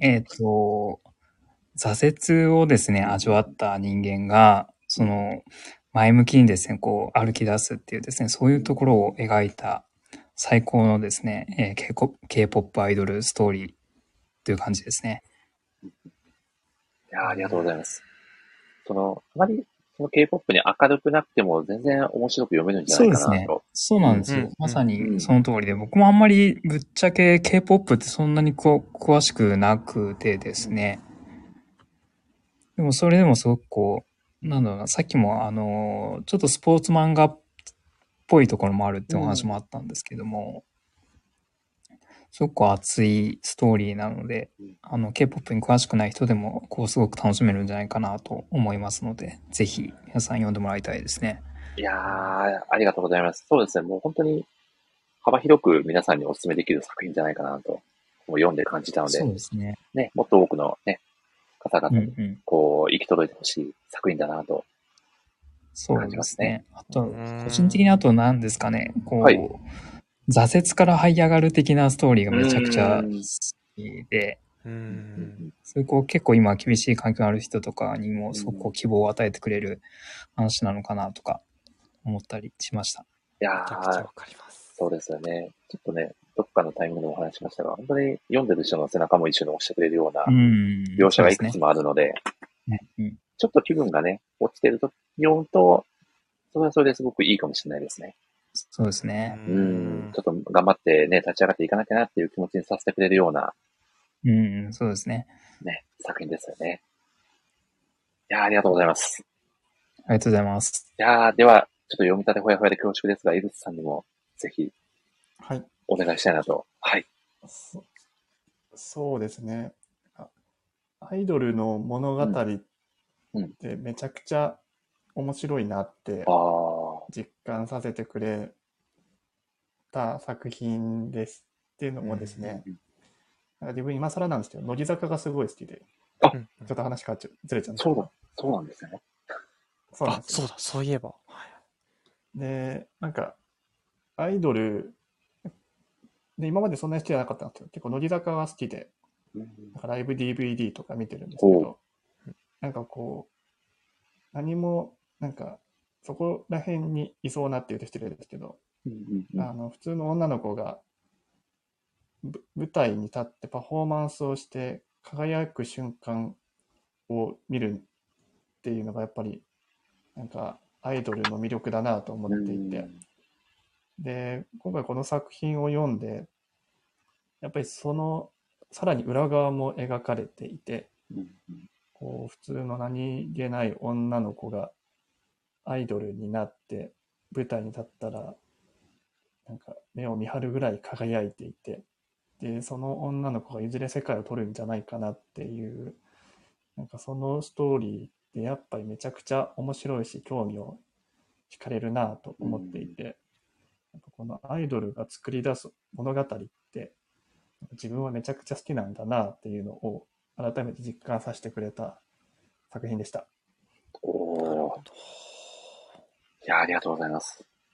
挫折をですね、味わった人間が、前向きにですね、こう歩き出すっていうですね、そういうところを描いた最高のですね、K-POP アイドルストーリーという感じですね。 いやありがとうございます。あまりその K-POP に明るくなくても全然面白く読めるんじゃないかなと。 そうですね。そうなんですよ。まさうんにその通りで、僕もあんまりぶっちゃけ K-POP ってそんなに詳しくなくてですね。でもそれでもすごくこう、なんだろうな、さっきもちょっとスポーツ漫画っぽいところもあるってお話もあったんですけども、すごく熱いストーリーなので、K-POP に詳しくない人でも、こう、すごく楽しめるんじゃないかなと思いますので、ぜひ、皆さん読んでもらいたいですね。 いやー、ありがとうございます。そうですね、もう本当に幅広く皆さんにお勧めできる作品じゃないかなと、もう読んで感じたので、 そうですね。 ね、もっと多くのね、方々に、こう、行き届いてほしい作品だなと感じますね。 あと、個人的にあと何ですかね、こう、 はい、 挫折から這い上がる的なストーリーがめちゃくちゃ好きで、そういうこう結構今厳しい環境のある人とかにもすごくこう希望を与えてくれる話なのかなとか思ったりしました。 いやー、そうですよね。ちょっとね、どっかのタイミングでお話ししましたが、本当に読んでる人の背中も一緒に押してくれるような描写がいくつもあるので、ちょっと気分がね、落ちてると読むと、それはそれですごくいいかもしれないですね。 そうですね。 ちょっと頑張ってね、立ち上がっていかなきゃなっていう気持ちにさせてくれるような、 そうですね。 ね、作品ですよね。いやー、ありがとうございます。 ありがとうございます。 いやー、では、ちょっと読み立てほやほやで恐縮ですが、井口さんにもぜひ、 はい。 お願いしたいなと。はい。 そうですね。アイドルの物語ってめちゃくちゃ面白いなって実感させてくれた作品ですっていうのもですね、なんか自分今更なんですけど、乃木坂がすごい好きで、ちょっと話変わっちゃう、ずれちゃうんですけど。 そうなんですね。 そうなんですよ。そういえば。 で、なんか、アイドル、で今までそんなに好きじゃなかったんですけど、結構乃木坂が好きで、なんかライブ DVD とか見てるんですけど、なんかこう、何も、なんか、そこら辺にいそうなって言うと失礼ですけど、普通の女の子が舞台に立ってパフォーマンスをして輝く瞬間を見るっていうのがやっぱりなんかアイドルの魅力だなと思っていて、で今回この作品を読んでやっぱりそのさらに裏側も描かれていて、こう普通の何気ない女の子がアイドルになって舞台に立ったらなんか目を見張るぐらい輝いていて、でその女の子がいずれ世界を取るんじゃないかなっていう、なんかそのストーリーでやっぱりめちゃくちゃ面白いし興味を惹かれるなと思っていて、このアイドルが作り出す物語って自分はめちゃくちゃ好きなんだなっていうのを改めて実感させてくれた作品でした。 いや、ありがとうございます。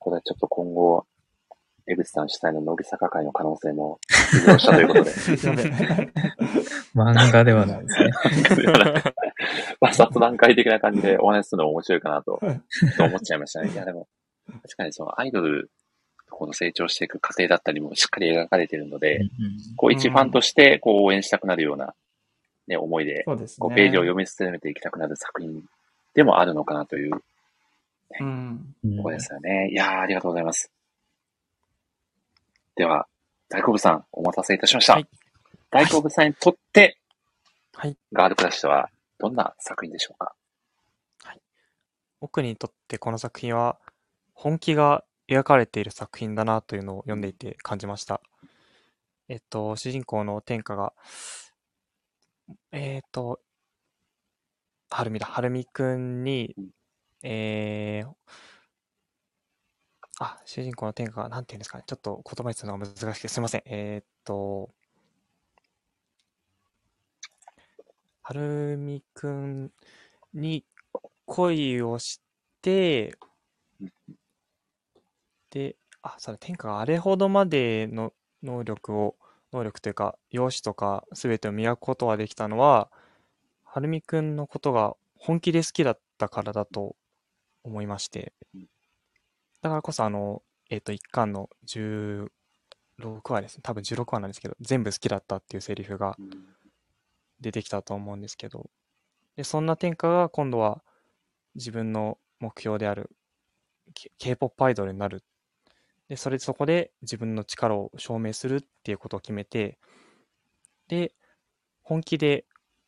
これはちょっと今後、江口さん主催の乃木坂会の可能性も浮上したということで。 やべえ。 漫画ではないですね。 まあ、雑談会的な感じでお話しするのも面白いかなと思っちゃいましたね。いや、でも、確かにそのアイドル、この成長していく過程だったりもしっかり描かれているので、こう一ファンとしてこう応援したくなるような、ね、思いで、 そうですこうページをね。 読み進めていきたくなる作品でもあるのかなといううん。 ところですよね。いやー、ありがとうございます。では、大好物さん、お待たせいたしました。 はい。 大好物さんにとって、 はい。 ガールクラッシュとはどんな作品でしょうか？ 僕にとってこの作品は本気が描かれている作品だなというのを読んでいて感じました。主人公の天下が、はるみだ。はるみくんに、主人公の天下が、なんていうんですかね。ちょっと言葉にするのが難しくて、すいません。はるみくんに恋をして、で、そうだ、天下があれほどまでの能力というか、容姿とか全てを磨くことができたのは、はるみくんのことが本気で好きだったからだと思いまして、だからこそ一巻の16話ですね。多分16話なんですけど、全部好きだったっていうセリフが出てきたと思うんですけど、で、そんな天下が今度は自分の目標である K-POP アイドルになる。で、そこで自分の力を証明するっていうことを決めて、で、本気で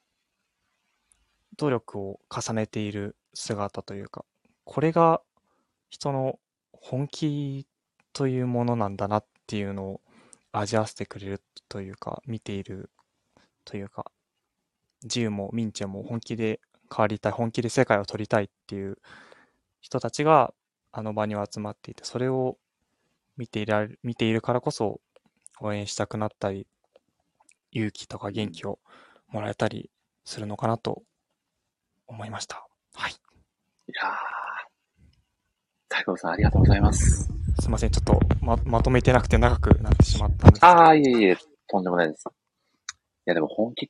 努力を重ねている姿というか、これが人の本気というものなんだなっていうのを味わわせてくれるというか、見ているというか、ジウもミンチェも本気で変わりたい、本気で世界を取りたいっていう人たちがあの場には集まっていて、それを見ているからこそ応援したくなったり、勇気とか元気をもらえたりするのかなと思いました。はい。 いやー、大好物さんありがとうございます。 すいません、ちょっとまとめてなくて長くなってしまったんですけど。 いえいえ、とんでもないです。いや、でも本気って、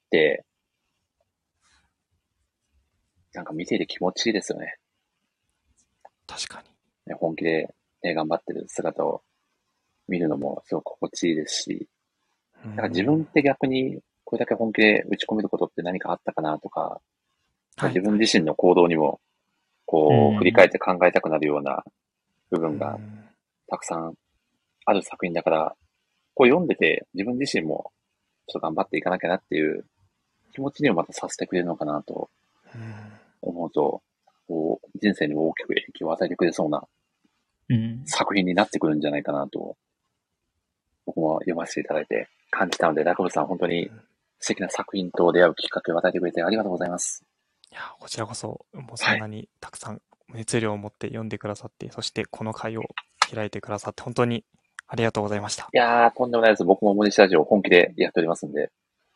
なんか見ていて気持ちいいですよね。 確かに。 ね、本気で、ね、頑張ってる姿を見るのもすごく心地いいですし、なんか自分って逆にこれだけ本気で打ち込めることって何かあったかなとか、自分自身の行動にもこう振り返って考えたくなるような部分がたくさんある作品だから、こう読んでて自分自身もちょっと頑張っていかなきゃなっていう気持ちにもまたさせてくれるのかなと思うと、こう人生に大きく影響を与えてくれそうな作品になってくるんじゃないかなと、僕も読ませていただいて感じたので、中部さん本当に素敵な作品と出会うきっかけを与えてくれてありがとうございます。 いや、こちらこそ、もうそんなにたくさん熱量を持って読んでくださって、そしてこの回を開いてくださって本当にありがとうございました。 いやー、とんでもないです。僕もモニスラジオ本気でやっておりますんで。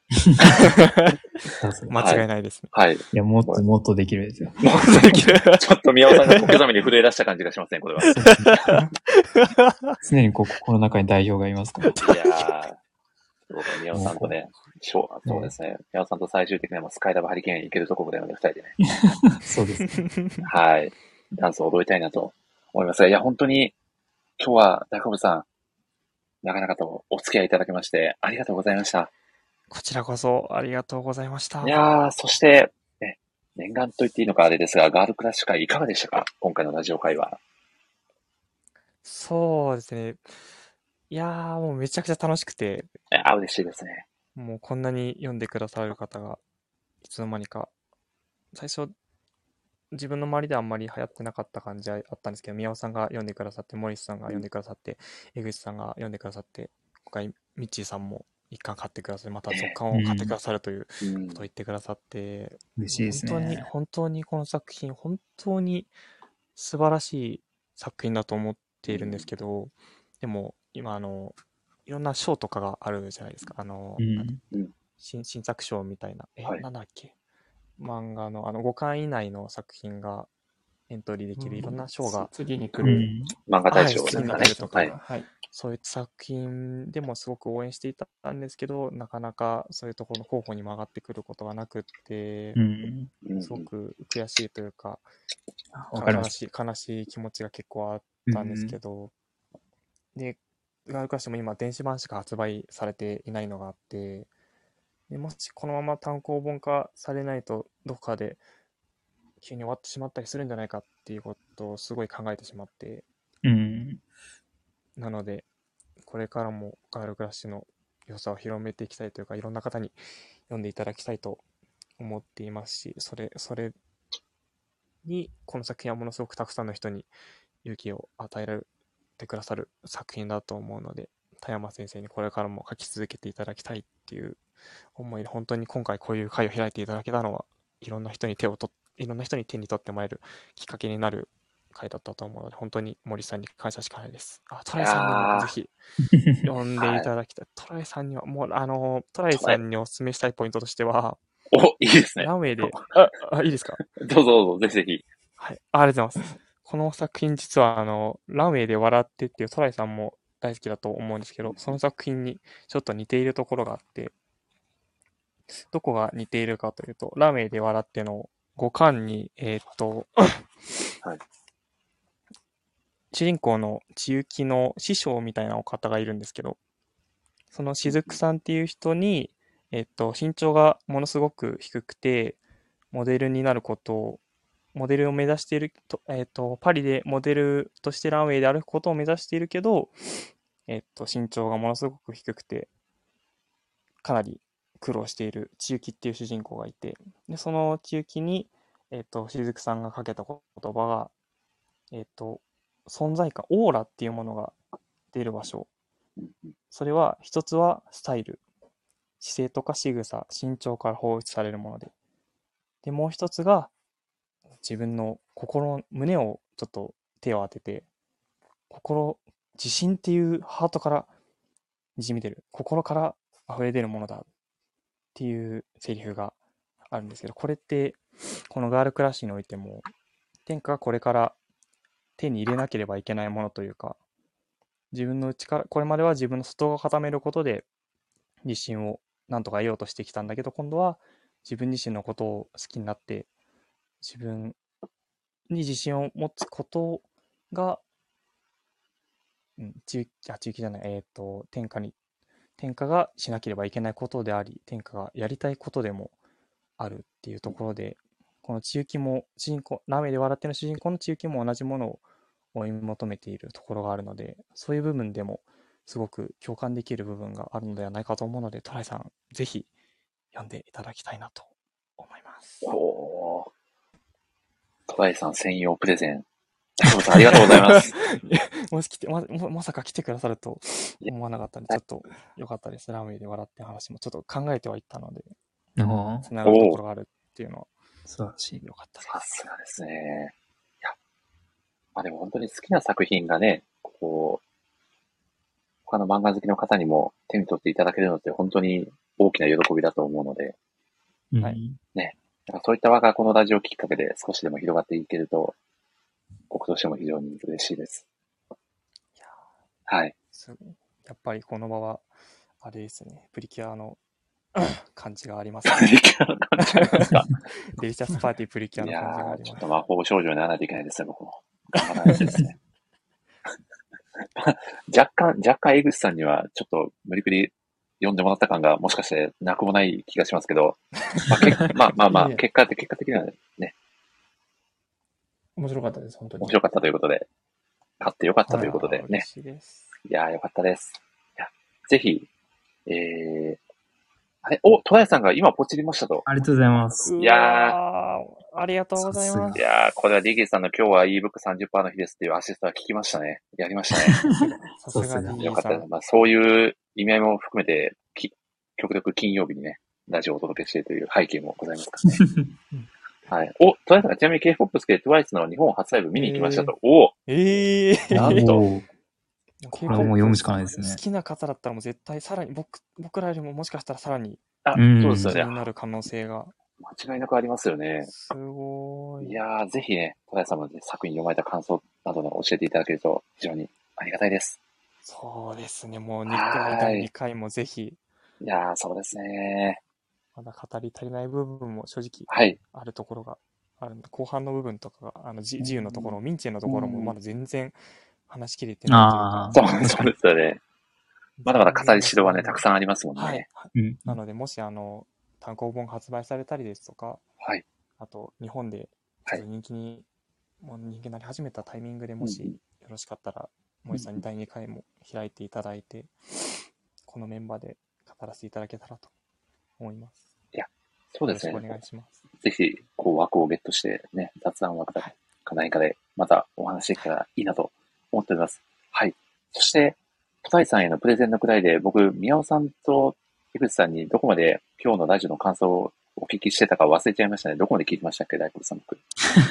間違いないですね。 はい。いや、もっともっとできるですよ。 もっとできる。 ちょっと宮尾さんが小刻みに震え出した感じがしますね、これは。 常にこの中に代表がいますから。 いやー、僕は宮尾さんとね、そうですね。宮尾さんと最終的にはスカイラブハリケーン行けるところで二人でね。 そうですね。 はい。ダンスを踊りたいなと思いますが、いや、本当に今日は大好物さん、なかなかとお付き合いいただきまして、ありがとうございました。 こちらこそありがとうございました。 いやー、そして、ね、念願と言っていいのかあれですが、ガールクラッシュ会いかがでしたか？今回のラジオ会は。 そうですね。いやー、もうめちゃくちゃ楽しくて。 嬉しいですね。 もうこんなに読んでくださる方が、いつの間にか、最初、自分の周りではあんまり流行ってなかった感じはあったんですけど、宮尾さんが読んでくださって、モリスさんが読んでくださって、江口さんが読んでくださって、今回、ミッチーさんも一巻買ってくださって、また続巻を買ってくださるということを言ってくださって、 嬉しいですね。 本当にこの作品、本当に素晴らしい作品だと思っているんですけど、でも、今、いろんな賞とかがあるじゃないですか。新作賞みたいな。なんだっけ。漫画の5巻以内の作品がエントリーできるいろんな賞が、 次に来る。 うん。 漫画大賞はい、 ですかね。 次に来るとか、 はい。 はい。 そういう作品でもすごく応援していたんですけど、なかなかそういうところの候補にも上がってくることがなくってう、ん。 うんすごく悔しいというか、 わかります。 悲しい気持ちが結構あっうたんですけん。 ど、で、ガールクラッシュも今電子版しか発売されていないのがあって、でもしこのまま単行本化されないとどこかで急に終わってしまったりするんじゃないかっていうことをすごい考えてしまって、 うん。 なのでこれからもガールクラッシュの良さを広めていきたいというか、いろんな方に読んでいただきたいと思っていますし、それにこの作品はものすごくたくさんの人に勇気を与えてくださる作品だと思うので、田山先生にこれからも書き続けていただきたいっていう思いで、本当に今回こういう会を開いていただけたのは、いろんな人に手に取ってもらえるきっかけになる会だったと思うので、本当に森さんに感謝しかないです。トライさんにもぜひ読んでいただきたい。トライさんには、もう、トライさんにお勧めしたいポイントとしては、 お、いいですね。 ランウェイで、いいですか？ どうぞどうぞ、ぜひぜひ。 はい、ありがとうございます。この作品実はランウェイで笑ってっていうトライさんも大好きだと思うんですけど、その作品にちょっと似ているところがあって、どこが似ているかというと、ランウェイで笑っての5巻に、 はい、 主人公の千雪の師匠みたいなお方がいるんですけど、その雫さんっていう人に、身長がものすごく低くて、モデルになることを、モデルを目指していると、パリでモデルとしてランウェイで歩くことを目指しているけど、身長がものすごく低くて、かなり苦労している千雪っていう主人公がいて、でその千雪に、雫さんがかけた言葉が、存在感、オーラっていうものが出る場所。それは、一つはスタイル。姿勢とか仕草、身長から放出されるもので。で、もう一つが、自分の心、胸をちょっと手を当てて、自信っていうハートからにじみ出る、心から溢れ出るものだっていうセリフがあるんですけど、これって、このガールクラッシュにおいても、天下がこれから手に入れなければいけないものというか、自分の内から、これまでは自分の外側を固めることで自信をなんとか得ようとしてきたんだけど、今度は自分自身のことを好きになって、自分に自信を持つことが、天下がしなければいけないことであり、天下がやりたいことでもあるっていうところで、この千雪も主人公、ラメで笑っての主人公の千雪も同じものを追い求めているところがあるので、そういう部分でもすごく共感できる部分があるのではないかと思うので、トライさん、ぜひ読んでいただきたいなと思います。 おー。トライさん専用プレゼン。ありがとうございます。 まさか来てくださると思わなかったので、ちょっと良かったです。ラーメンで笑って話もちょっと考えてはいったので、つながるところがあるっていうのは、 素晴らしい。 良かったです。 さすがですね。いや、でも本当に好きな作品がね、こう、他の漫画好きの方にも手に取っていただけるのって本当に大きな喜びだと思うので、 はい。 ね。そういった輪がこのラジオきっかけで少しでも広がっていけると、僕としても非常に嬉しいです。 いやはい。 やっぱりこの場は、あれですね、プリキュアの感じがありますね。 プリキュアの感じがありますか？ デリシャスパーティープリキュアの感じがあります。 ちょっと魔法少女にならないといけないですね、僕も。頑張らないとですね。若干江口さんにはちょっと無理くり読んでもらった感がもしかしてなくもない気がしますけど、結果的にはね。 面白かったです、本当に。 面白かったということで、買ってよかったということでね。 嬉しいです。 いやーよかったです。いや、ぜひ、トライさんが今ポチりましたと。 ありがとうございます。 いやー、ありがとうございます。 いやー、これは DK さんの今日は ebook30% の日ですっていうアシストは聞きましたね。やりましたね。 さすが DK よかったです。 さん。 そういう意味合いも含めて、極力金曜日にね、ラジオをお届けしているという背景もございますからね。はい。トライさんがちなみに K-POP 好きで TWICE の日本初ライブ見に行きましたと。なんと。 これはもう読むしかないですね。 好きな方だったらもう絶対さらに僕らよりももしかしたらさらにそうですよね。 気になる可能性が間違いなくありますよね。 すごい。 いやー、ぜひね、戸田さんもね、作品読まれた感想などね、教えていただけると非常にありがたいです。 そうですね。もう2回、 はー第2 い。 回もぜひ、 いやー、そうですね。 まだ語り足りない部分も正直はい。 あるところがあるんで、後半の部分とかが、自由のところ、ミンチェのとうころもん。 まだ全然話しきれてないというか、 そう、 確そうかに。 ですよね。まだまだ語りしろはね、 全然たくさんありますもんはい。 ね。 うん。 なので、もし単行本発売されたりですとか、 はい。 あと、日本でちょっとはい。 もう人気になり始めたタイミングでもしようんうん。 ろしかったら、萌さんに第2回も開いていただいて、このメンバーで語らせていただけたらと思います。 いや、そうよですね。 ろしくお願いします。 ぜひ、こう、枠をゲットしてね、雑談枠だはい。 か何かで、またお話できたらいいなと思っております。はい。そして、戸谷さんへのプレゼンのくらいで、僕、宮尾さんと井口さんにどこまで今日のラジオの感想をお聞きしてたか忘れちゃいましたね。どこまで聞いてましたっけ、大工さん僕。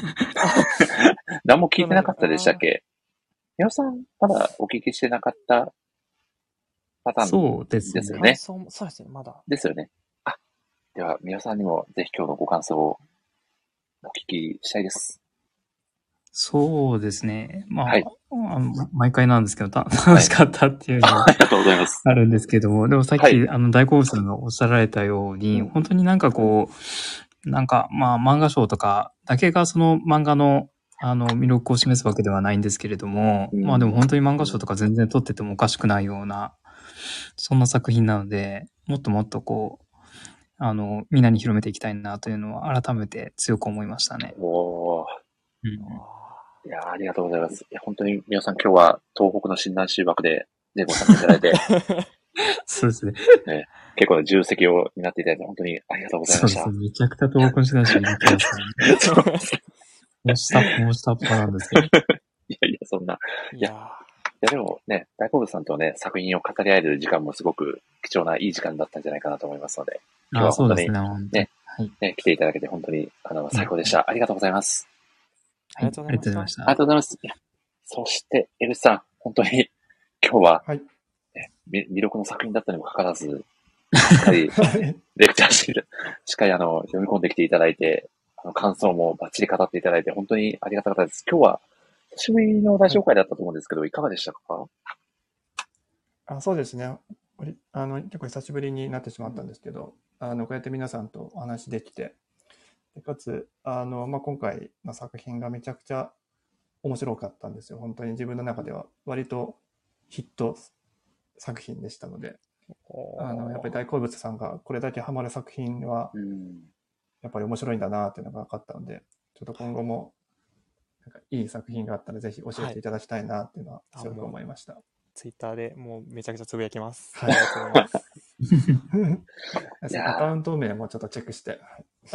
何も聞いてなかったでしたっけ？宮尾さん、まだお聞きしてなかったパターンそうですね。 ですよね。 感想も、そうですね、まだ。 ですよね。あ、では、宮尾さんにもぜひ今日のご感想をお聞きしたいです。 そうですね。まはい。 あ、毎回なんですけど、楽しかったっていうのはありがとうございます。 あるんですけども、でもさっき、 はい。 大好物さんがおっしゃられたように、本当になんかこう、なんか、まあ、漫画賞とかだけがその漫画の、魅力を示すわけではないんですけれども、まあでも本当に漫画賞とか全然取っててもおかしくないような、そんな作品なので、もっともっとこう、みんなに広めていきたいなというのは改めて強く思いましたね。 おー。 うん、 いやー、ありがとうございます。いや、本当に皆さん今日は東北の診断集枠でご参加いただいて、 そうですね。 ね、結構な重責を担っていただいて本当にありがとうございました。 そうですね。めちゃくちゃ東北の人たちいる気がする、ね。 そうもう下っ端なんですけど。 いやいや、そんな。 いやいやでもね、大好物さんとね、作品を語り合える時間もすごく貴重ないい時間だったんじゃないかなと思いますので、今日は本当にね、来ていただけて本当に最高でした。ありがとうございます。 ありがとうございました。 ありがとうございます。そして、江口さん、本当に今日は、 はい。 魅力の作品だったにもかかわらず、しっかりレクチャーしてしっかり読み込んできていただいて、感想もバッチリ語っていただいて、本当にありがたかったです。今日は、久しぶりのラジオ会だったと思うんですけど、いかがでしたか？ そうですね。結構久しぶりになってしまったんですけど、こうやって皆さんとお話できて、でかつ、今回の作品がめちゃくちゃ面白かったんですよ。本当に自分の中では割とヒット作品でしたので、やっぱり大好物さんがこれだけハマる作品は、やっぱり面白いんだなっていうのが分かったので、ちょっと今後もなんかいい作品があったらぜひ教えていただきたいなっていうのはすごく思いました。 ツイッターでもうめちゃくちゃつぶやきます。 はい。ありがとうございます。アカウント名もちょっとチェックして。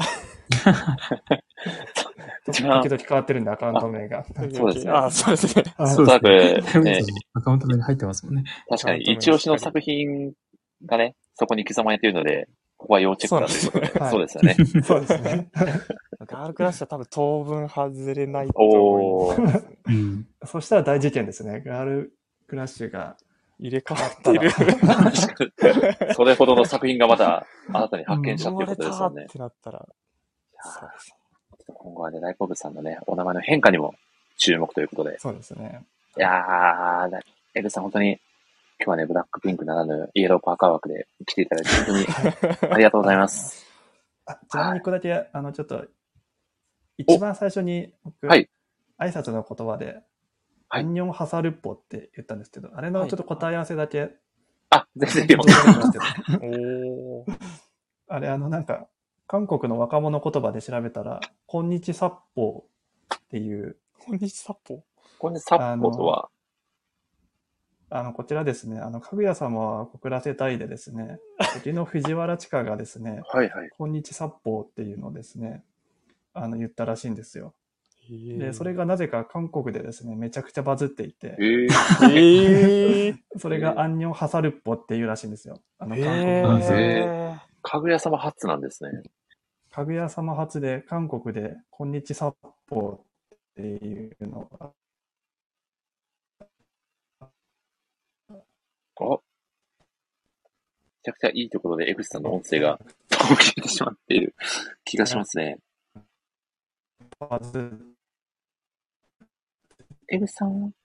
時々変わってるんで、アカウント名が。 そうですね。 そうですね。 そうですね。 アカウント名に入ってますもんね。 確かに、一押しの作品がね、そこに刻まれているので、ここは要チェックだということで。そうですよね。 そうですね。 ガールクラッシュは多分当分外れないと思います。 そしたら大事件ですね。ガールクラッシュが入れ替わってる。それほどの作品がまた新たに発見したっていうことですよね。 ってなったら、そうですね。 今後はね、大好物さんのね、お名前の変化にも注目ということで。 そうですね。 いやー、エルさん本当に、今日はね、ブラックピンクならぬイエローパーカー枠で来ていただいて、本当にありがとうございます。 ちなみに一個だけ、ちょっと、一番最初に僕、挨拶の言葉で、アンニョンハサルッポって言ったんですけど、あれのちょっと答え合わせだけ。 全然あれ、なんか、韓国の若者言葉で調べたら、こんにちさっぽーっていう。 こんにちさっぽーこんにちさっぽーとはこちらですね、かぐや様は告らせたいでですね、時の藤原千佳がですね、こんにちさっぽーっていうのをですね、言ったらしいんですよ。で、それがなぜか韓国でですね、めちゃくちゃバズっていて、それがアンニョンハサルッポっていうらしいんですよ。韓国のかぐや様初なんですね。 かぐや様初で、韓国で、こんにちさっぽーっていうのが、 めちゃくちゃいいところで江口さんの音声が止途切れてしまっている気がしますね。エブさん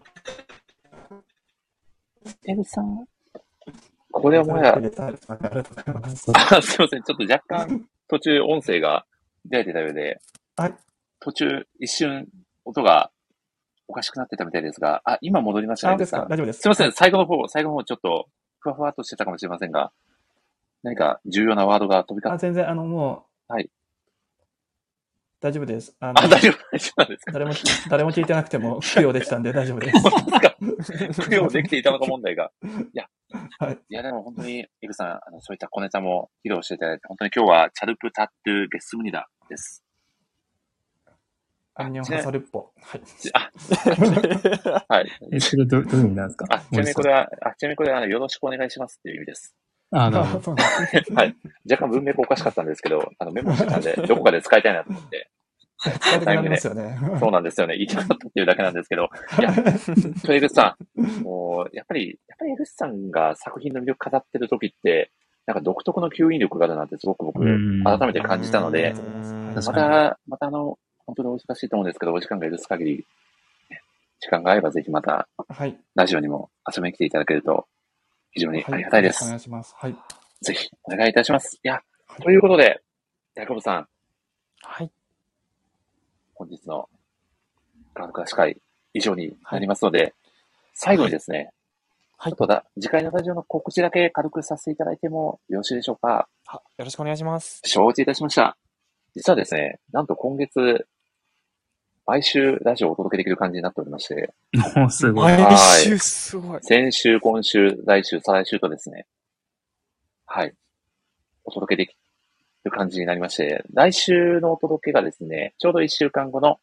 これはもはや、 ありがとうございます。 すいません。ちょっと若干途中音声が出てたようで、 はい。 途中一瞬音がおかしくなってたみたいですが、今戻りましたね、エブですさん。 か大丈夫です。 すいません。最後の方ちょっとふわふわっとしてたかもしれませんが、何か重要なワードが飛び交って、 全然、もう、 はい。 大丈夫です。 大丈夫ですか誰も聞いてなくても供養できたんで大丈夫です。 本当ですか供養できていたのか問題が。 はい。 いや、でも本当に、エグさん、そういった小ネタも披露していただいて、本当に今日はチャルプタットゥゲスムニダです。 アンニョンハサルッポ。はい。 はい。 それどういう意味なんですか？ ちなみにこれは、よろしくお願いしますっていう意味です。 なるほど。 そうなんですね。 はい。若干文脈おかしかったんですけど、メモしてたんで、どこかで使いたいなと思って。 使いたくなりますよね。 そうなんですよね。言いたかったっていうだけなんですけど。いや、江口さん、もう、やっぱり江口さんが作品の魅力語ってる時って、なんか独特の吸引力があるなってすごく僕、改めて感じたので、また本当にお忙しいと思うんですけど、お時間が許す限り、時間があればぜひまた、ラジオにも遊びに来ていただけると、非常にありがたいです。 お願いします。はい。 ぜひ、お願いいたします。いや、ということで、ヤコブさん。 はい。 本日のガードクラシ会以上になりますので、最後にですね、ちょっと次回のラジオの告知だけ軽くさせていただいてもよろしいでしょうか。 よろしくお願いします。 承知いたしました。実はですね、なんと今月、毎週ラジオをお届けできる感じになっておりまして。 すごい。 毎週すごい。 先週、今週、来週、再来週とですね、はい、お届けできる感じになりまして、来週のお届けがですね、ちょうど1週間後の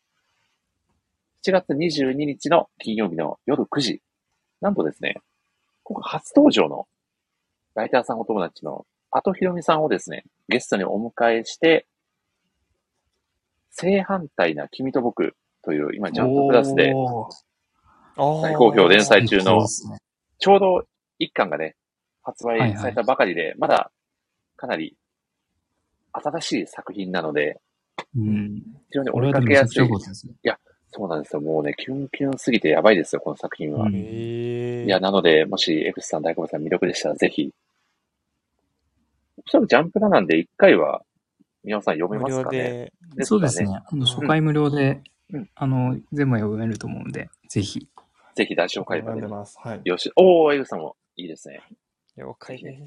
7月22日の金曜日の夜9時。なんとですね、今回初登場のライターさんお友達のあとひろみさんをですね、ゲストにお迎えして、正反対な君と僕という今ジャンププラスで大好評連載中の、ちょうど1巻がね、発売されたばかりで、まだかなり新しい作品なので、非常に追いかけやすい。いや、そうなんですよ。もうね、キュンキュンすぎてやばいですよ、この作品は。いや、なので、もし、F さん、大久保さん魅力でしたら、ぜひ。おそらくジャンプラなんで、1回は、皆さん読めますかね。 そうですね。初回無料で、全部読めると思うんで、ぜひ。 ぜひ、来週回まで。 はい。 よし。F さんもいいですね。 了解です。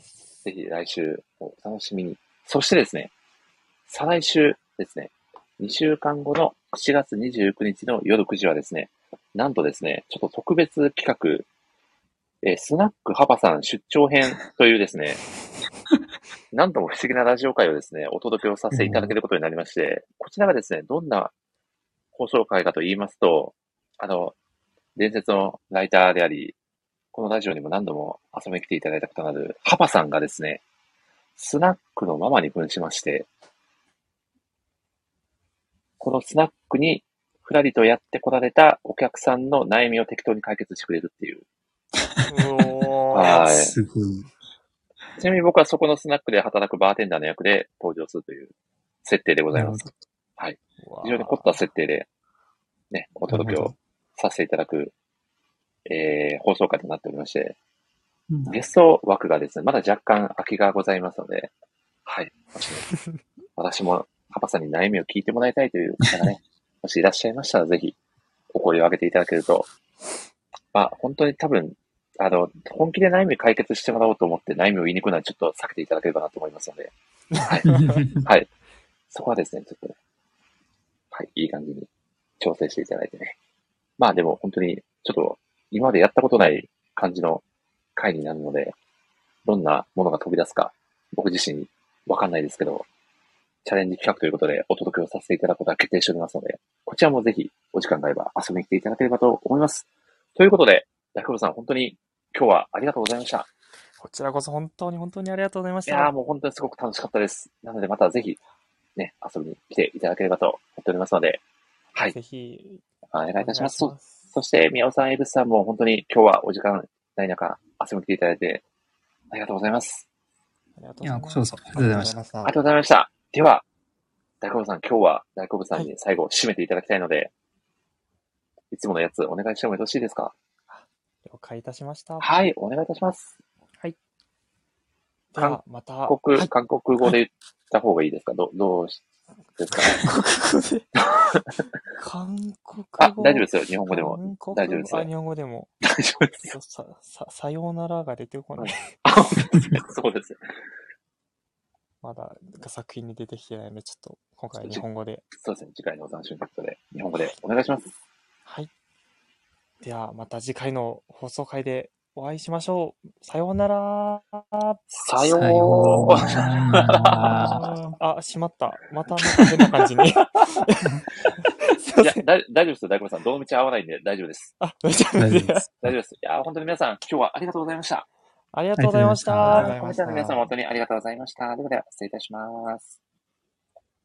ぜひ、来週、お楽しみに。そしてですね、再来週ですね、2週間後の7月29日の夜9時はですね、なんとですね、ちょっと特別企画、スナックハパさん出張編というですね、なんとも不思議なラジオ会をですね、お届けをさせていただけることになりまして、こちらがですね、どんな放送会かと言いますと、伝説のライターであり、このラジオにも何度も遊びに来ていただいたことのあるハパさんがですね、スナックのママに扮しまして、このスナックにふらりとやってこられたお客さんの悩みを適当に解決してくれるっていう。 はい。 すごい。 ちなみに僕はそこのスナックで働くバーテンダーの役で登場するという設定でございます。はい。非常に凝った設定で、ね、お届けをさせていただく、放送回となっておりまして、ゲスト枠がですね、まだ若干空きがございますので、はい。私もハパさんに悩みを聞いてもらいたいという方がね、もしいらっしゃいましたら、ぜひお声を上げていただけると、本当に多分、本気で悩み解決してもらおうと思って悩みを言いに行くのはちょっと避けていただければなと思いますので、はい。はい。そこはですね、ちょっと、はい、いい感じに調整していただいてね。でも本当に、ちょっと、今までやったことない感じの回になるので、どんなものが飛び出すか、僕自身わかんないですけど、チャレンジ企画ということでお届けをさせていただくことが決定しておりますので、こちらもぜひお時間があれば遊びに来ていただければと思います。ということで、ヤクブさん本当に今日はありがとうございました。 こちらこそ本当にありがとうございました。 いやーもう本当にすごく楽しかったです。なのでまたぜひね、遊びに来ていただければと思っておりますので、はい。 ぜひ、 お願いいたします。そして、宮尾さん、エブスさんも本当に今日はお時間ない中遊びに来ていただいてありがとうございます。 ありがとういや、 ございます。 こちらこそ、ありがとうございました。 ありがとうございました。 ああありがとうございます。 りがとうございました。では、大久保さん、今日は大久保さんに最後締めていただきたいので、いつものやつお願いしてもよろしいですか？ 了解いたしました。 はい、お願いいたします。 はい。では、また。 韓国語で言った方がいいですか？どうですかね？ 韓国語あ、大丈夫ですよ。日本語でも。大丈夫ですよ。 日本語でも。 大丈夫ですよ。 さようならが出てこない。 あ、本当ですね。そうですよ。 まだ作品に出てきてないので、ちょっと今回日本語で。 そうですね。次回のお楽しみということで、日本語でお願いします。 はい。では、また次回の放送回でお会いしましょう。さようなら。 さようなら。あ、しまった。またなんか変な感じに。 いや、大丈夫ですよ。大久保さん。どの道合わないんで大丈夫です。 あ、大丈夫です。 大丈夫です。いや、本当に皆さん、今日はありがとうございました。 ありがとうございました。 コメントの皆さん、本当にありがとうございました。では、失礼いたします。